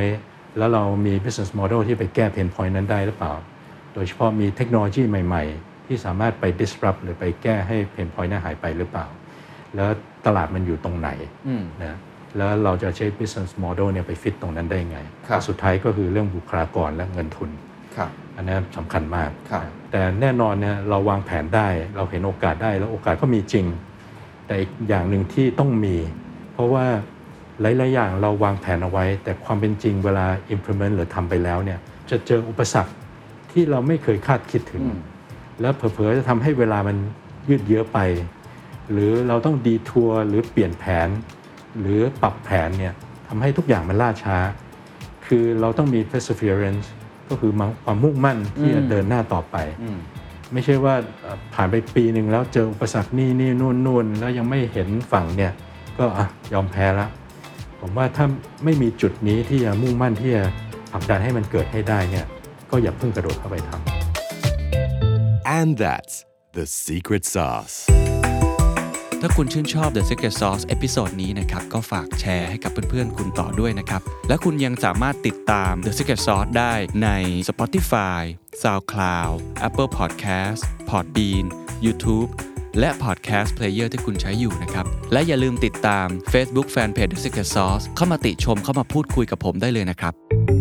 แล้วเรามี business model ที่ไปแก้ pain point นั้นได้หรือเปล่าโดยเฉพาะมีเทคโนโลยีใหม่ๆที่สามารถไป disrupt หรือไปแก้ให้ pain point นั้นหายไปหรือเปล่าแล้วตลาดมันอยู่ตรงไหนนะแล้วเราจะใช้ business model เนี่ยไปฟิตตรงนั้นได้ไงสุดท้ายก็คือเรื่องบุคลากรและเงินทุนอันนี้สำคัญมากแต่แน่นอนเนี่ยเราวางแผนได้เราเห็นโอกาสได้แล้วโอกาสก็มีจริงแต่อีกอย่างหนึ่งที่ต้องมีเพราะว่าหลายๆอย่างเราวางแผนเอาไว้แต่ความเป็นจริงเวลา implement หรือทำไปแล้วเนี่ยจะเจออุปสรรคที่เราไม่เคยคาดคิดถึงแล้วเผลอๆจะทำให้เวลามันยืดเยื้อไปหรือเราต้องดีทัวร์หรือเปลี่ยนแผนหรือปรับแผนเนี่ยทำให้ทุกอย่างมันล่าช้าคือเราต้องมี perseverance ก็คือความมุ่งมั่นที่จะเดินหน้าต่อไปไม่ใช่ว่าผ่านไปปีหนึ่งแล้วเจออุปสรรคนี่นี่นู่นนู่นแล้วยังไม่เห็นฝั่งเนี่ยก็อ่ะยอมแพ้แล้วผมว่าถ้าไม่มีจุดนี้ที่จะมุ่งมั่นที่จะผลักดันให้มันเกิดให้ได้เนี่ยก็อย่าเพิ่งกระโดดเข้าไปทำ And that's the secret sauce ถ้าคุณชื่นชอบ The Secret Sauce เอพิโซดนี้นะครับก็ฝากแชร์ให้กับเพื่อนๆคุณต่อด้วยนะครับและคุณยังสามารถติดตาม The Secret Sauce ได้ใน Spotify, SoundCloud, Apple Podcast, Podbean, YouTube และ Podcast Player ที่คุณใช้อยู่นะครับและอย่าลืมติดตาม Facebook Fanpage The Secret Sauce เข้ามาติชมเข้ามาพูดคุยกับผมได้เลยนะครับ